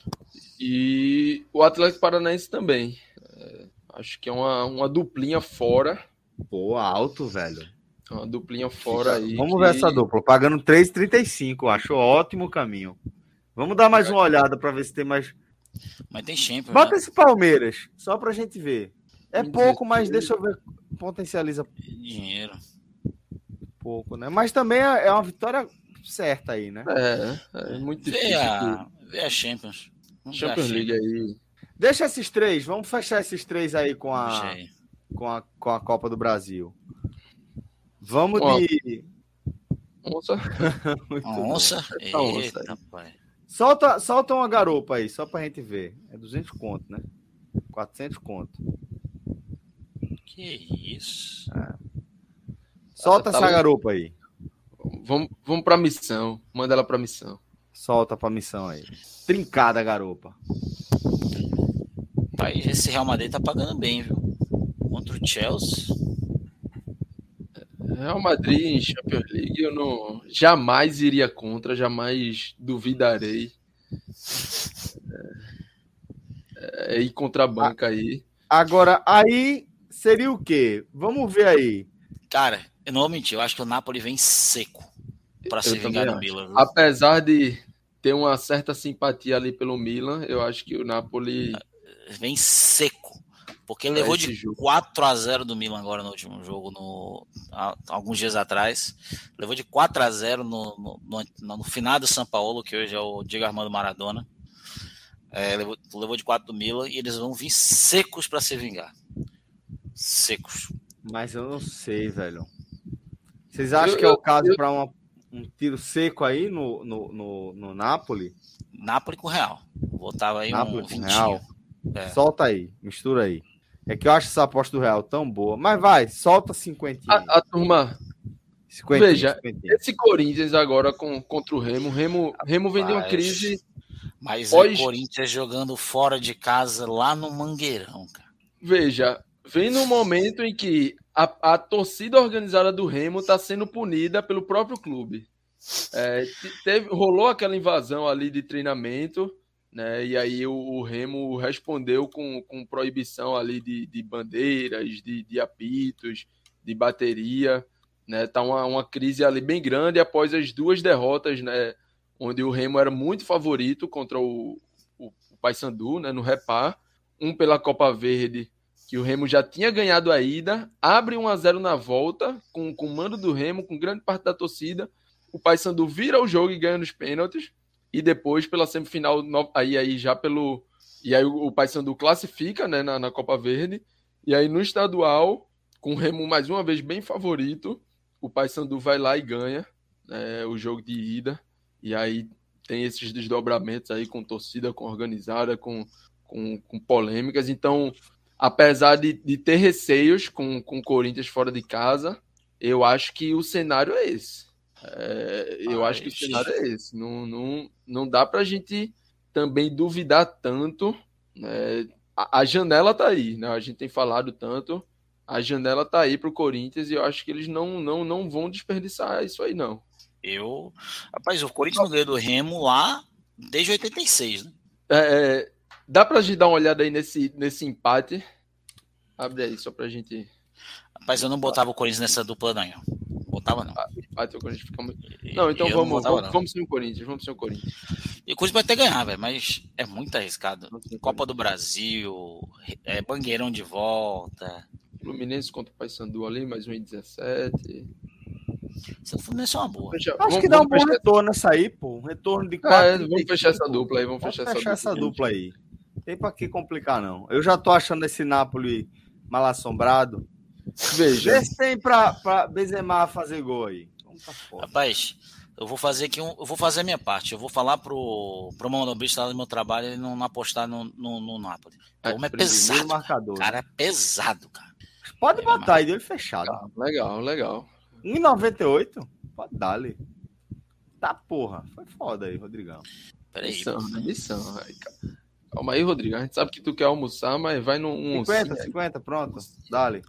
E o Atlético Paranaense também. É, acho que é uma, uma duplinha fora. Pô, alto, velho. Uma duplinha fora Fica, aí. Vamos que... ver essa dupla. Pagando três e trinta e cinco, acho ótimo o caminho. Vamos dar mais é. uma olhada para ver se tem mais... Mas tem Champions, Bota né? esse Palmeiras, só pra gente ver. É pouco, mas deixa eu ver. Potencializa dinheiro. Pouco, né? Mas também é uma vitória certa aí, né? É, é muito difícil. Vê a, vê a Champions. Vamos Champions a League aí. Deixa esses três, vamos fechar esses três aí com a, com a, com a Copa do Brasil. Vamos Ó, de... Onça. onça? Eita, onça rapaz. Solta, solta uma garopa aí, só pra gente ver. É duzentos conto, né? quatrocentos conto. Que isso? É. Solta ah, tá essa garopa aí. Vamos, vamos pra missão. Manda ela pra missão. Solta pra missão aí. Trincada, garopa. Pai, esse Real Madrid tá pagando bem, viu? Contra o Chelsea. Real Madrid em Champions League eu não jamais iria contra, jamais duvidarei. É, é ir contra a banca aí. Agora, aí seria o quê? Vamos ver aí. Cara, eu não vou mentir, eu acho que o Napoli vem seco para se vingar no Milan. Viu? Apesar de ter uma certa simpatia ali pelo Milan, eu acho que o Napoli vem seco. Porque ele levou de jogo. quatro a zero do Milan agora no último jogo, no, há, alguns dias atrás. Levou de quatro a zero no, no, no, no finado São Paulo, que hoje é o Diego Armando Maradona. É, levou, levou de quatro do Milan e eles vão vir secos para se vingar. Secos. Mas eu não sei, velho. Vocês acham Eu- que é o eu- caso eu- para um tiro seco aí no, no, no, no Napoli? Napoli com Real. Botava aí Napoli um com vintinho. Real? É. Solta aí, mistura aí. É que eu acho essa aposta do Real tão boa. Mas vai, solta cinquenta. A, a turma, cinquenta, veja, cinquenta. esse Corinthians agora com, contra o Remo, Remo, Remo vem de uma Rapaz, crise. Mas Pós- o Corinthians jogando fora de casa lá no Mangueirão, cara. Veja, vem num momento em que a, a torcida organizada do Remo está sendo punida pelo próprio clube. É, te- teve, rolou aquela invasão ali de treinamento, né? E aí o, o Remo respondeu com, com proibição ali de, de bandeiras, de, de apitos, de bateria, né? Tá uma, uma crise ali bem grande após as duas derrotas, né? Onde o Remo era muito favorito contra o, o, o Paysandu, né? No Repar, um pela Copa Verde, que o Remo já tinha ganhado a ida, abre um a zero na volta, com, com o mando do Remo, com grande parte da torcida. O Paysandu vira o jogo e ganha nos pênaltis. E depois, pela semifinal, no- aí, aí já pelo. E aí o, o Paysandu classifica, né, na, na Copa Verde. E aí no estadual, com o Remo mais uma vez bem favorito, o Paysandu vai lá e ganha, né, o jogo de ida. E aí tem esses desdobramentos aí com torcida, com organizada, com, com, com polêmicas. Então, apesar de, de ter receios com, com o Corinthians fora de casa, eu acho que o cenário é esse. É, eu Mas- acho que o cenário é esse. Não, não, não dá pra gente também duvidar tanto, né? A, a janela tá aí, né? A gente tem falado tanto. A janela tá aí pro Corinthians e eu acho que eles não, não, não vão desperdiçar isso aí, não. Eu. Rapaz, o Corinthians não ganhou do Remo lá desde oitenta e seis, né? É, dá pra gente dar uma olhada aí nesse, nesse empate? Abre aí, só pra gente. Rapaz, eu não botava o Corinthians nessa dupla, não. Botava não. Ah, o empate, o Corinthians fica muito. Não, então Eu vamos, botava, vamos, não. vamos sem o Corinthians, vamos sem o Corinthians. E o Corinthians vai até ganhar, velho, mas é muito arriscado. Vamos sem o Copa do Brasil, é Bangueirão de volta. Fluminense contra o Paysandu ali, mais um e dezessete. Esse Fluminense é uma boa. Fecha- Acho vamos- que dá um vamos bom fechar- retorno nessa aí, pô. Um retorno de É, quatro. vamos fechar essa dupla aí, vamos Vamos fechar, fechar essa dupla. dupla aí. Tem pra que complicar, não. Eu já tô achando esse Napoli mal assombrado. Veja, Vê se tem pra, pra Benzema fazer gol aí. Vamos tá fora. Rapaz, eu vou fazer aqui um, eu vou fazer a minha parte. Eu vou falar pro, pro manobrista lá do meu trabalho ele não, não apostar no, no, no Napoli. O homem é primeiro pesado. marcador. Cara, é pesado, cara. Pode botar aí, dele fechado. legal, legal. um e noventa e oito? Pode dar ali. Tá porra. Foi foda aí, Rodrigão. Peraí. Missão, né? Missão. Ai, cara. Calma aí, Rodrigo. A gente sabe que tu quer almoçar, mas vai num. cinquenta, cinquenta, pronto. Dale.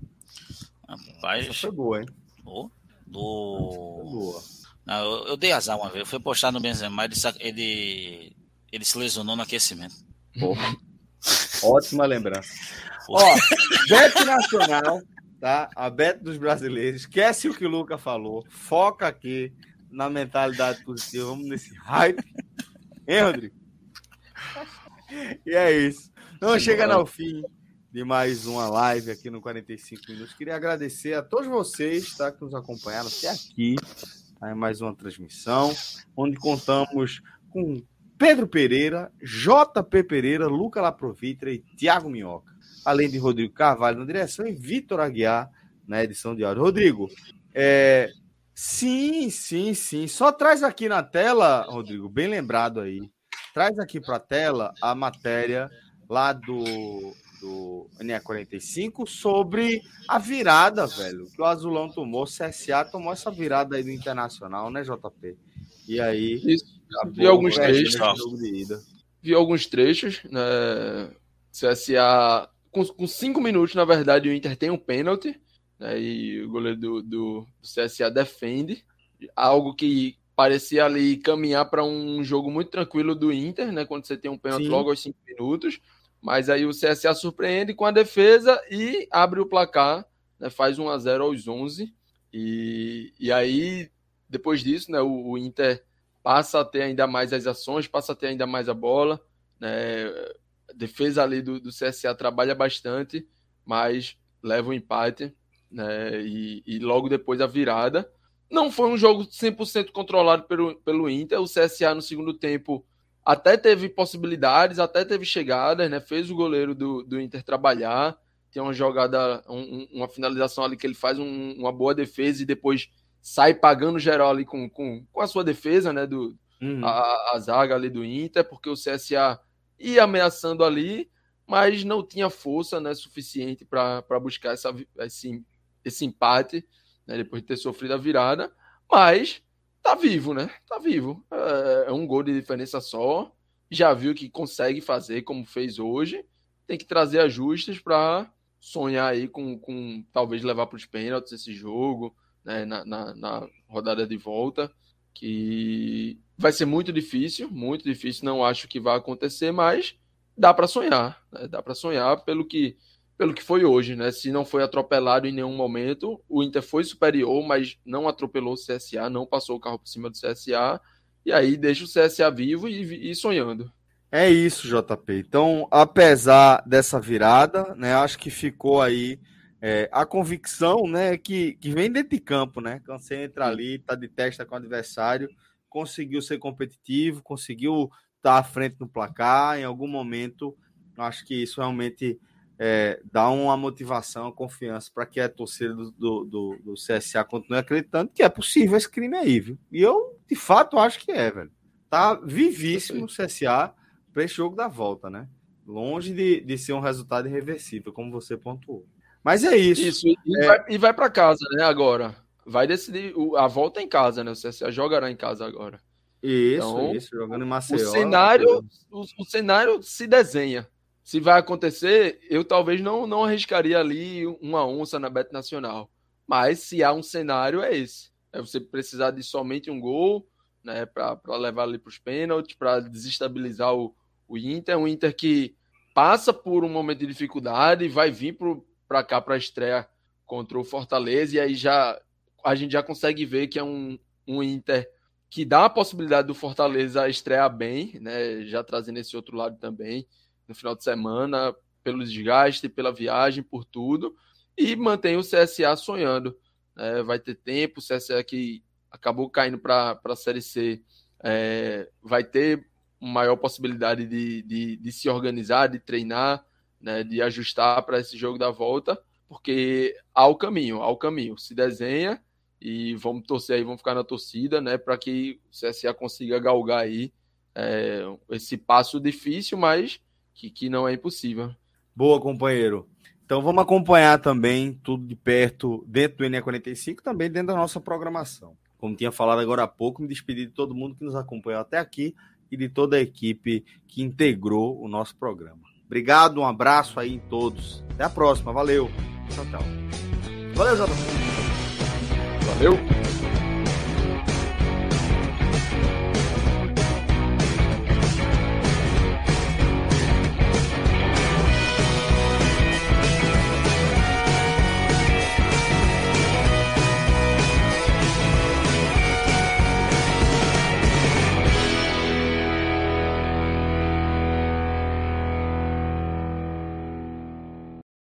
Rapaz, Essa foi boa, hein? do, Foi do... boa. Não, eu, eu dei azar uma vez. Eu fui postar no Benzema, ele, sa- ele, ele se lesionou no aquecimento. Porra. Ótima lembrança. Ó, Bet Nacional, tá? A Bet dos brasileiros. Esquece o que o Luca falou. Foca aqui na mentalidade positiva. Vamos nesse hype. Hein, Rodrigo? E é isso. Não chegando ao fim de mais uma live aqui no quarenta e cinco minutos. Queria agradecer a todos vocês, tá, que nos acompanharam até aqui. Tá, em mais uma transmissão, onde contamos com Pedro Pereira, J P Pereira, Luca Laprovitra e Thiago Minhoca. Além de Rodrigo Carvalho na direção e Vitor Aguiar na edição de áudio. Rodrigo, é... sim, sim, sim. Só traz aqui na tela, Rodrigo, bem lembrado aí. Traz aqui para a tela a matéria lá do, do N E quarenta e cinco sobre a virada, velho, que o Azulão tomou. O C S A tomou essa virada aí do Internacional, né, J P? E aí... Isso. acabou Vi alguns o resto trechos. desse jogo de ida. Vi alguns trechos, né? C S A, com, com cinco minutos, na verdade, o Inter tem um pênalti, né? E o goleiro do, do, do C S A defende. Algo que parecia ali caminhar para um jogo muito tranquilo do Inter, né? Quando você tem um pênalti Sim. logo aos cinco minutos. Mas aí o C S A surpreende com a defesa e abre o placar, né? Faz um a zero aos onze. E, e aí, depois disso, né? O, o Inter passa a ter ainda mais as ações, passa a ter ainda mais a bola, né? A defesa ali do, do C S A trabalha bastante, mas leva o empate, né? E, e logo depois a virada. Não foi um jogo cem por cento controlado pelo, pelo Inter. O C S A no segundo tempo até teve possibilidades, até teve chegadas, né? Fez o goleiro do, do Inter trabalhar, tem uma jogada, um, uma finalização ali que ele faz um, uma boa defesa e depois sai pagando geral ali com, com, com a sua defesa, né, do, uhum. a, a zaga ali do Inter, porque o C S A ia ameaçando ali, mas não tinha força, né, suficiente para buscar essa, esse, esse empate, né, depois de ter sofrido a virada, mas tá vivo, né, tá vivo, é, é um gol de diferença só, já viu que consegue fazer como fez hoje, tem que trazer ajustes para sonhar aí com, com talvez levar para os pênaltis esse jogo, né, na, na, na rodada de volta, que vai ser muito difícil, muito difícil, não acho que vai acontecer, mas dá para sonhar, né, dá para sonhar pelo que, pelo que foi hoje, né, se não foi atropelado em nenhum momento, o Inter foi superior, mas não atropelou o C S A, não passou o carro por cima do C S A, e aí deixa o C S A vivo e, e sonhando. É isso, J P. Então, apesar dessa virada, né, acho que ficou aí é, a convicção, né, que, que vem dentro de campo, né? Quando você entra ali, tá de testa com o adversário, conseguiu ser competitivo, conseguiu estar à frente no placar, em algum momento, acho que isso realmente é, dá uma motivação, uma confiança para que a torcida do, do, do, do C S A continue acreditando que é possível esse crime aí, viu? E eu, de fato, acho que é, velho. Tá vivíssimo o C S A para esse jogo da volta, né? Longe de, de ser um resultado irreversível, como você pontuou. Mas é isso. Isso, e é... vai, vai para casa, né, agora. Vai decidir, a volta em casa, né? O C S A jogará em casa agora. Isso, então, isso, jogando em Maceió. O cenário, o, o cenário se desenha. Se vai acontecer, eu talvez não, não arriscaria ali uma onça na Bet Nacional. Mas se há um cenário, é esse. É você precisar de somente um gol, né, para levar ali para os pênaltis, para desestabilizar o, o Inter. Um Inter que passa por um momento de dificuldade e vai vir para cá para a estreia contra o Fortaleza, e aí já, a gente já consegue ver que é um, um Inter que dá a possibilidade do Fortaleza estrear bem, né, já trazendo esse outro lado também, no final de semana, pelo desgaste, pela viagem, por tudo, e mantém o C S A sonhando. Né, vai ter tempo, o C S A que acabou caindo para a Série C, é, vai ter maior possibilidade de, de, de se organizar, de treinar, né, de ajustar para esse jogo da volta, porque há o caminho, há o caminho, se desenha e vamos torcer aí, vamos ficar na torcida, né, para que o C S A consiga galgar aí é, esse passo difícil, mas que, que não é impossível. Boa, companheiro. Então vamos acompanhar também tudo de perto dentro do N E quarenta e cinco, também dentro da nossa programação. Como tinha falado agora há pouco, me despedi de todo mundo que nos acompanhou até aqui e de toda a equipe que integrou o nosso programa. Obrigado, um abraço aí em todos. Até a próxima, valeu. Tchau, tchau. Valeu, Jota. Valeu.